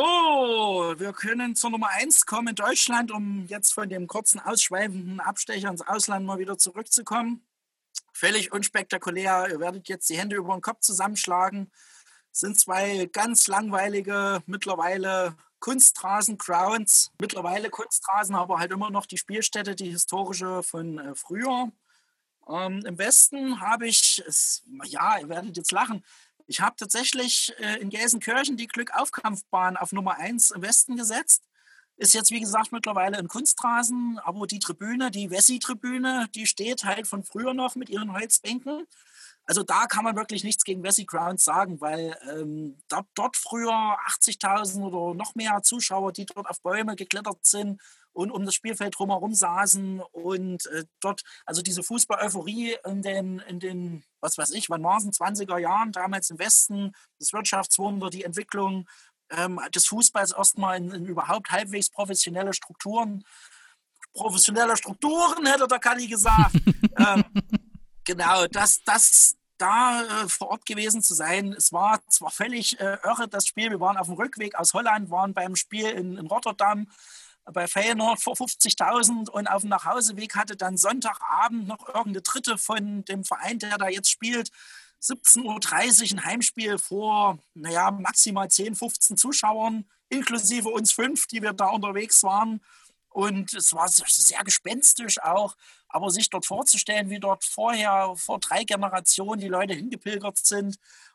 So, wir können zur Nummer eins kommen in Deutschland, um jetzt von dem kurzen, ausschweifenden Abstecher ins Ausland mal wieder zurückzukommen. Völlig unspektakulär. Ihr werdet jetzt die Hände über den Kopf zusammenschlagen. Es sind zwei ganz langweilige, mittlerweile Kunstrasen-Grounds. Mittlerweile Kunstrasen, aber halt immer noch die Spielstätte, die historische von äh, früher. Ähm, Im Westen habe ich, es, ja, ihr werdet jetzt lachen, ich habe tatsächlich äh, in Gelsenkirchen die Glückaufkampfbahn auf Nummer eins im Westen gesetzt. Ist jetzt, wie gesagt, mittlerweile ein Kunstrasen, aber die Tribüne, die Wessi-Tribüne, die steht halt von früher noch mit ihren Holzbänken. Also da kann man wirklich nichts gegen Wessi Grounds sagen, weil ähm, dort, dort früher achtzigtausend oder noch mehr Zuschauer, die dort auf Bäume geklettert sind und um das Spielfeld drumherum saßen und äh, dort, also diese Fußball-Euphorie in den, in den, was weiß ich, wann waren es, zwanziger Jahren, damals im Westen, das Wirtschaftswunder, die Entwicklung ähm, des Fußballs erstmal in, in überhaupt halbwegs professionelle Strukturen, professionelle Strukturen, hätte der Kalli gesagt. ähm, genau, das, das, da äh, vor Ort gewesen zu sein. Es war zwar völlig äh, irre, das Spiel. Wir waren auf dem Rückweg aus Holland, waren beim Spiel in, in Rotterdam bei Feyenoord vor fünfzigtausend und auf dem Nachhauseweg hatte dann Sonntagabend noch irgendeine Dritte von dem Verein, der da jetzt spielt, siebzehn Uhr dreißig ein Heimspiel vor, naja, maximal zehn, fünfzehn Zuschauern, inklusive uns fünf, die wir da unterwegs waren. Und es war sehr gespenstisch auch, aber sich dort vorzustellen, wie dort vorher, vor drei Generationen die Leute hingepilgert sind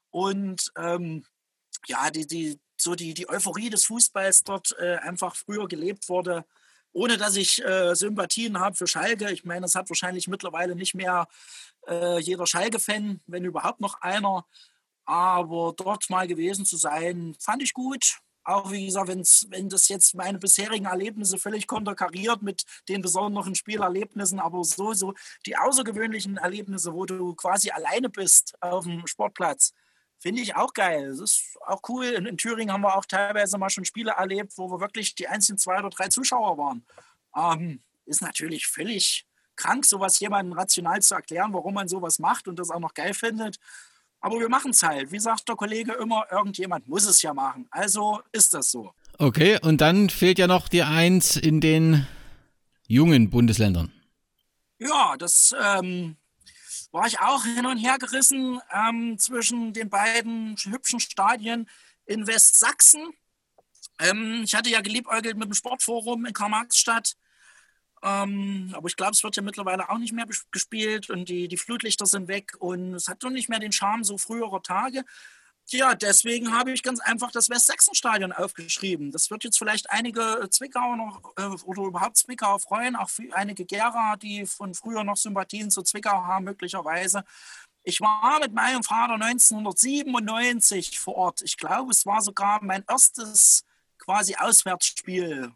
und ähm, ja, die, die, so die, die Euphorie des Fußballs dort äh, einfach früher gelebt wurde, ohne dass ich äh, Sympathien habe für Schalke. Ich meine, es hat wahrscheinlich mittlerweile nicht mehr äh, jeder Schalke-Fan, wenn überhaupt noch einer. Aber dort mal gewesen zu sein, fand ich gut. Auch wie gesagt, wenn's, wenn das jetzt meine bisherigen Erlebnisse völlig konterkariert mit den besonderen Spielerlebnissen, aber so, so die außergewöhnlichen Erlebnisse, wo du quasi alleine bist auf dem Sportplatz, finde ich auch geil. Das ist auch cool. In, in Thüringen haben wir auch teilweise mal schon Spiele erlebt, wo wir wirklich die einzigen zwei oder drei Zuschauer waren. Ähm, ist natürlich völlig krank, sowas jemandem rational zu erklären, warum man sowas macht und das auch noch geil findet. Aber wir machen es halt. Wie sagt der Kollege immer, irgendjemand muss es ja machen. Also ist das so. Okay, und dann fehlt ja noch die Eins in den jungen Bundesländern. Ja, das ähm, war ich auch hin und her gerissen ähm, zwischen den beiden hübschen Stadien in Westsachsen. Ähm, ich hatte ja geliebäugelt mit dem Sportforum in Karl-Marx-Stadt. Ähm, aber ich glaube, es wird ja mittlerweile auch nicht mehr gespielt und die, die Flutlichter sind weg und es hat doch nicht mehr den Charme so früherer Tage. Tja, deswegen habe ich ganz einfach das Westsachsenstadion aufgeschrieben. Das wird jetzt vielleicht einige Zwickauer noch äh, oder überhaupt Zwickauer freuen, auch für einige Gera, die von früher noch Sympathien zu Zwickau haben, möglicherweise. Ich war mit meinem Vater neunzehnhundertsiebenundneunzig vor Ort. Ich glaube, es war sogar mein erstes quasi Auswärtsspiel,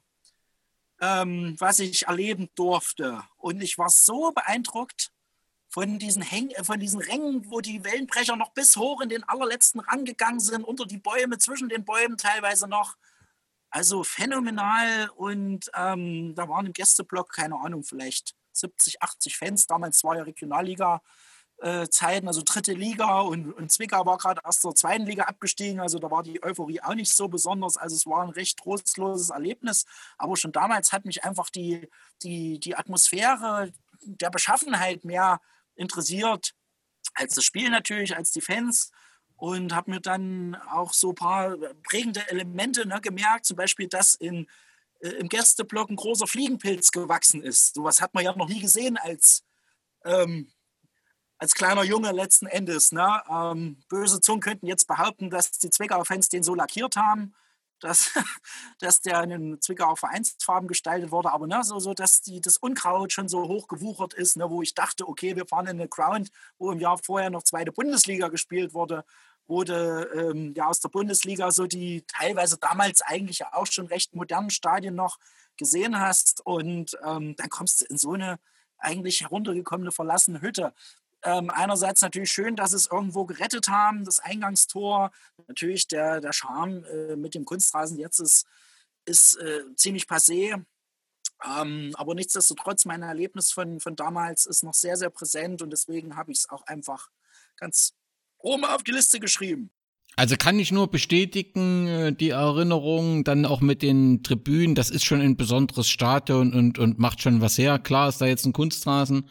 Ähm, was ich erleben durfte. Und ich war so beeindruckt von diesen, Häng von diesen Rängen, wo die Wellenbrecher noch bis hoch in den allerletzten Rang gegangen sind, unter die Bäume, zwischen den Bäumen teilweise noch. Also phänomenal. Und ähm, da waren im Gästeblock, keine Ahnung, vielleicht siebzig, achtzig Fans. Damals war ja Regionalliga äh, Zeiten, also dritte Liga und, und Zwickau war gerade erst zur zweiten Liga abgestiegen, also da war die Euphorie auch nicht so besonders, also es war ein recht trostloses Erlebnis, aber schon damals hat mich einfach die, die, die Atmosphäre der Beschaffenheit mehr interessiert, als das Spiel natürlich, als die Fans. Und habe mir dann auch so ein paar prägende Elemente, ne, gemerkt, zum Beispiel, dass in, äh, im Gästeblock ein großer Fliegenpilz gewachsen ist. Sowas hat man ja noch nie gesehen als, ähm, als kleiner Junge letzten Endes. Ne? Ähm, böse Zungen könnten jetzt behaupten, dass die Zwickauer Fans den so lackiert haben, dass, dass der in den Zwickauer Vereinsfarben gestaltet wurde, aber ne, so, so dass die, das Unkraut schon so hoch gewuchert ist, ne, wo ich dachte, okay, wir fahren in eine Ground, wo im Jahr vorher noch zweite Bundesliga gespielt wurde, wurde ähm, ja aus der Bundesliga so die teilweise damals eigentlich ja auch schon recht modernen Stadien noch gesehen hast und ähm, dann kommst du in so eine eigentlich heruntergekommene, verlassene Hütte. Ähm, einerseits natürlich schön, dass es irgendwo gerettet haben, das Eingangstor. Natürlich der, der Charme äh, mit dem Kunstrasen jetzt ist, ist äh, ziemlich passé. Ähm, aber nichtsdestotrotz, mein Erlebnis von, von damals ist noch sehr, sehr präsent und deswegen habe ich es auch einfach ganz oben auf die Liste geschrieben. Also kann ich nur bestätigen, die Erinnerung dann auch mit den Tribünen, das ist schon ein besonderes Stadion und, und macht schon was her. Klar ist da jetzt ein Kunstrasen,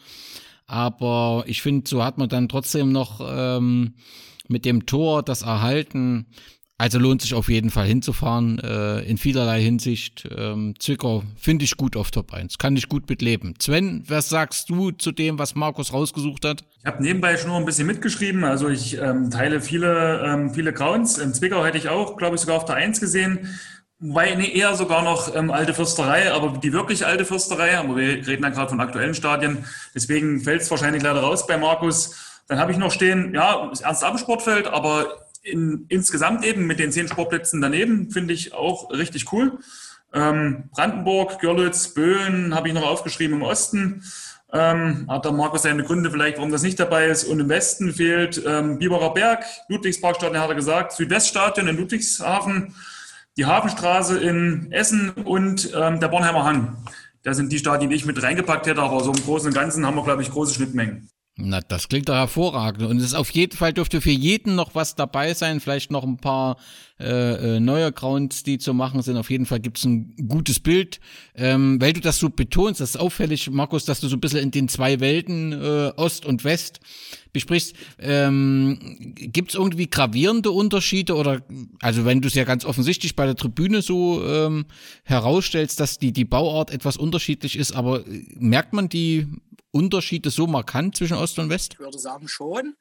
aber ich finde, so hat man dann trotzdem noch ähm, mit dem Tor das erhalten. Also lohnt sich auf jeden Fall hinzufahren, äh, in vielerlei Hinsicht. Ähm, Zwickau finde ich gut auf Top eins, kann ich gut mitleben. Sven, was sagst du zu dem, was Markus rausgesucht hat? Ich habe nebenbei schon noch ein bisschen mitgeschrieben, also ich ähm, teile viele, ähm, viele Grounds. In Zwickau hätte ich auch, glaube ich, sogar auf der eins gesehen. Wobei, nee, eher sogar noch ähm, alte Fürsterei, aber die wirklich alte Fürsterei, aber wir reden ja gerade von aktuellen Stadien, deswegen fällt es wahrscheinlich leider raus bei Markus. Dann habe ich noch stehen, ja, das Ernst-Abbe-Sportfeld, aber in, insgesamt eben mit den zehn Sportplätzen daneben finde ich auch richtig cool. Ähm, Brandenburg, Görlitz, Böen habe ich noch aufgeschrieben im Osten. Ähm, hat der Markus seine Gründe vielleicht, warum das nicht dabei ist. Und im Westen fehlt ähm, Biberer Berg, Ludwigsparkstadion hat er gesagt, Südweststadion in Ludwigshafen, die Hafenstraße in Essen und ähm, der Bornheimer Hang. Das sind die Stadien, die ich mit reingepackt hätte, aber so im Großen und Ganzen haben wir, glaube ich, große Schnittmengen. Na, das klingt doch hervorragend. Und es ist auf jeden Fall, dürfte für jeden noch was dabei sein. Vielleicht noch ein paar äh, äh, neue Grounds, die zu machen sind. Auf jeden Fall gibt's ein gutes Bild. Ähm, weil du das so betonst, das ist auffällig, Markus, dass du so ein bisschen in den zwei Welten, äh, Ost und West, besprichst. Ähm, gibt's irgendwie gravierende Unterschiede? Oder, also wenn du es ja ganz offensichtlich bei der Tribüne so ähm, herausstellst, dass die, die Bauart etwas unterschiedlich ist, aber merkt man die Unterschiede so markant zwischen Ost und West? Ich würde sagen schon,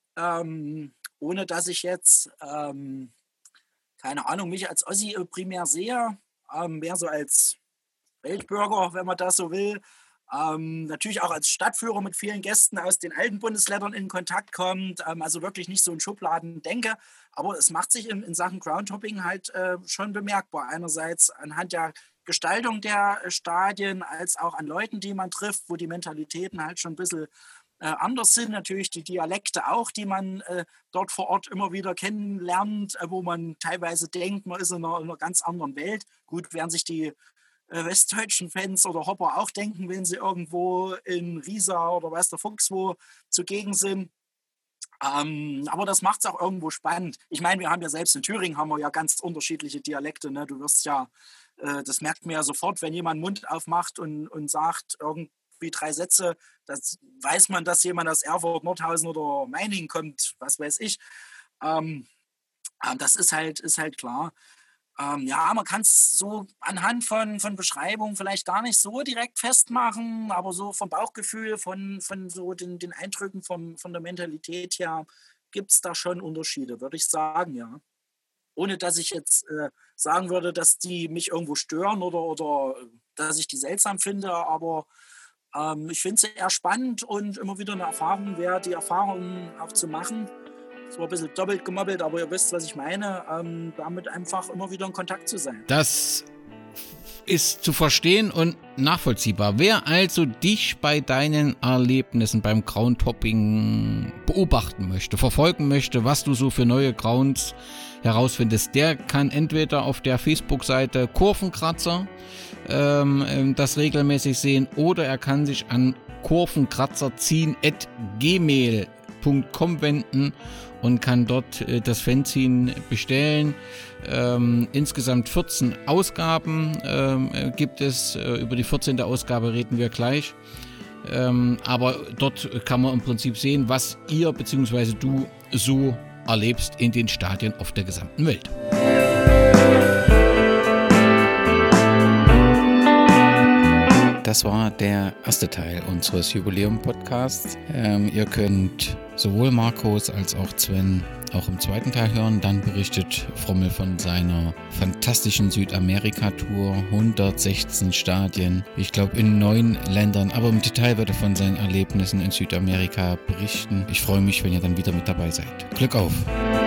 ähm, ohne dass ich jetzt, ähm, keine Ahnung, mich als Ossi primär sehe, ähm, mehr so als Weltbürger, wenn man das so will, ähm, natürlich auch als Stadtführer mit vielen Gästen aus den alten Bundesländern in Kontakt kommt, ähm, also wirklich nicht so in Schubladen denke, aber es macht sich in, in Sachen Groundhopping halt äh, schon bemerkbar. Einerseits anhand der Gestaltung der Stadien, als auch an Leuten, die man trifft, wo die Mentalitäten halt schon ein bisschen äh, anders sind. Natürlich die Dialekte auch, die man äh, dort vor Ort immer wieder kennenlernt, äh, wo man teilweise denkt, man ist in einer, in einer ganz anderen Welt. Gut, werden sich die äh, westdeutschen Fans oder Hopper auch denken, wenn sie irgendwo in Riesa oder weiß der Fuchs wo zugegen sind. Ähm, aber das macht es auch irgendwo spannend. Ich meine, wir haben ja selbst in Thüringen haben wir ja ganz unterschiedliche Dialekte. Ne? Du wirst ja Das merkt man ja sofort, wenn jemand den Mund aufmacht und, und sagt irgendwie drei Sätze, das weiß man, dass jemand aus Erfurt, Nordhausen oder Meiningen kommt, was weiß ich. Ähm, das ist halt, ist halt klar. Ähm, ja, man kann es so anhand von, von Beschreibungen vielleicht gar nicht so direkt festmachen, aber so vom Bauchgefühl, von, von so den, den Eindrücken vom, von der Mentalität her gibt es da schon Unterschiede, würde ich sagen, ja. Ohne dass ich jetzt äh, sagen würde, dass die mich irgendwo stören oder, oder dass ich die seltsam finde. Aber ähm, ich finde sie eher spannend und immer wieder eine Erfahrung wert, die Erfahrung auch zu machen. Es war ein bisschen doppelt gemobbelt, aber ihr wisst, was ich meine. Ähm, damit einfach immer wieder in Kontakt zu sein. Das ist zu verstehen und nachvollziehbar. Wer also dich bei deinen Erlebnissen beim Groundhopping beobachten möchte, verfolgen möchte, was du so für neue Grounds herausfindest, der kann entweder auf der Facebook-Seite Kurvenkratzer ähm, das regelmäßig sehen oder er kann sich an kurvenkratzer ziehen at gmail punkt com wenden und kann dort äh, das Fanzine bestellen. Ähm, insgesamt vierzehn Ausgaben ähm, gibt es. Äh, über die vierzehnte Ausgabe reden wir gleich. Ähm, aber dort kann man im Prinzip sehen, was ihr bzw. du so erlebst in den Stadien auf der gesamten Welt. Das war der erste Teil unseres Jubiläum-Podcasts. Ähm, ihr könnt sowohl Markus als auch Sven auch im zweiten Teil hören. Dann berichtet Frommel von seiner fantastischen Südamerika-Tour. hundertsechzehn Stadien, ich glaube in neun Ländern. Aber im Detail wird er von seinen Erlebnissen in Südamerika berichten. Ich freue mich, wenn ihr dann wieder mit dabei seid. Glück auf!